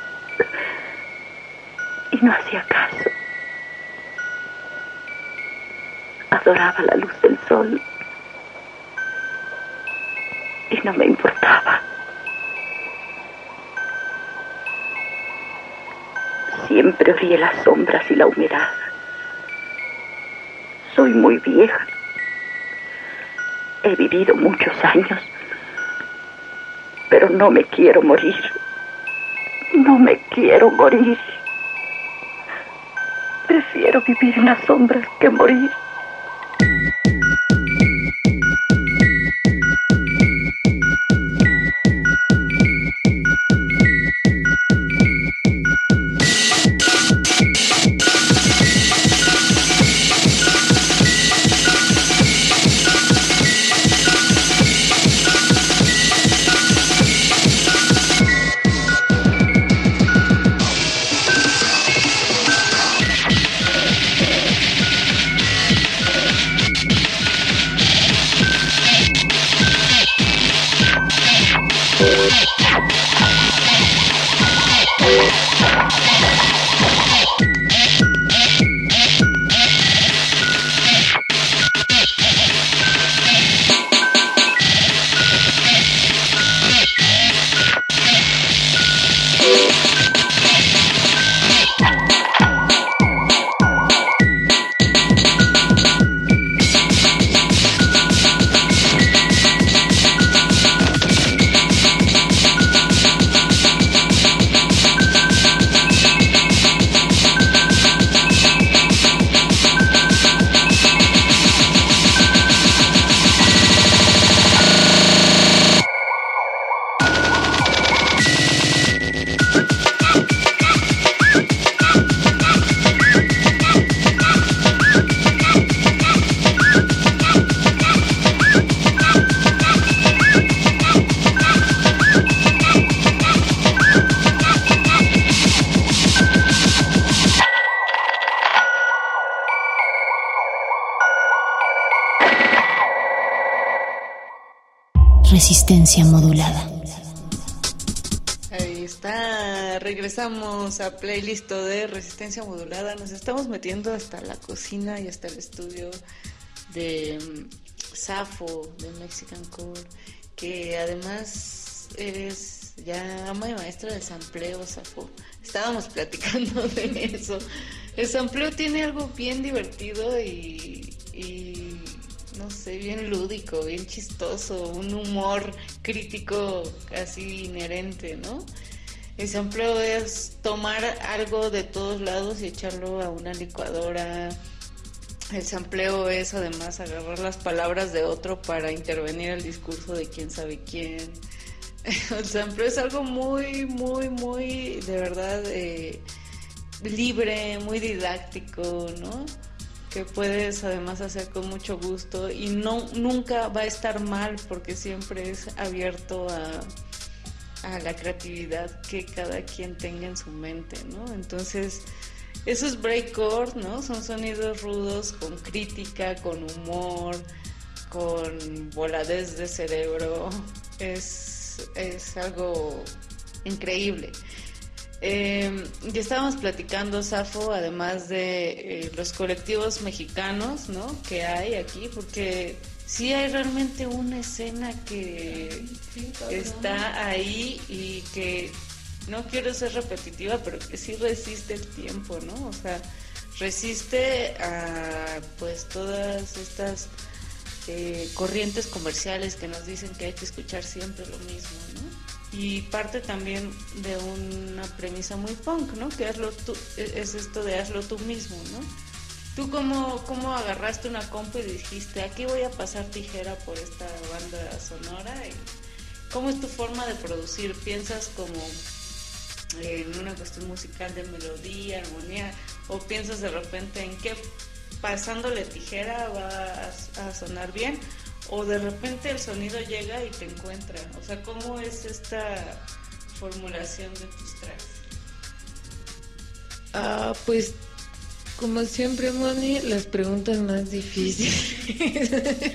Y no hacía caso. Adoraba la luz del sol. Y no me importaba. Siempre odié las sombras y la humedad. Soy muy vieja. He vivido muchos años. Pero no me quiero morir. No me quiero morir. Prefiero vivir en las sombras que morir. Resistencia modulada. Ahí está, regresamos a playlist de Resistencia Modulada. Nos estamos metiendo hasta la cocina y hasta el estudio de Safo, de Mexican Core, que además eres ya ama y maestra de sampleo, Safo. Estábamos platicando de eso. El sampleo tiene algo bien divertido y no sé, bien lúdico, bien chistoso, un humor crítico casi inherente, ¿no? El sampleo es tomar algo de todos lados y echarlo a una licuadora. El sampleo es además agarrar las palabras de otro para intervenir el discurso de quién sabe quién. El sampleo es algo muy, muy, muy, de verdad, libre, muy didáctico, ¿no? Que puedes además hacer con mucho gusto y nunca va a estar mal porque siempre es abierto a la creatividad que cada quien tenga en su mente, ¿no? Entonces, eso es breakcore, ¿no? Son sonidos rudos con crítica, con humor, con voladez de cerebro. Es algo increíble. Ya estábamos platicando, Safo, además de los colectivos mexicanos, ¿no? Que hay aquí, porque sí hay realmente una escena que está ahí y que no quiero ser repetitiva, pero que sí resiste el tiempo, ¿no? O sea, resiste a pues todas estas corrientes comerciales que nos dicen que hay que escuchar siempre lo mismo, ¿no? Y parte también de una premisa muy punk, ¿no? Que es esto de hazlo tú mismo, ¿no? ¿Tú cómo agarraste una compu y dijiste, aquí voy a pasar tijera por esta banda sonora? ¿Y cómo es tu forma de producir? ¿Piensas como en una cuestión musical de melodía, armonía? ¿O piensas de repente en qué pasándole tijera va a sonar bien? ¿O de repente el sonido llega y te encuentra? O sea, ¿cómo es esta formulación de tus tracks? Pues Como siempre, Moni, las preguntas más difíciles.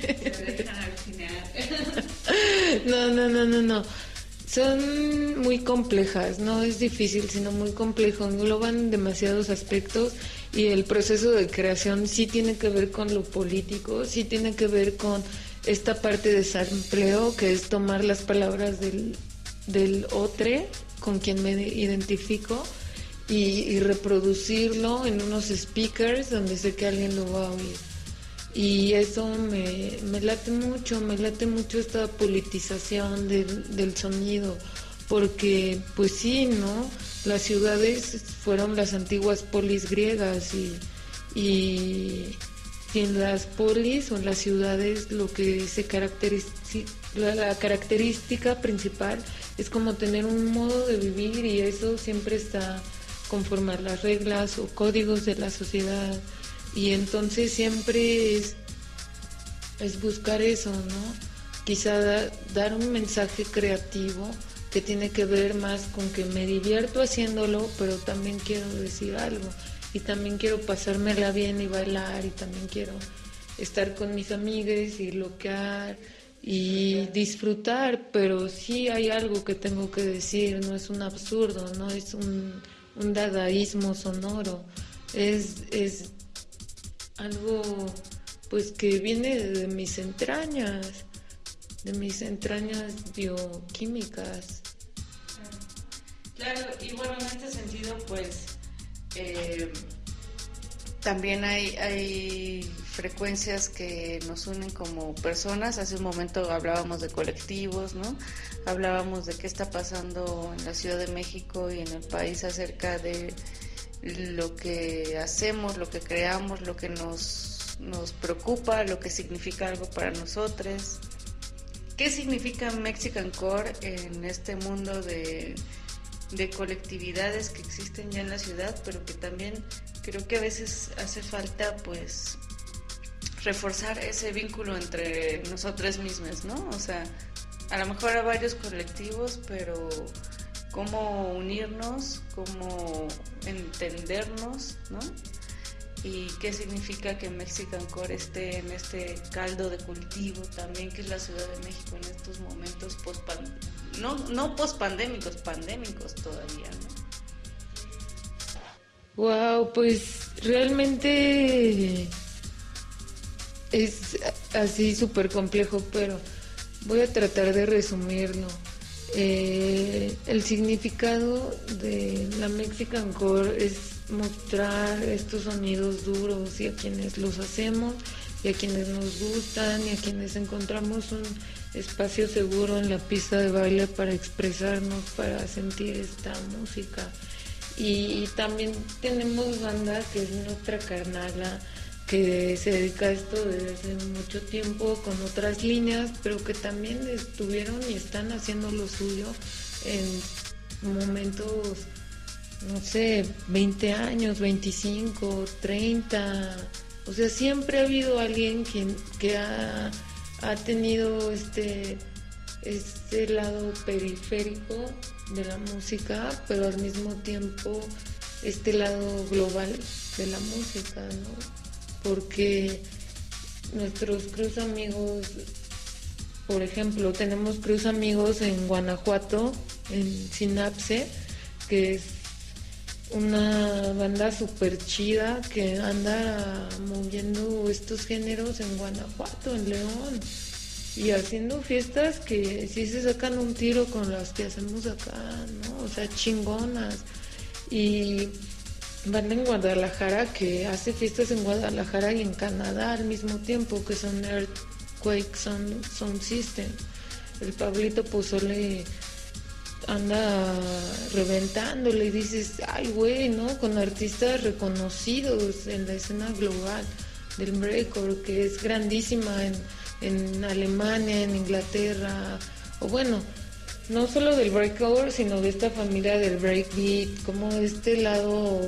No. Son muy complejas, no es difícil, sino muy complejo. Engloban demasiados aspectos y el proceso de creación sí tiene que ver con lo político, sí tiene que ver con esta parte de sampleo, que es tomar las palabras del otro con quien me identifico y reproducirlo en unos speakers donde sé que alguien lo va a oír. Y eso me late mucho esta politización del sonido, porque pues sí, ¿no? Las ciudades fueron las antiguas polis griegas y en las polis o en las ciudades lo que se la característica principal es como tener un modo de vivir, y eso siempre está conforme a las reglas o códigos de la sociedad. Y entonces siempre es buscar eso, ¿no? Quizá dar un mensaje creativo que tiene que ver más con que me divierto haciéndolo, pero también quiero decir algo, y también quiero pasármela bien y bailar, y también quiero estar con mis amigues y loquear y disfrutar, pero sí hay algo que tengo que decir, no es un absurdo, no es un dadaísmo sonoro, es algo pues que viene de mis entrañas bioquímicas. Claro, y bueno, en este sentido pues también hay frecuencias que nos unen como personas. Hace un momento hablábamos de colectivos, ¿no? Hablábamos de qué está pasando en la Ciudad de México y en el país acerca de lo que hacemos, lo que creamos, lo que nos preocupa, lo que significa algo para nosotros. ¿Qué significa Mexican Core en este mundo de colectividades que existen ya en la ciudad, pero que también creo que a veces hace falta pues reforzar ese vínculo entre nosotros mismos, ¿no? O sea, a lo mejor hay varios colectivos, pero cómo unirnos, cómo entendernos, ¿no? Y qué significa que Mexican Core esté en este caldo de cultivo también, que es la Ciudad de México en estos momentos no pospandémicos, pandémicos todavía, ¿no? Wow, pues realmente es así súper complejo, pero voy a tratar de resumirlo. El significado de la Mexican Core es mostrar estos sonidos duros, y a quienes los hacemos y a quienes nos gustan y a quienes encontramos un espacio seguro en la pista de baile para expresarnos, para sentir esta música. Y también tenemos banda que es nuestra carnala, que se dedica a esto desde hace mucho tiempo con otras líneas, pero que también estuvieron y están haciendo lo suyo en momentos, no sé, 20 años, 25, 30, o sea, siempre ha habido alguien que ha tenido este lado periférico de la música, pero al mismo tiempo este lado global de la música, ¿no? Porque nuestros Cruz Amigos, por ejemplo, tenemos Cruz Amigos en Guanajuato, en Sinapse, que es una banda súper chida que anda moviendo estos géneros en Guanajuato, en León, y haciendo fiestas que sí se sacan un tiro con las que hacemos acá, ¿no? O sea, chingonas. Y banda en Guadalajara que hace fiestas en Guadalajara y en Canadá al mismo tiempo, que son Earthquake Sound System. El Pablito Pozole anda reventándole y dices, ay güey, ¿no? Con artistas reconocidos en la escena global del breakcore, que es grandísima en Alemania, en Inglaterra, o bueno, no solo del breakcore, sino de esta familia del breakbeat, como este lado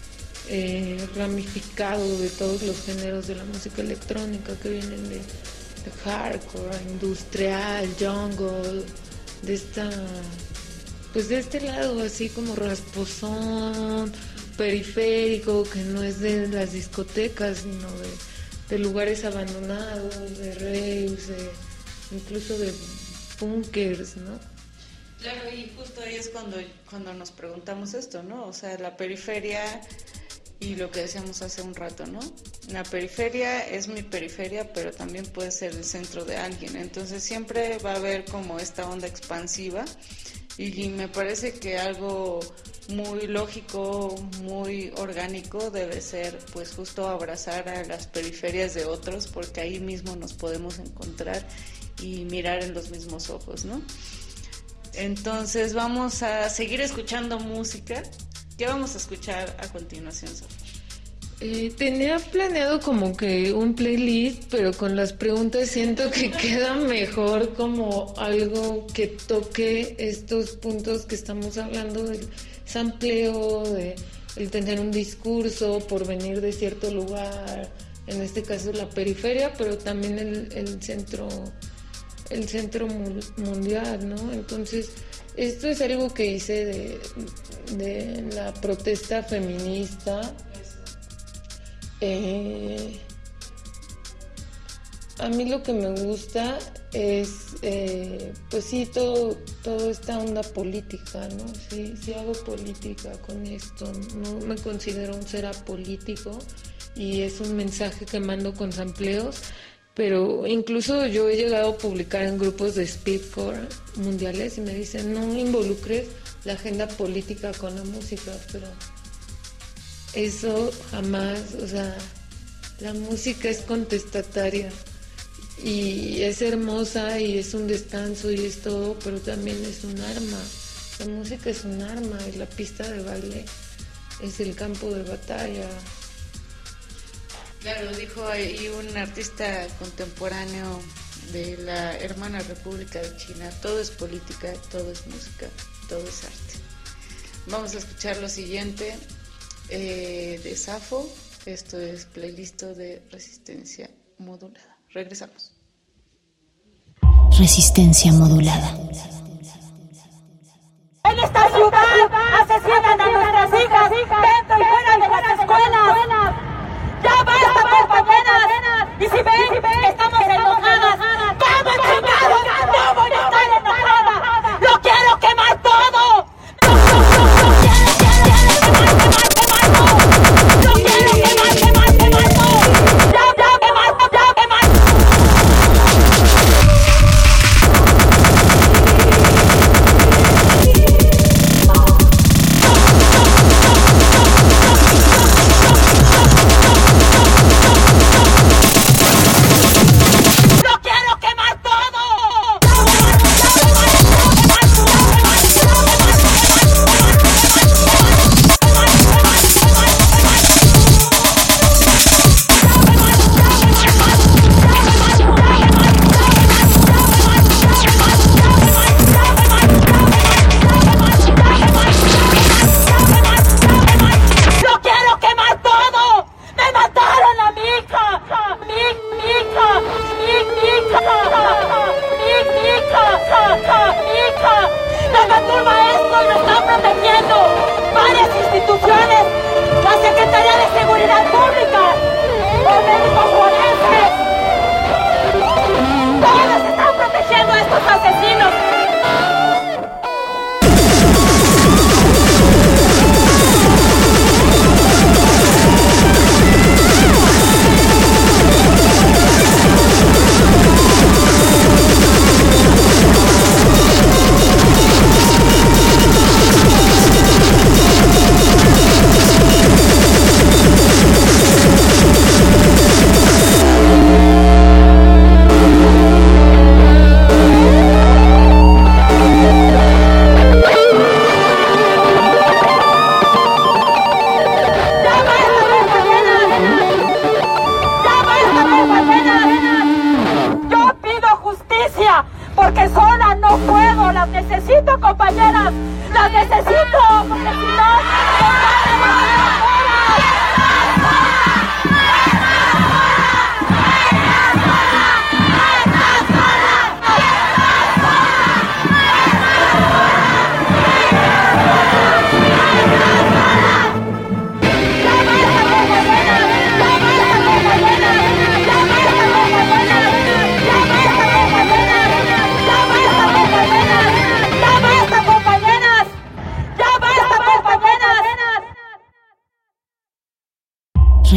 ramificado de todos los géneros de la música electrónica que vienen de hardcore, industrial, jungle, de este lado así como rasposón, periférico, que no es de las discotecas, sino de lugares abandonados, de raves, incluso de búnkers, ¿no? Claro, y justo ahí es cuando nos preguntamos esto, ¿no? O sea, la periferia y lo que decíamos hace un rato, ¿no? La periferia es mi periferia, pero también puede ser el centro de alguien. Entonces siempre va a haber como esta onda expansiva y me parece que algo muy lógico, muy orgánico debe ser pues justo abrazar a las periferias de otros, porque ahí mismo nos podemos encontrar y mirar en los mismos ojos, ¿no? Entonces vamos a seguir escuchando música. ¿Qué vamos a escuchar a continuación, Sofía? Tenía planeado como que un playlist, pero con las preguntas siento que queda mejor como algo que toque estos puntos que estamos hablando del sampleo, de el tener un discurso por venir de cierto lugar, en este caso la periferia, pero también el centro mundial, ¿no? Entonces, esto es algo que hice de la protesta feminista. A mí lo que me gusta es, pues sí, toda esta onda política, ¿no? Sí hago política con esto, no me considero un ser apolítico y es un mensaje que mando con sampleos, pero incluso yo he llegado a publicar en grupos de speedcore mundiales y me dicen, no involucres la agenda política con la música, pero eso jamás, o sea, la música es contestataria y es hermosa y es un descanso y es todo, pero también es un arma. La música es un arma y la pista de baile es el campo de batalla. Claro, dijo ahí un artista contemporáneo de la hermana República de China, todo es política, todo es música, todo es arte. Vamos a escuchar lo siguiente de Safo. Esto es playlist de Resistencia Modulada. Regresamos. Resistencia Modulada. En esta ciudad asesinan a nuestras hijas dentro y fuera de las escuelas. ¡Ya basta, compañeras! Y si ven, estamos enojadas. ¡Vamos, chingados! ¡No voy a estar enojada! ¡Lo quiero quemar todo!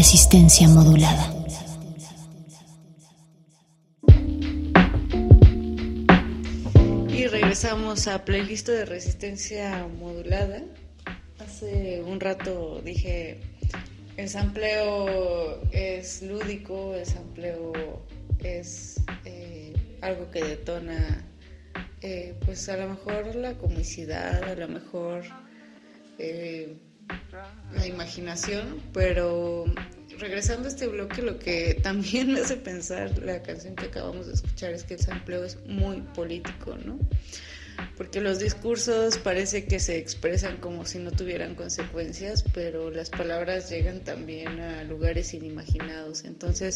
resistencia modulada. Y regresamos a Playlist de Resistencia Modulada. Hace un rato dije, el sampleo es lúdico, el sampleo es algo que detona pues a lo mejor la comicidad, a lo mejor la imaginación, pero regresando a este bloque, lo que también me hace pensar la canción que acabamos de escuchar es que el sampleo es muy político, ¿no? Porque los discursos parece que se expresan como si no tuvieran consecuencias, pero las palabras llegan también a lugares inimaginados. Entonces,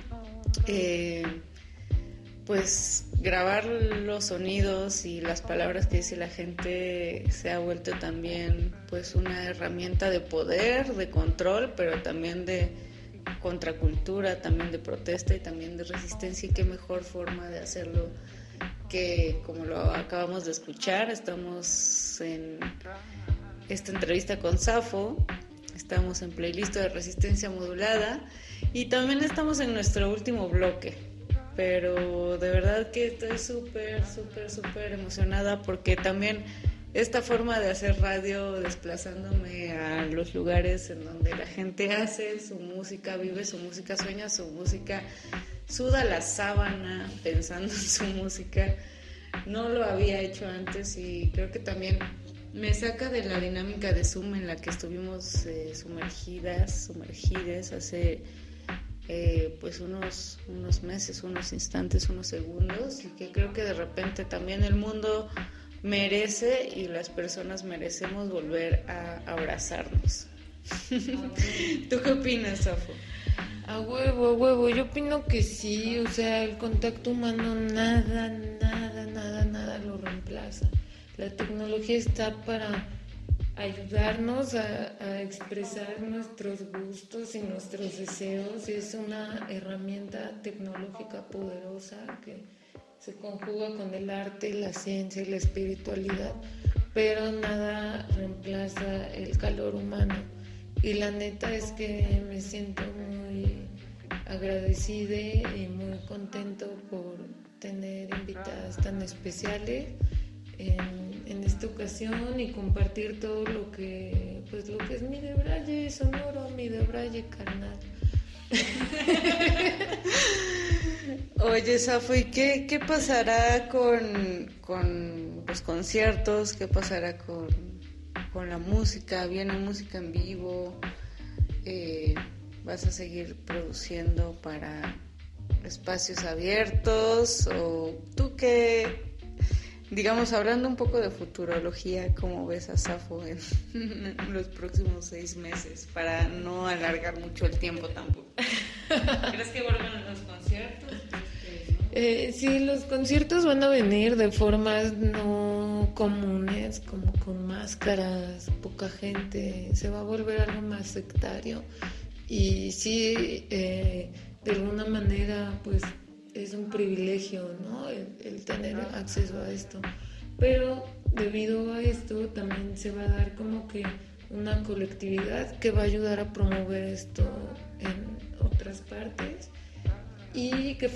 pues grabar los sonidos y las palabras que dice la gente se ha vuelto también pues una herramienta de poder, de control, pero también de contracultura, también de protesta y también de resistencia. Y qué mejor forma de hacerlo que como lo acabamos de escuchar. Estamos en esta entrevista con Safo, estamos en Playlist de Resistencia Modulada y también estamos en nuestro último bloque, pero de verdad que estoy súper emocionada porque también esta forma de hacer radio desplazándome a los lugares en donde la gente hace su música, vive su música, sueña su música, suda la sábana pensando en su música, no lo había hecho antes y creo que también me saca de la dinámica de Zoom en la que estuvimos sumergides hace pues unos meses, unos instantes, unos segundos, y que creo que de repente también el mundo merece y las personas merecemos volver a abrazarnos. ¿Tú qué opinas, Safo? A huevo, yo opino que sí, o sea, el contacto humano nada lo reemplaza. La tecnología está para ayudarnos a expresar nuestros gustos y nuestros deseos, y es una herramienta tecnológica poderosa que se conjuga con el arte, la ciencia y la espiritualidad, pero nada reemplaza el calor humano. Y la neta es que me siento muy agradecida y muy contento por tener invitadas tan especiales en esta ocasión y compartir todo lo que es mi debraye sonoro, mi debraye carnal. Oye, Safo, ¿y qué pasará con los conciertos? ¿Qué pasará con la música? ¿Viene música en vivo? ¿Vas a seguir produciendo para espacios abiertos? ¿O tú qué? Digamos, hablando un poco de futurología, ¿cómo ves a Safo en los próximos 6 meses? Para no alargar mucho el tiempo tampoco. ¿Crees que vuelvan los conciertos? Sí, los conciertos van a venir de formas no comunes, como con máscaras, poca gente, se va a volver algo más sectario. Y sí, de alguna manera, pues es un privilegio, ¿no? El tener acceso a esto. Pero debido a esto también se va a dar como que una colectividad que va a ayudar a promover esto en otras partes y que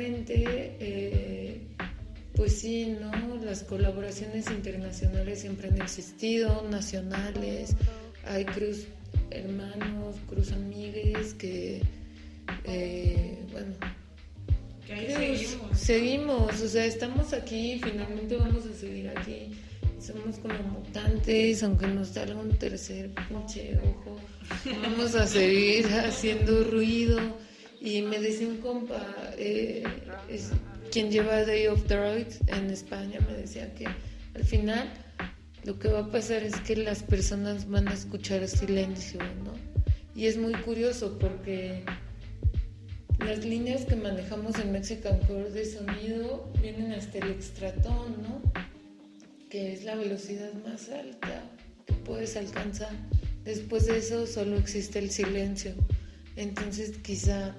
finalmente pues sí, ¿no? Las colaboraciones internacionales siempre han existido, nacionales, hay cruz hermanos, cruz amigues que bueno, que ahí seguimos, o sea, estamos aquí y finalmente vamos a seguir aquí. Somos como mutantes, aunque nos salga un tercer pinche ojo, vamos a seguir haciendo ruido. Y me decía un compa, es quien lleva Day of the Droids en España, me decía que al final lo que va a pasar es que las personas van a escuchar silencio, ¿no? Y es muy curioso porque las líneas que manejamos en Mexican Core de sonido vienen hasta el extratón, ¿no? Que es la velocidad más alta que puedes alcanzar. Después de eso solo existe el silencio. Entonces quizá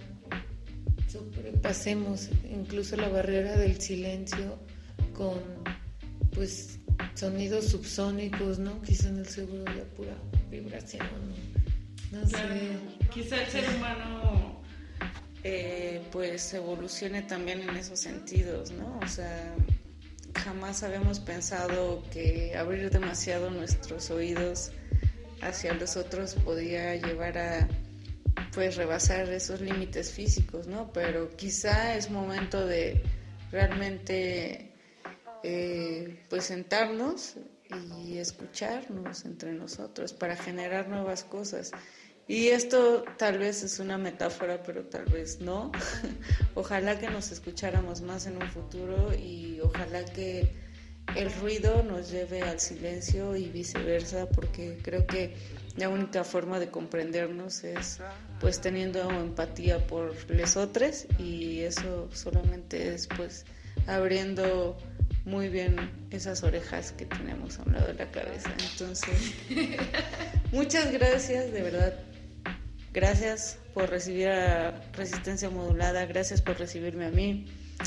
sobrepasemos incluso la barrera del silencio con pues sonidos subsónicos, ¿no? Quizá en el seguro ya pura vibración, No sé. Quizá el ser humano pues evolucione también en esos sentidos, ¿no? O sea, jamás habíamos pensado que abrir demasiado nuestros oídos hacia los otros podía llevar a pues rebasar esos límites físicos, ¿no? Pero quizá es momento de realmente pues sentarnos y escucharnos entre nosotros para generar nuevas cosas. Y esto tal vez es una metáfora, pero tal vez no. Ojalá que nos escucháramos más en un futuro y ojalá que el ruido nos lleve al silencio y viceversa, porque creo que la única forma de comprendernos es pues teniendo empatía por les otros, y eso solamente es pues abriendo muy bien esas orejas que tenemos a un lado de la cabeza. Entonces, muchas gracias, de verdad. Gracias por recibir a Resistencia Modulada, gracias por recibirme a mí.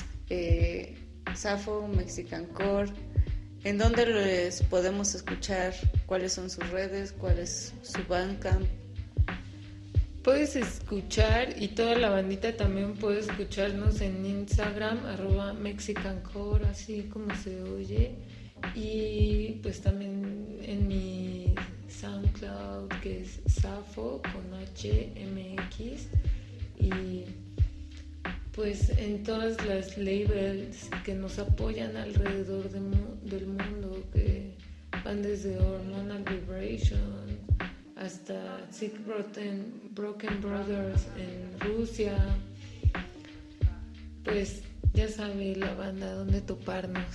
Safo, Mexican Core, ¿en dónde les podemos escuchar? ¿Cuáles son sus redes? ¿Cuál es su Bandcamp? Puedes escuchar, y toda la bandita también puede escucharnos en Instagram, @MexicanCore, así como se oye. Y pues también en mi SoundCloud, que es Safo con HMX. Y pues en todas las labels que nos apoyan alrededor del mundo, que van desde Hormonal Vibration hasta Sick Broken Brothers en Rusia. Pues ya sabe la banda dónde toparnos.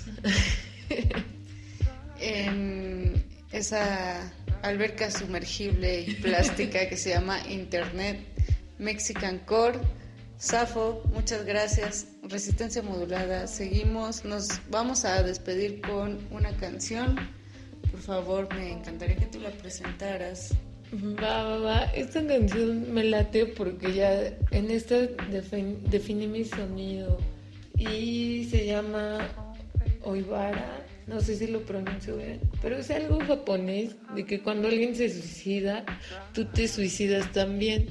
En esa alberca sumergible y plástica que se llama Internet. Mexican Core. Safo, muchas gracias. Resistencia Modulada, seguimos. Nos vamos a despedir con una canción. Por favor, me encantaría que tú la presentaras. Va. Esta canción me late porque ya en esta definí mi sonido y se llama Oibara. No sé si lo pronuncio bien, pero es algo japonés, de que cuando alguien se suicida, tú te suicidas también.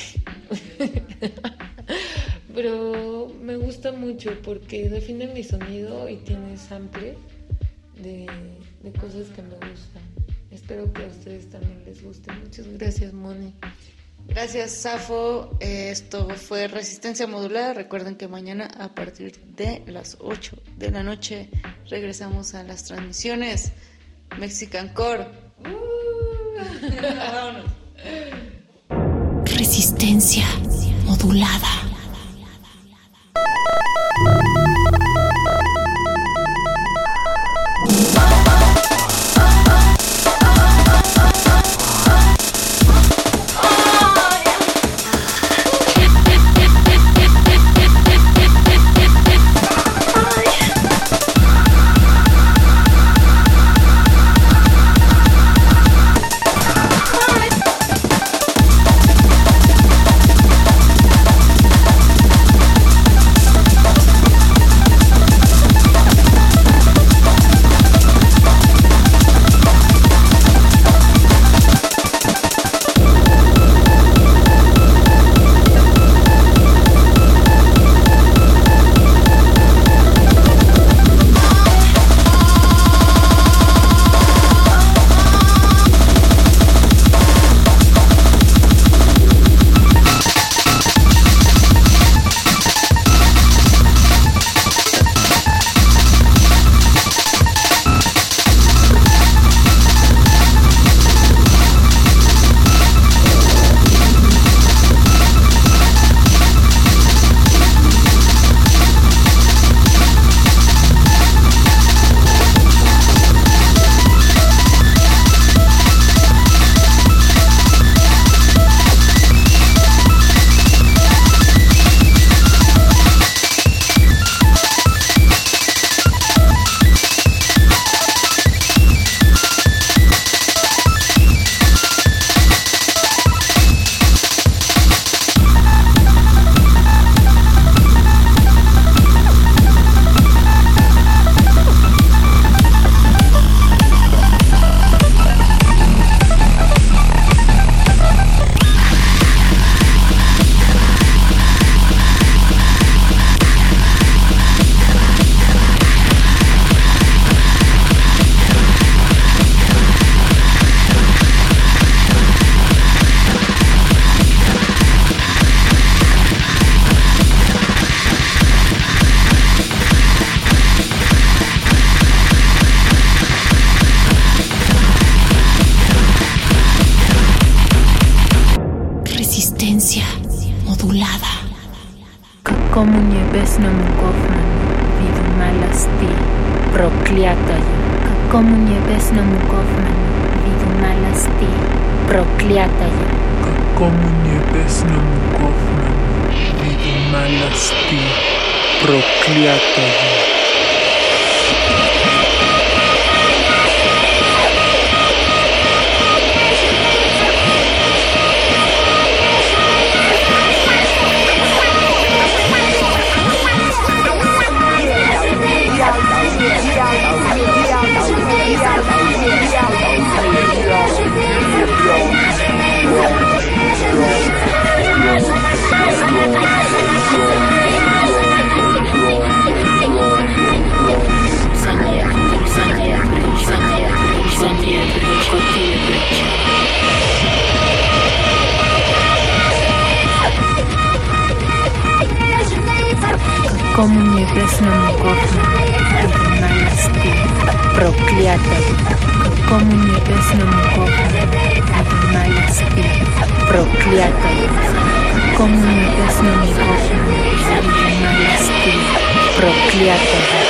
Pero me gusta mucho porque define mi sonido y tiene sample de cosas que me gustan. Espero que a ustedes también les guste. Muchas gracias, Moni. Gracias, Safo. Esto fue Resistencia Modulada. Recuerden que mañana a partir de las 8 de la noche regresamos a las transmisiones. Mexican Core. Vámonos. Resistencia Modulada. modulada. Komunie besnemu gofnanu, vidumalasti, prokliataya. Komunie besnemu gofnanu, vidumalasti, prokliataya. Komunie besnemu gofnanu, vidumalasti, prokliataya. Komunie besnemu gofnanu, vidumalasti, prokliataya. Komunie besnemu gofnanu, vidumalasti, prokliataya. Komunie besnemu gofnanu, vidumalasti, prokliataya.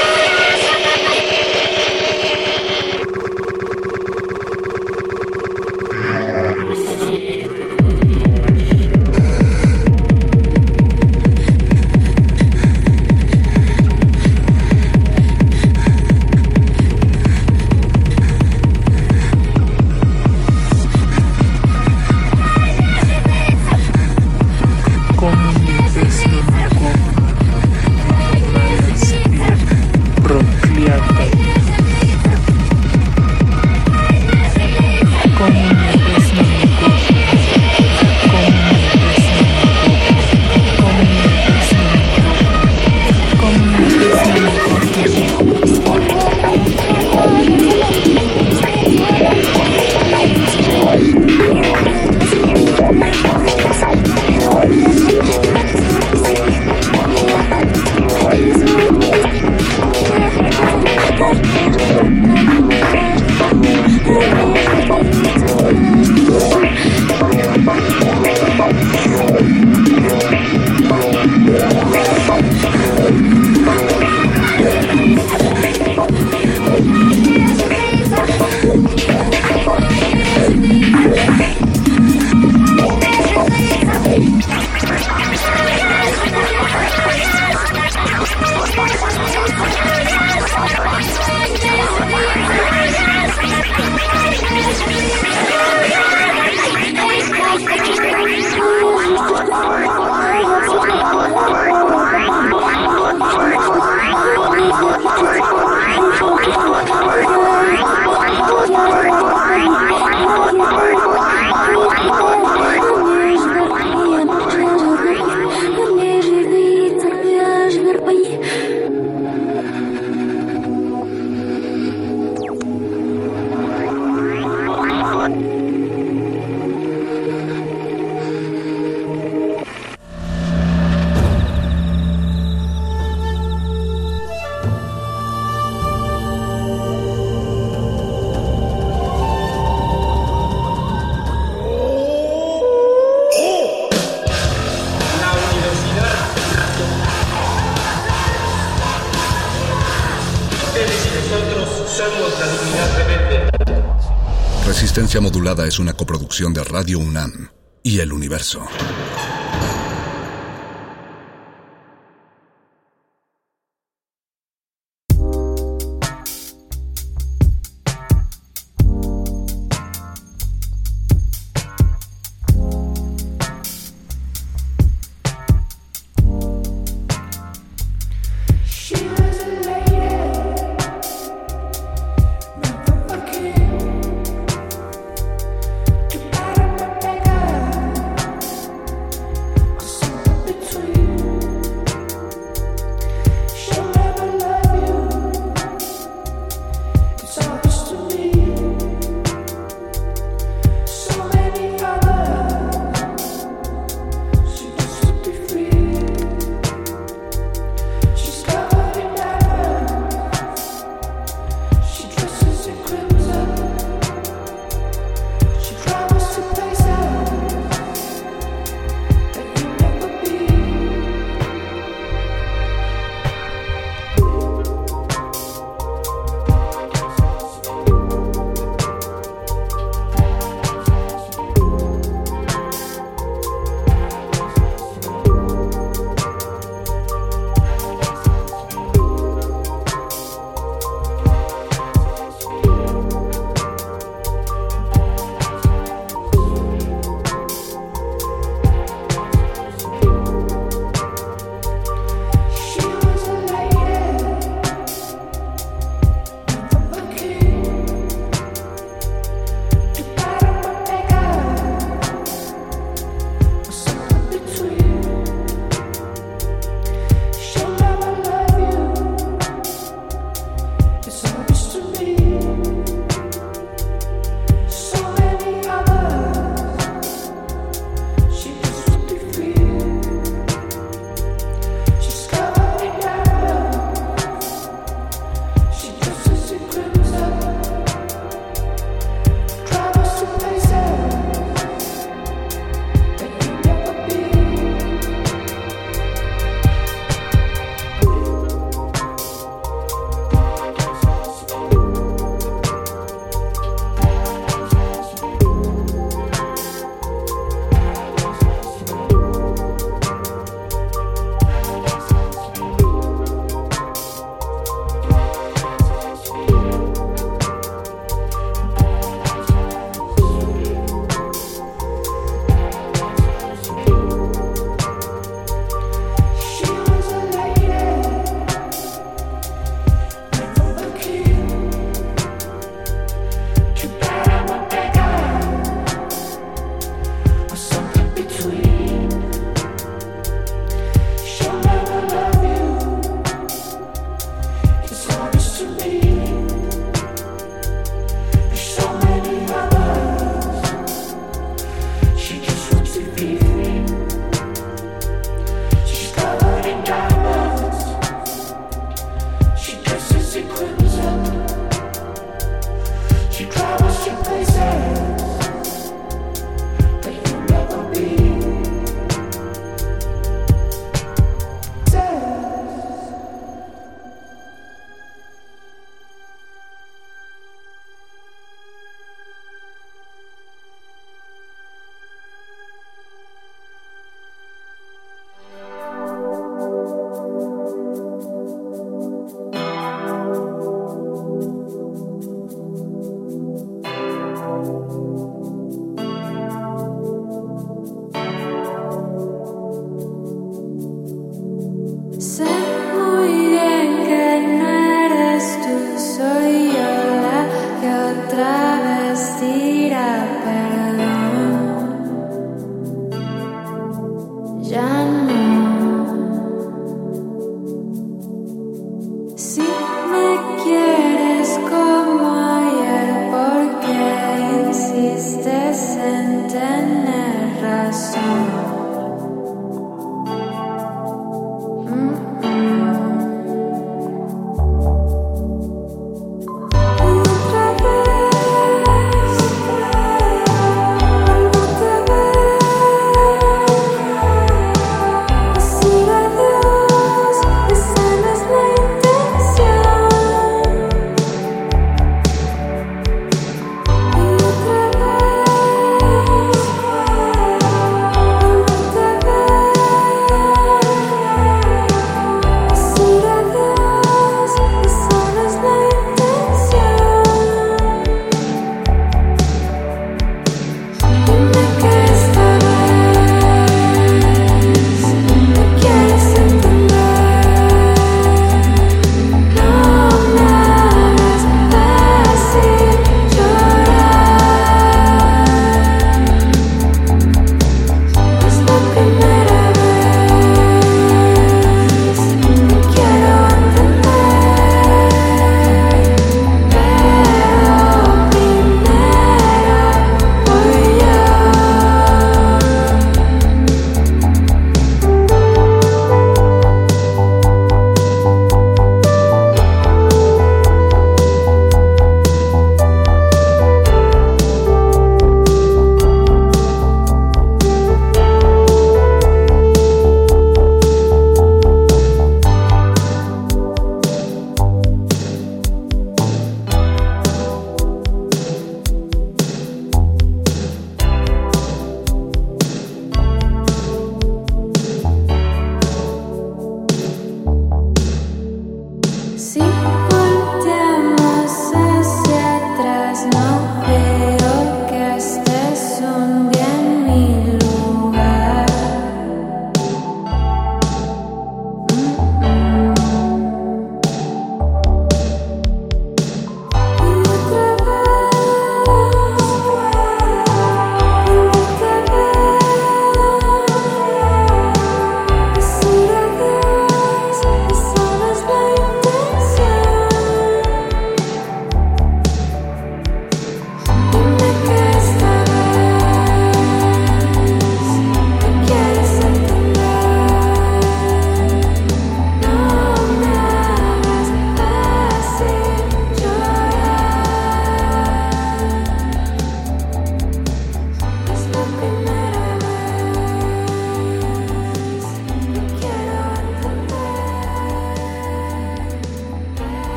Resistencia Modulada es una coproducción de Radio UNAM y El Universo.